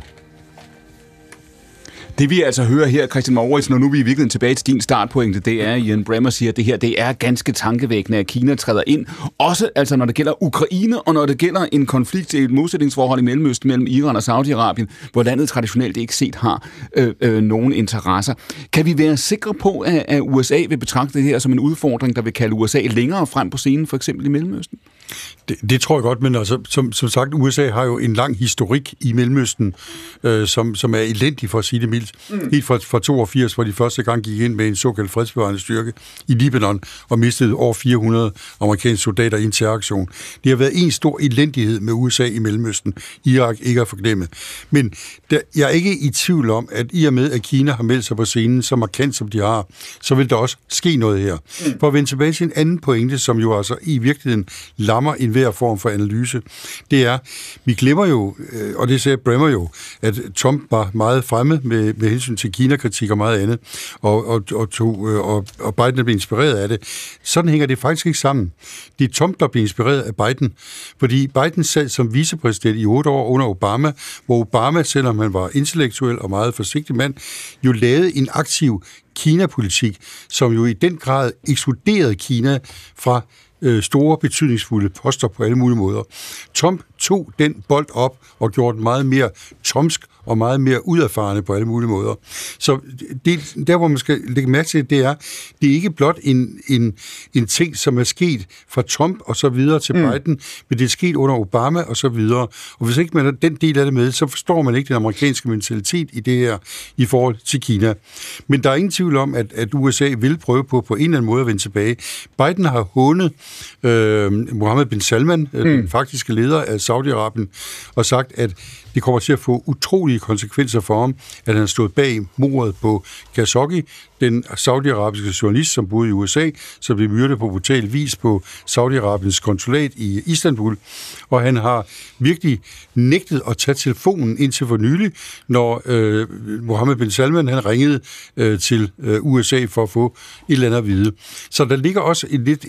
Det vi altså hører her, Christian Mouritsen, og nu er vi i virkeligheden tilbage til din startpointe, det er, Ian Bremmer siger, at det her det er ganske tankevækkende, at Kina træder ind. Også altså, når det gælder Ukraine, og når det gælder en konflikt, et modsætningsforhold i Mellemøsten mellem Iran og Saudi-Arabien, hvor landet traditionelt ikke set har nogen interesser. Kan vi være sikre på, at USA vil betragte det her som en udfordring, der vil kalde USA længere frem på scenen, for eksempel i Mellemøsten? Det tror jeg godt, men altså, som sagt, USA har jo en lang historik i Mellemøsten, som er elendig, for at sige det mildt. Helt fra 82, hvor de første gang gik ind med en såkaldt fredsbevarende styrke i Libanon og mistede over 400 amerikanske soldater i en terroraktion. Det har været en stor elendighed med USA i Mellemøsten. Irak ikke at forglemme. Men jeg er ikke i tvivl om, at i og med, at Kina har meldt sig på scenen så markant, som de har, så vil der også ske noget her. For at vende tilbage til en anden pointe, som jo altså i virkeligheden lammer enhver form for analyse, det er, vi glemmer jo, og det siger Bremmer jo, at Trump var meget fremme med hensyn til Kina-kritik og meget andet, og Biden blev inspireret af det. Sådan hænger det faktisk ikke sammen. Det er Trump, der blev inspireret af Biden, fordi Biden sad som vicepræsident i 8 år under Obama, hvor Obama, selvom han var intellektuel og meget forsigtig mand, jo lavede en aktiv Kina-politik, som jo i den grad ekskluderede Kina fra store, betydningsfulde poster på alle mulige måder. Trump tog den bold op og gjorde den meget mere trumpsk og meget mere uderfarende på alle mulige måder. Så der, hvor man skal lægge mærke til, det er ikke blot en ting, som er sket fra Trump og så videre til Biden, men det er sket under Obama og så videre. Og hvis ikke man har den del af det med, så forstår man ikke den amerikanske mentalitet i det her i forhold til Kina. Men der er ingen tvivl om, at USA vil prøve på en eller anden måde at vende tilbage. Biden har hånet Mohammed bin Salman, den faktiske leder af Saudi-Arabien, og sagt, at det kommer til at få utrolige konsekvenser for ham, at han stod bag mordet på Khashoggi, den saudiarabiske journalist, som boede i USA, som blev myrdet på brutal vis på Saudi-Arabiens konsulat i Istanbul. Og han har virkelig nægtet at tage telefonen indtil for nylig, når Mohammed bin Salman han ringede til USA for at få et eller andet at vide. Så der ligger også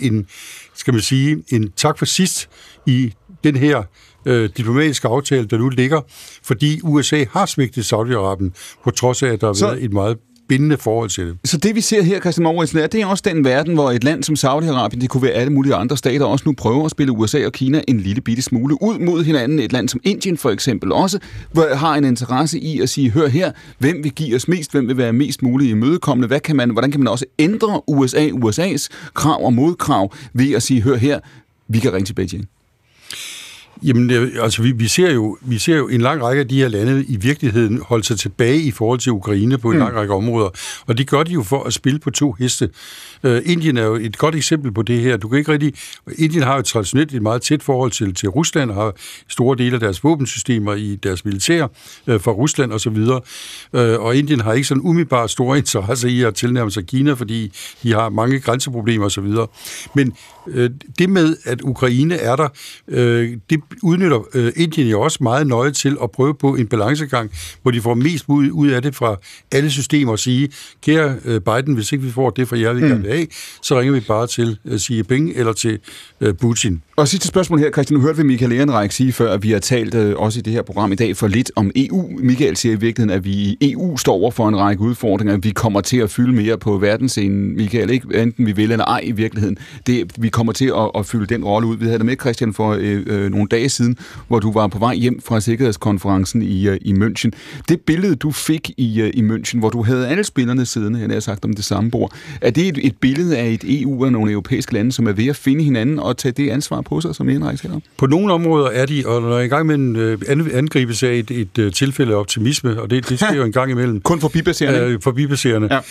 en tak for sidst i den her diplomatiske aftale, der nu ligger, fordi USA har svigtet Saudi-Arabien, på trods af, at der har været et meget bindende forhold til det. Så det, vi ser her, Christian Mouritsen, det er også den verden, hvor et land som Saudi-Arabien, det kunne være alle mulige andre stater, også nu prøver at spille USA og Kina en lille bitte smule ud mod hinanden. Et land som Indien for eksempel også har en interesse i at sige, hør her, hvem vil give os mest, hvem vil være mest muligt imødekommende, hvordan kan man også ændre USA's krav og modkrav ved at sige, hør her, vi kan ringe til Beijing. Jamen, altså vi ser jo en lang række af de her lande i virkeligheden holde sig tilbage i forhold til Ukraine på en lang række områder, og det gør de jo for at spille på 2 heste. Indien er jo et godt eksempel på det her. Du kan ikke rigtig... Indien har jo traditionelt et meget tæt forhold til Rusland, og har store dele af deres våbensystemer i deres militær fra Rusland og så videre. Og Indien har ikke sådan umiddelbart store interesse i at tilnærme sig Kina, fordi de har mange grænseproblemer og så videre. Men det med, at Ukraine er der, det udnytter Indien jo også meget nøje til at prøve på en balancegang, hvor de får mest ud af det fra alle systemer og sige, kære Biden, hvis ikke vi får det fra jer, vi gerne vil have, så ringer vi bare til Xi Jinping eller til Putin. Og sidste spørgsmål her, Christian. Nu hørte vi Michael Ehrenreich sige før, at vi har talt også i det her program i dag for lidt om EU. Michael siger i virkeligheden, at vi i EU står over for en række udfordringer. Vi kommer til at fylde mere på verdensscenen, Michael, ikke enten vi vil eller ej i virkeligheden. Vi kommer til at fylde den rolle ud. Vi havde det med, Christian, for nogle dage siden, hvor du var på vej hjem fra sikkerhedskonferencen i München. Det billede, du fik i München, hvor du havde alle spillerne siddende, jeg har sagt om det samme bord, er det et billede af et EU og nogle europæiske lande, som er ved at finde hinanden og tage det ansvar på sig, som Henrik taler om? På nogle områder er de, og når jeg er i gang med en angribelse af et tilfælde af optimisme, og det sker jo en gang imellem. Kun forbipasserende. Ja.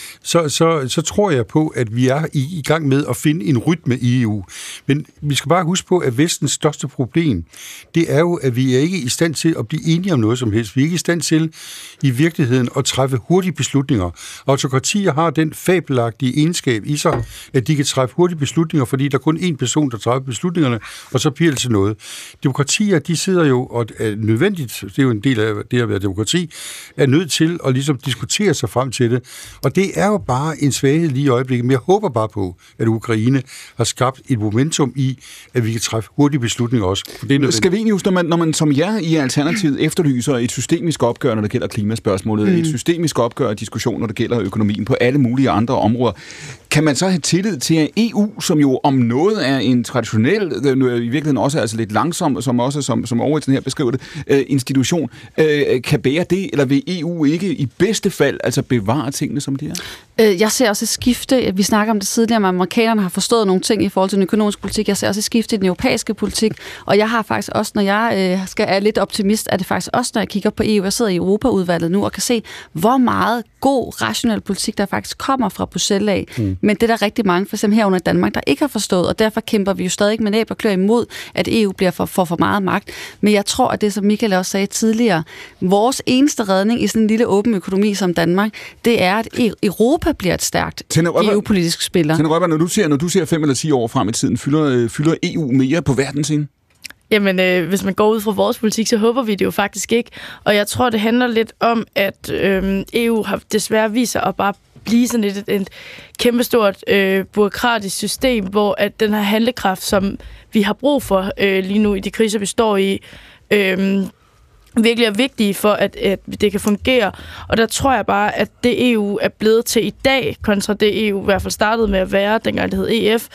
Så tror jeg på, at vi er i gang med at finde en rytme i EU. Men vi skal bare huske på, at Vestens største problem, det er jo, at vi er ikke i stand til at blive enige om noget som helst. Vi er ikke i stand til i virkeligheden at træffe hurtige beslutninger. Autokratier har den fabelagtige egenskab i sig, at de kan træffe hurtige beslutninger, fordi der er kun én person, der træffer beslutningerne, og så bliver det til noget. Demokratier, de sidder jo, og er nødvendigt, det er jo en del af det at være demokrati, er nødt til at ligesom diskutere sig frem til det. Og det er jo bare en svaghed lige i øjeblikket, men jeg håber bare på, at Ukraine har skabt et momentum i, at vi kan træffe hurtige beslutninger også. Scavenius, når man som jer i Alternativet efterlyser et systemisk opgør, når det gælder klimaspørgsmålet, et systemisk opgør og diskussion, når det gælder økonomien på alle mulige andre områder, kan man så have tillid til, at EU, som jo om noget er en traditionel, i virkeligheden også er altså lidt langsom, som også som Overitsen her beskriver det, institution, kan bære det, eller vil EU ikke i bedste fald altså bevare tingene, som de er? Jeg ser også et skifte. Vi snakker om det tidligere, at amerikanerne har forstået nogle ting i forhold til den økonomiske politik. Jeg ser også et skifte i den europæiske politik, og jeg har faktisk også, når jeg er lidt optimist, er det faktisk også, når jeg kigger på EU. Jeg sidder i Europaudvalget nu og kan se, hvor meget god, rationel politik, der faktisk kommer fra Bruxelles af. Men det er der rigtig mange, for eksempel herunder i Danmark, der ikke har forstået, og derfor kæmper vi jo stadig med næb og klør imod, at EU bliver for meget magt. Men jeg tror, at det, som Michael også sagde tidligere, vores eneste redning i sådan en lille åben økonomi som Danmark, det er, at Europa bliver et stærkt geopolitisk spiller. Tine Røber, når du ser 5 eller 10 år frem i tiden, fylder EU mere på verdensscenen? Jamen, hvis man går ud fra vores politik, så håber vi det jo faktisk ikke. Og jeg tror, det handler lidt om, at EU har desværre vist sig at bare blive sådan et kæmpestort bureaukratisk system, hvor at den her handlekraft, som vi har brug for lige nu i de kriser, vi står i, virkelig er vigtige for, at det kan fungere. Og der tror jeg bare, at det EU er blevet til i dag, kontra det EU i hvert fald startede med at være, dengang det hed EF,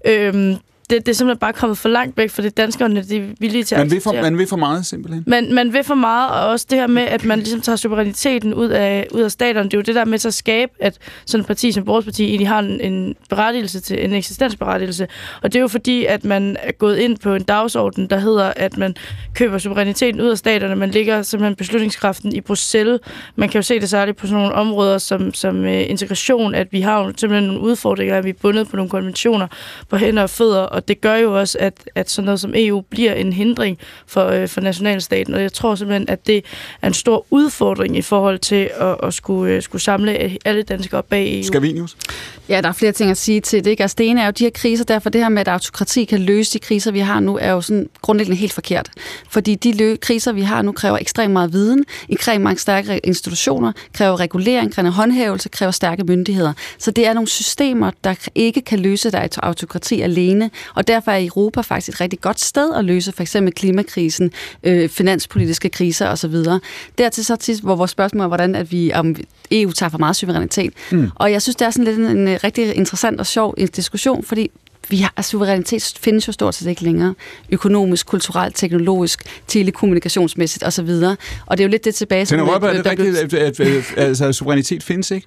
det er simpelthen bare kommet for langt væk, for det danskerne de er villige til at acceptere. Man vil for meget, simpelthen? Man vil for meget, og også det her med, at man ligesom tager suveræniteten ud af staterne. Det er jo det der med til at skabe, at sådan et parti som vores parti egentlig har en berettigelse til en eksistensberettigelse. Og det er jo fordi, at man er gået ind på en dagsorden, der hedder, at man køber suveræniteten ud af staterne. Man ligger simpelthen beslutningskraften i Bruxelles. Man kan jo se det særligt på sådan nogle områder som integration, at vi har jo simpelthen nogle udfordringer, at vi er bundet på nogle konventioner på hænder og fødder. Og det gør jo også, at sådan noget som EU bliver en hindring for nationalstaten. Og jeg tror simpelthen, at det er en stor udfordring i forhold til at skulle samle alle danskere op bag EU. Scavenius? Ja, der er flere ting at sige til det. Ikke? Altså, det ene er jo de her kriser, derfor det her med, at autokrati kan løse de kriser, vi har nu, er jo sådan grundlæggende helt forkert. Fordi de kriser, vi har nu, kræver ekstremt meget viden, ekstremt mange stærke institutioner, kræver regulering, kræver håndhævelse, kræver stærke myndigheder. Så det er nogle systemer, der ikke kan løse der autokrati alene, og derfor er Europa faktisk et rigtig godt sted at løse for eksempel klimakrisen, finanspolitiske kriser osv. Dertil så tit, hvor vores spørgsmål er, hvordan at EU tager for meget suverænitet. Og jeg synes, det er sådan lidt en rigtig interessant og sjov diskussion, fordi suverænitet findes jo stort set ikke længere. Økonomisk, kulturelt, teknologisk, telekommunikationsmæssigt osv. Og det er jo lidt det tilbage... Tine Røber, er det rigtigt, at suverænitet findes ikke?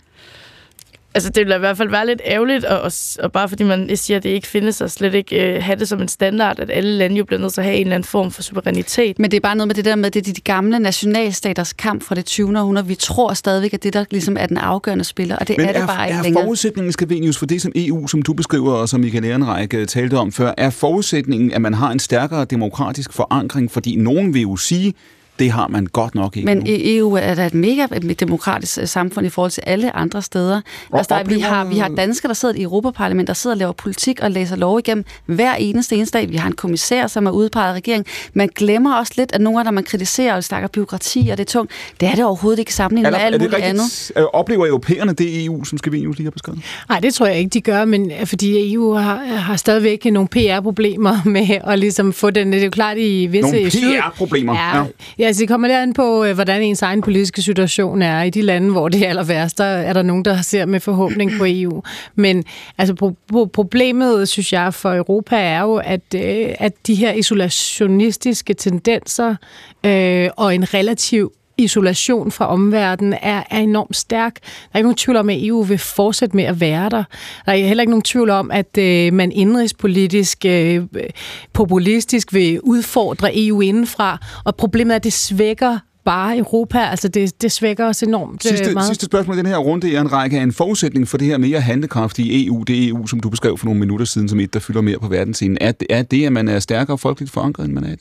Altså, det vil i hvert fald være lidt ærgerligt, og bare fordi man siger, at det ikke findes, og slet ikke have det som en standard, at alle lande jo bliver nødt til at have en eller anden form for suverænitet. Men det er bare noget med det der med, det er de gamle nationalstaters kamp fra det 20. århundrede. Vi tror stadigvæk, at det der ligesom er den afgørende spiller, og det er det bare ikke længere. Er forudsætningen, Scavenius, for det som EU, som du beskriver, og som Michael Ehrenreich talte om før, er forudsætningen, at man har en stærkere demokratisk forankring, fordi nogen vil jo sige, det har man godt nok ikke. Men EU er da et mega demokratisk samfund i forhold til alle andre steder. Altså, vi har danskere, der sidder i Europaparlamentet, der sidder og laver politik og læser lov igennem hver eneste dag. Vi har en kommissær, som er udpeget af regeringen. Man glemmer også lidt, at nogle af dem, man kritiserer og snakker byråkrati, og det er tungt. Det er det overhovedet ikke sammenlignet med alt muligt andet. Oplever europæerne det EU, som Scavenius lige har beskrevet? Nej, det tror jeg ikke, de gør, men fordi EU har stadigvæk nogle PR-problemer med at ligesom få den. Det er jo klart i visse... Nogle PR-problemer? Ja, altså det kommer lidt an på, hvordan ens egen politiske situation er. I de lande, hvor det er aller værst, der er der nogen, der ser med forhåbning på EU. Men altså, problemet, synes jeg, for Europa er jo, at de her isolationistiske tendenser og en relativ isolation fra omverdenen er enormt stærk. Der er ikke nogen tvivl om, at EU vil fortsætte med at være der. Der er heller ikke nogen tvivl om, at man indrigspolitisk, populistisk vil udfordre EU indenfra, og problemet er, at det svækker bare Europa. Altså det svækker os enormt meget. Sidste spørgsmål i den her runde er en række af en forudsætning for det her mere handlekraftige EU. Det EU, som du beskrev for nogle minutter siden, som et, der fylder mere på verdensscenen. Er det, at man er stærkere folkeligt forankret, end man er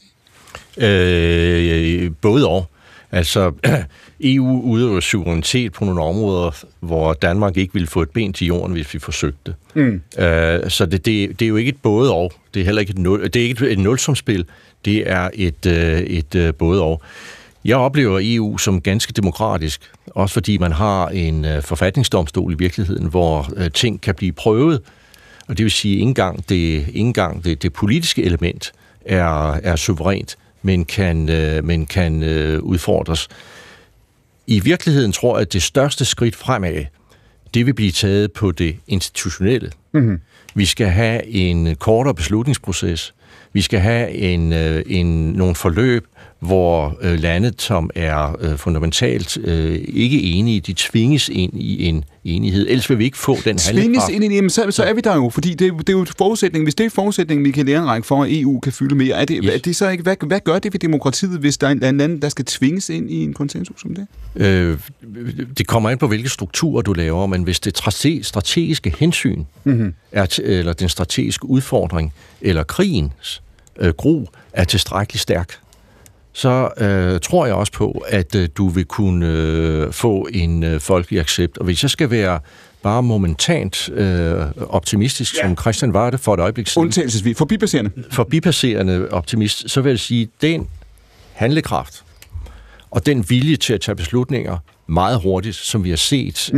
det? Både og. Altså, EU udøver suverænitet på nogle områder, hvor Danmark ikke ville få et ben til jorden, hvis vi forsøgte. Så det er jo ikke et både og. Det er heller ikke det er ikke et nulsumsspil. Det er et både og. Jeg oplever EU som ganske demokratisk, også fordi man har en forfatningsdomstol i virkeligheden, hvor ting kan blive prøvet. Og det vil sige, at ikke engang det politiske element er suverænt, men kan udfordres. I virkeligheden tror jeg, at det største skridt fremad, det vil blive taget på det institutionelle. Mm-hmm. Vi skal have en kortere beslutningsproces. Vi skal have nogle forløb, hvor landet, som er fundamentalt ikke enige, de tvinges ind i en enighed. Ellers vil vi ikke få den handlekraft. Tvinges ind i en så er vi der jo, fordi det er jo forudsætningen. Hvis det er forudsætningen, vi kan lære en række for, at EU kan fylde mere, er det så ikke, hvad gør det ved demokratiet, hvis der er en land, der skal tvinges ind i en konsensus som det? Det kommer ind på, hvilke strukturer du laver, men hvis det strategiske hensyn eller den strategiske udfordring, eller krigens gru er tilstrækkeligt stærk, så tror jeg også på, at du vil kunne få en folkelig accept. Og hvis jeg skal være bare momentant optimistisk, som Christian var det for et øjeblik siden. Undtagelsesvis. Forbipasserende optimist, så vil jeg sige, den handlekraft og den vilje til at tage beslutninger meget hurtigt, som vi har set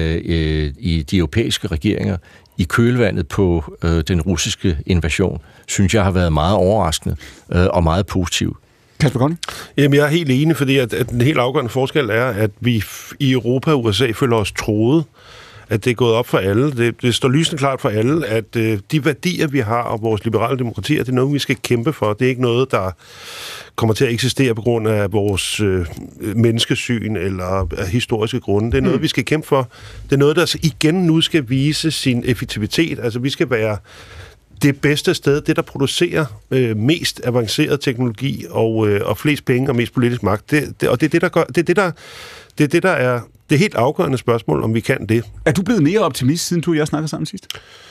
i de europæiske regeringer, i kølvandet på den russiske invasion, synes jeg har været meget overraskende og meget positiv. Kasper Kolding? Jamen, jeg er helt enig, fordi at den helt afgørende forskel er, at vi i Europa og USA føler os troet, at det er gået op for alle. Det står lysende klart for alle, at de værdier, vi har, og vores liberale demokratier, det er noget, vi skal kæmpe for. Det er ikke noget, der kommer til at eksistere på grund af vores menneskesyn eller af historiske grunde. Det er noget, vi skal kæmpe for. Det er noget, der igen nu skal vise sin effektivitet. Altså, vi skal være det bedste sted, det der producerer mest avanceret teknologi og flest penge og mest politisk magt. Og det er det, der gør, det er det helt afgørende spørgsmål, om vi kan det. Er du blevet mere optimist, siden du og jeg snakkede sammen sidst?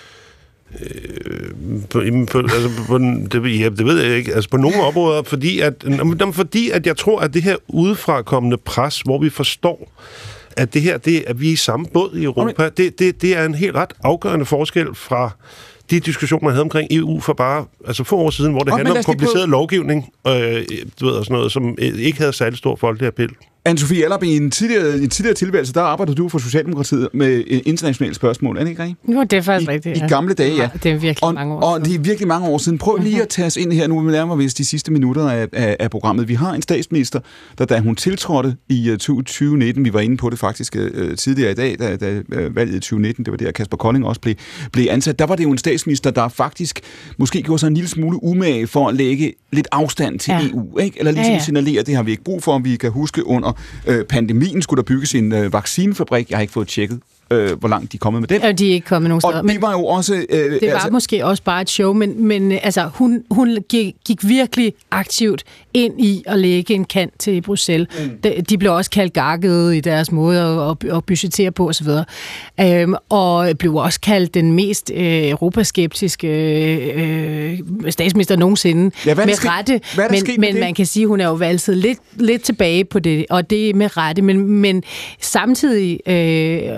Det ved jeg ikke. Altså på nogle områder, fordi at jeg tror, at det her udefrakommende pres, hvor vi forstår, at det her, at vi er i samme båd i Europa, det er en helt ret afgørende forskel fra de diskussioner, man havde omkring EU for bare få år siden, hvor det handler om kompliceret lovgivning, du ved, og sådan noget, som ikke havde særlig stor folkelig appel. Anne-Sophie Allerup, i en tidligere tilværelse, der arbejdede du for Socialdemokratiet med internationale spørgsmål, er det ikke rigtigt? Jo, det er faktisk rigtigt. I gamle dage, ja. Det er virkelig mange år siden. Og det er virkelig mange år siden. Prøv lige at tage os ind her nu, vi nærmer os de sidste minutter af programmet. Vi har en statsminister, da hun tiltrådte i 2019, vi var inde på det faktisk tidligere i dag, da valget i 2019, det var der Kasper Kolding også blev ansat, der var det jo en statsminister, der faktisk måske gjorde sig en lille smule umage for at lægge lidt afstand til EU, ikke? Eller ligesom signalere, det har vi ikke brug for, om vi kan huske under pandemien skulle der bygges en vaccinefabrik. Jeg har ikke fået tjekket, hvor langt de er kommet med den. Ja, de er ikke kommet nogen steder. Og det var jo også... det var måske også bare et show, men altså, hun gik virkelig aktivt ind i at lægge en kant til Bruxelles. De blev også kaldt gakkede i deres måde at budgettere på osv. Og blev også kaldt den mest europaskeptiske statsminister nogensinde. Ja, med rette. Men man kan sige, hun er jo valset lidt tilbage på det, og det er med rette. Men samtidig er det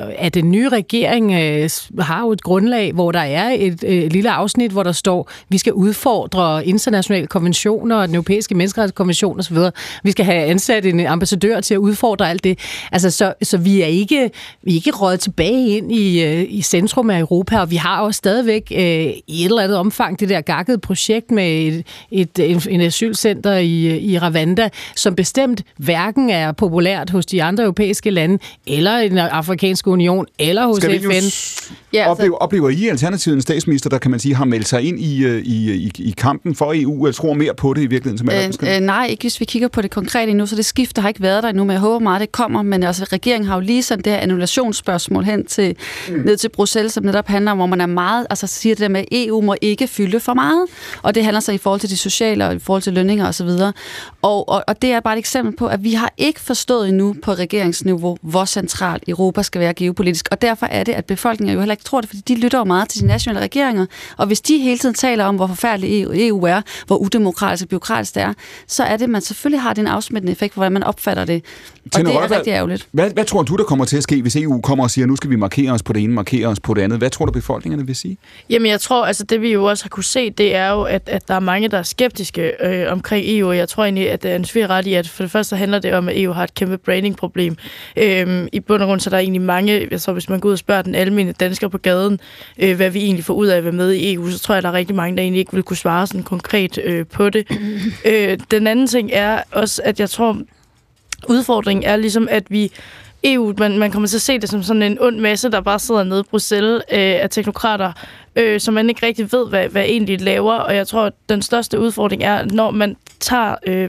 den nye regering har jo et grundlag, hvor der er et lille afsnit, hvor der står, vi skal udfordre internationale konventioner og den europæiske menneskerettighedskonvention osv. Vi skal have ansat en ambassadør til at udfordre alt det. Altså, så vi er ikke røget tilbage ind i centrum af Europa, og vi har også stadigvæk i et eller andet omfang det der gakkede projekt med en asylcenter i Rwanda, som bestemt hverken er populært hos de andre europæiske lande, eller i den afrikanske union, eller hos FN. Ja, oplever I Alternativet en statsminister, der kan man sige, har meldt sig ind i kampen for EU, eller tror mere på det i virkeligheden? Som nej, ikke hvis vi kigger på det konkret endnu, så det skifte har ikke været der endnu, men jeg håber meget, det kommer. Men altså, regeringen har jo lige sådan det her annullationsspørgsmål hen til, ned til Bruxelles, som netop handler om, hvor man er meget, altså siger det der med, at EU må ikke fylde for meget, og det handler så i forhold til de sociale og i forhold til lønninger osv. Og det er bare et eksempel på, at vi har ikke forstået endnu på regeringsniveau, hvor centralt Europa skal være geopolitisk, og derfor er det, at befolkningen jo heller ikke tror det, fordi de lytter jo meget til de nationale regeringer, og hvis de hele tiden taler om, hvor forfærdelig EU er, hvor udemokratisk og bureaukratisk det er, så er det, man selvfølgelig har den afsmittende effekt, for hvordan man opfatter det. Og det er rigtig ærgerligt. Hvad tror du, der kommer til at ske, hvis EU kommer og siger, nu skal vi markere os på det ene, markere os på det andet? Hvad tror du, befolkningerne vil sige? Jamen, jeg tror, altså det vi jo også har kunne se, det er jo, at der er mange, der er skeptiske omkring EU, og jeg tror egentlig, at Anne-Sophie er ret i, at for det første handler det om, at EU har et kæmpe branding-problem. I bund og grund, så er der egentlig mange, jeg tror, hvis man går ud og spørger den almindelige dansker på gaden, hvad vi egentlig får ud af at være med i EU, så tror jeg, der er rigtig mange, der egentlig ikke vil kunne svare sådan konkret på det. Den anden ting er også, at jeg tror, udfordringen er ligesom, at vi EU, man kommer til at se det som sådan en ond masse, der bare sidder nede i Bruxelles af teknokrater, som man ikke rigtig ved, hvad egentlig laver. Og jeg tror, at den største udfordring er, når man tager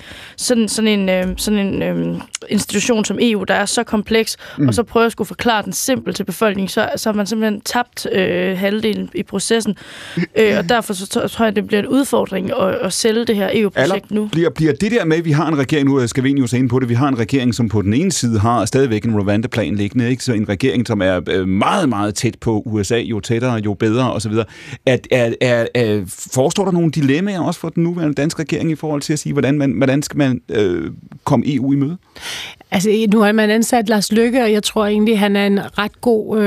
sådan en institution som EU, der er så kompleks, og så prøver at skulle forklare den simpelt til befolkningen, så har man simpelthen tabt halvdelen i processen. Og derfor så tror jeg, det bliver en udfordring at sælge det her EU-projekt nu. Bliver det der med, at vi har en regering, nu skal vi jo se ind på det, vi har en regering, som på den ene side har stadigvæk en Rwanda-plan liggende, ikke? Så en regering, som er meget, meget tæt på USA, jo tættere, jo bedre, osv. Forestår der nogle dilemmaer også for den nuværende danske regering i forhold til at sige, hvordan skal man komme EU i møde? Altså, nu har man ansat Lars Løkke, og jeg tror egentlig, han er en ret god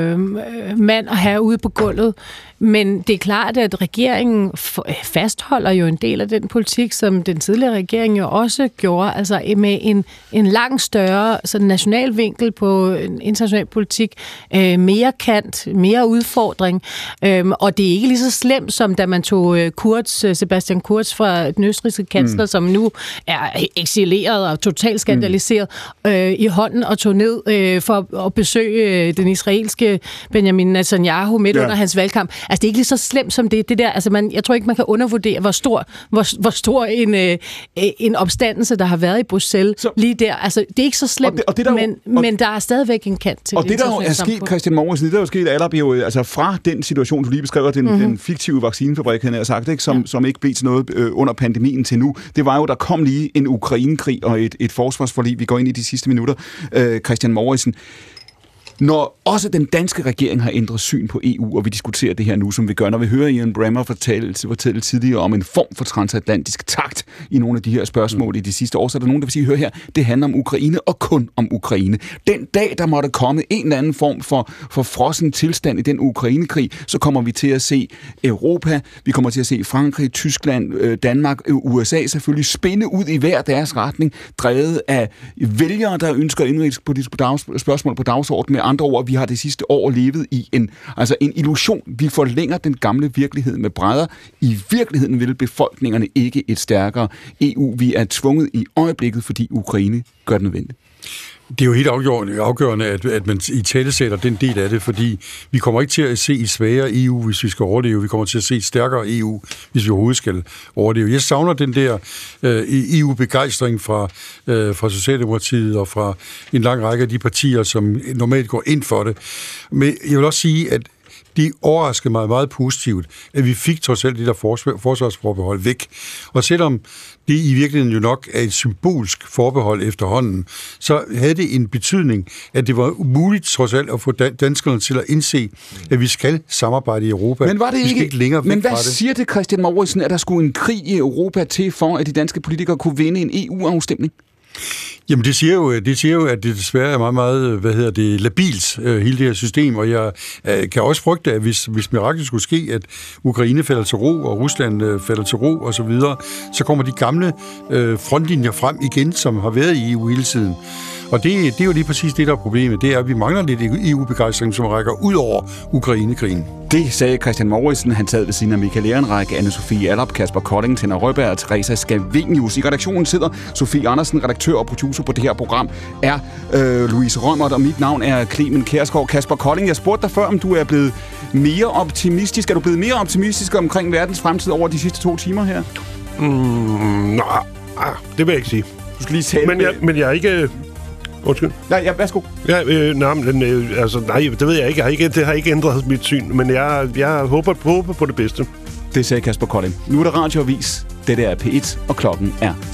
mand at have ude på gulvet. Men det er klart, at regeringen fastholder jo en del af den politik, som den tidligere regering jo også gjorde, altså med en langt større sådan national vinkel på international politik, mere kant, mere udfordring, og det er ikke lige så slemt, som da man tog Sebastian Kurz fra den østrigske kansler, som nu er eksileret og totalt skandaliseret, i hånden og tog ned for at besøge den israelske Benjamin Netanyahu midt under hans valgkamp. Altså, det er ikke lige så slemt som det der. Altså, jeg tror ikke, man kan undervurdere, hvor stor en opstandelse, der har været i Bruxelles lige der. Altså, det er ikke så slemt, men der er stadigvæk en kant til det. Og det, der jo er sket, Christian Mouritzen, det der jo sket, altså fra den situation, du lige beskrev, den fiktive vaccinefabrik, han har sagt, ikke, som ikke blev til noget under pandemien til nu, det var jo, der kom lige en Ukraine-krig og et forsvarsforlig. Vi går ind i de sidste minutter. Christian Mouritzen, når også den danske regering har ændret syn på EU, og vi diskuterer det her nu, som vi gør, når vi hører Ian Bremmer fortælle tidligere om en form for transatlantisk takt i nogle af de her spørgsmål i de sidste år, så er der nogen, der vil sige, hør her, det handler om Ukraine og kun om Ukraine. Den dag, der måtte komme en eller anden form for frossen tilstand i den Ukraine-krig, så kommer vi til at se Europa, vi kommer til at se Frankrig, Tyskland, Danmark, USA selvfølgelig spinde ud i hver deres retning, drevet af vælgere, der ønsker indrigspolitiske spørgsmål på dagsordenen. Med andre ord, vi har det sidste år levet i en illusion. Vi forlænger den gamle virkelighed med brædder. I virkeligheden vil befolkningerne ikke et stærkere EU. Vi er tvunget i øjeblikket, fordi Ukraine gør det nødvendigt. Det er jo helt afgørende, at man i talesætter den del af det, fordi vi kommer ikke til at se et svagere EU, hvis vi skal overleve. Vi kommer til at se et stærkere EU, hvis vi overhovedet skal overleve. Jeg savner den der EU-begejstring fra Socialdemokratiet og fra en lang række af de partier, som normalt går ind for det. Men jeg vil også sige, at det overraskede mig meget positivt, at vi fik trods alt det der forsvarsforbehold væk. Og selvom det i virkeligheden jo nok er et symbolsk forbehold efterhånden, så havde det en betydning, at det var muligt trods alt at få danskerne til at indse, at vi skal samarbejde i Europa. Men var det ikke længere væk. Men hvad siger det, Christian Mouritzen, at der skulle en krig i Europa til, for at de danske politikere kunne vinde en EU-afstemning? Jamen, det siger jo, at det desværre er meget, meget, labilt, hele det her system, og jeg kan også frygte, at hvis miraklet skulle ske, at Ukraine falder til ro, og Rusland falder til ro, og så videre, så kommer de gamle frontlinjer frem igen, som har været i EU hele tiden. Og det er jo lige præcis det, der er problemet. Det er, at vi mangler lidt EU-begejstring, som rækker ud over Ukraine-krigen. Det sagde Christian Mouritsen. Han sad ved siden af Michael Ehrenreich, Anne-Sophie Allerup, Kasper Kolding, Tenna Røberg og Teresa Scavenius. I redaktionen sidder Sofie Andersen, redaktør og producer på det her program, er Louise Rømmert, og mit navn er Clemen Kjærsgaard. Kasper Kolding, jeg spurgte dig før, om du er blevet mere optimistisk. Er du blevet mere optimistisk omkring verdens fremtid over de sidste 2 timer her? Det vil jeg ikke sige. Du skal lige tale men jeg er ikke... Undskyld. Nej, værsgo. Ja, nej, det ved jeg ikke. Det har ikke ændret mit syn, men jeg håber på det bedste. Det sagde Kasper Kolding. Nu er der radioavis. Det der er P1, og klokken er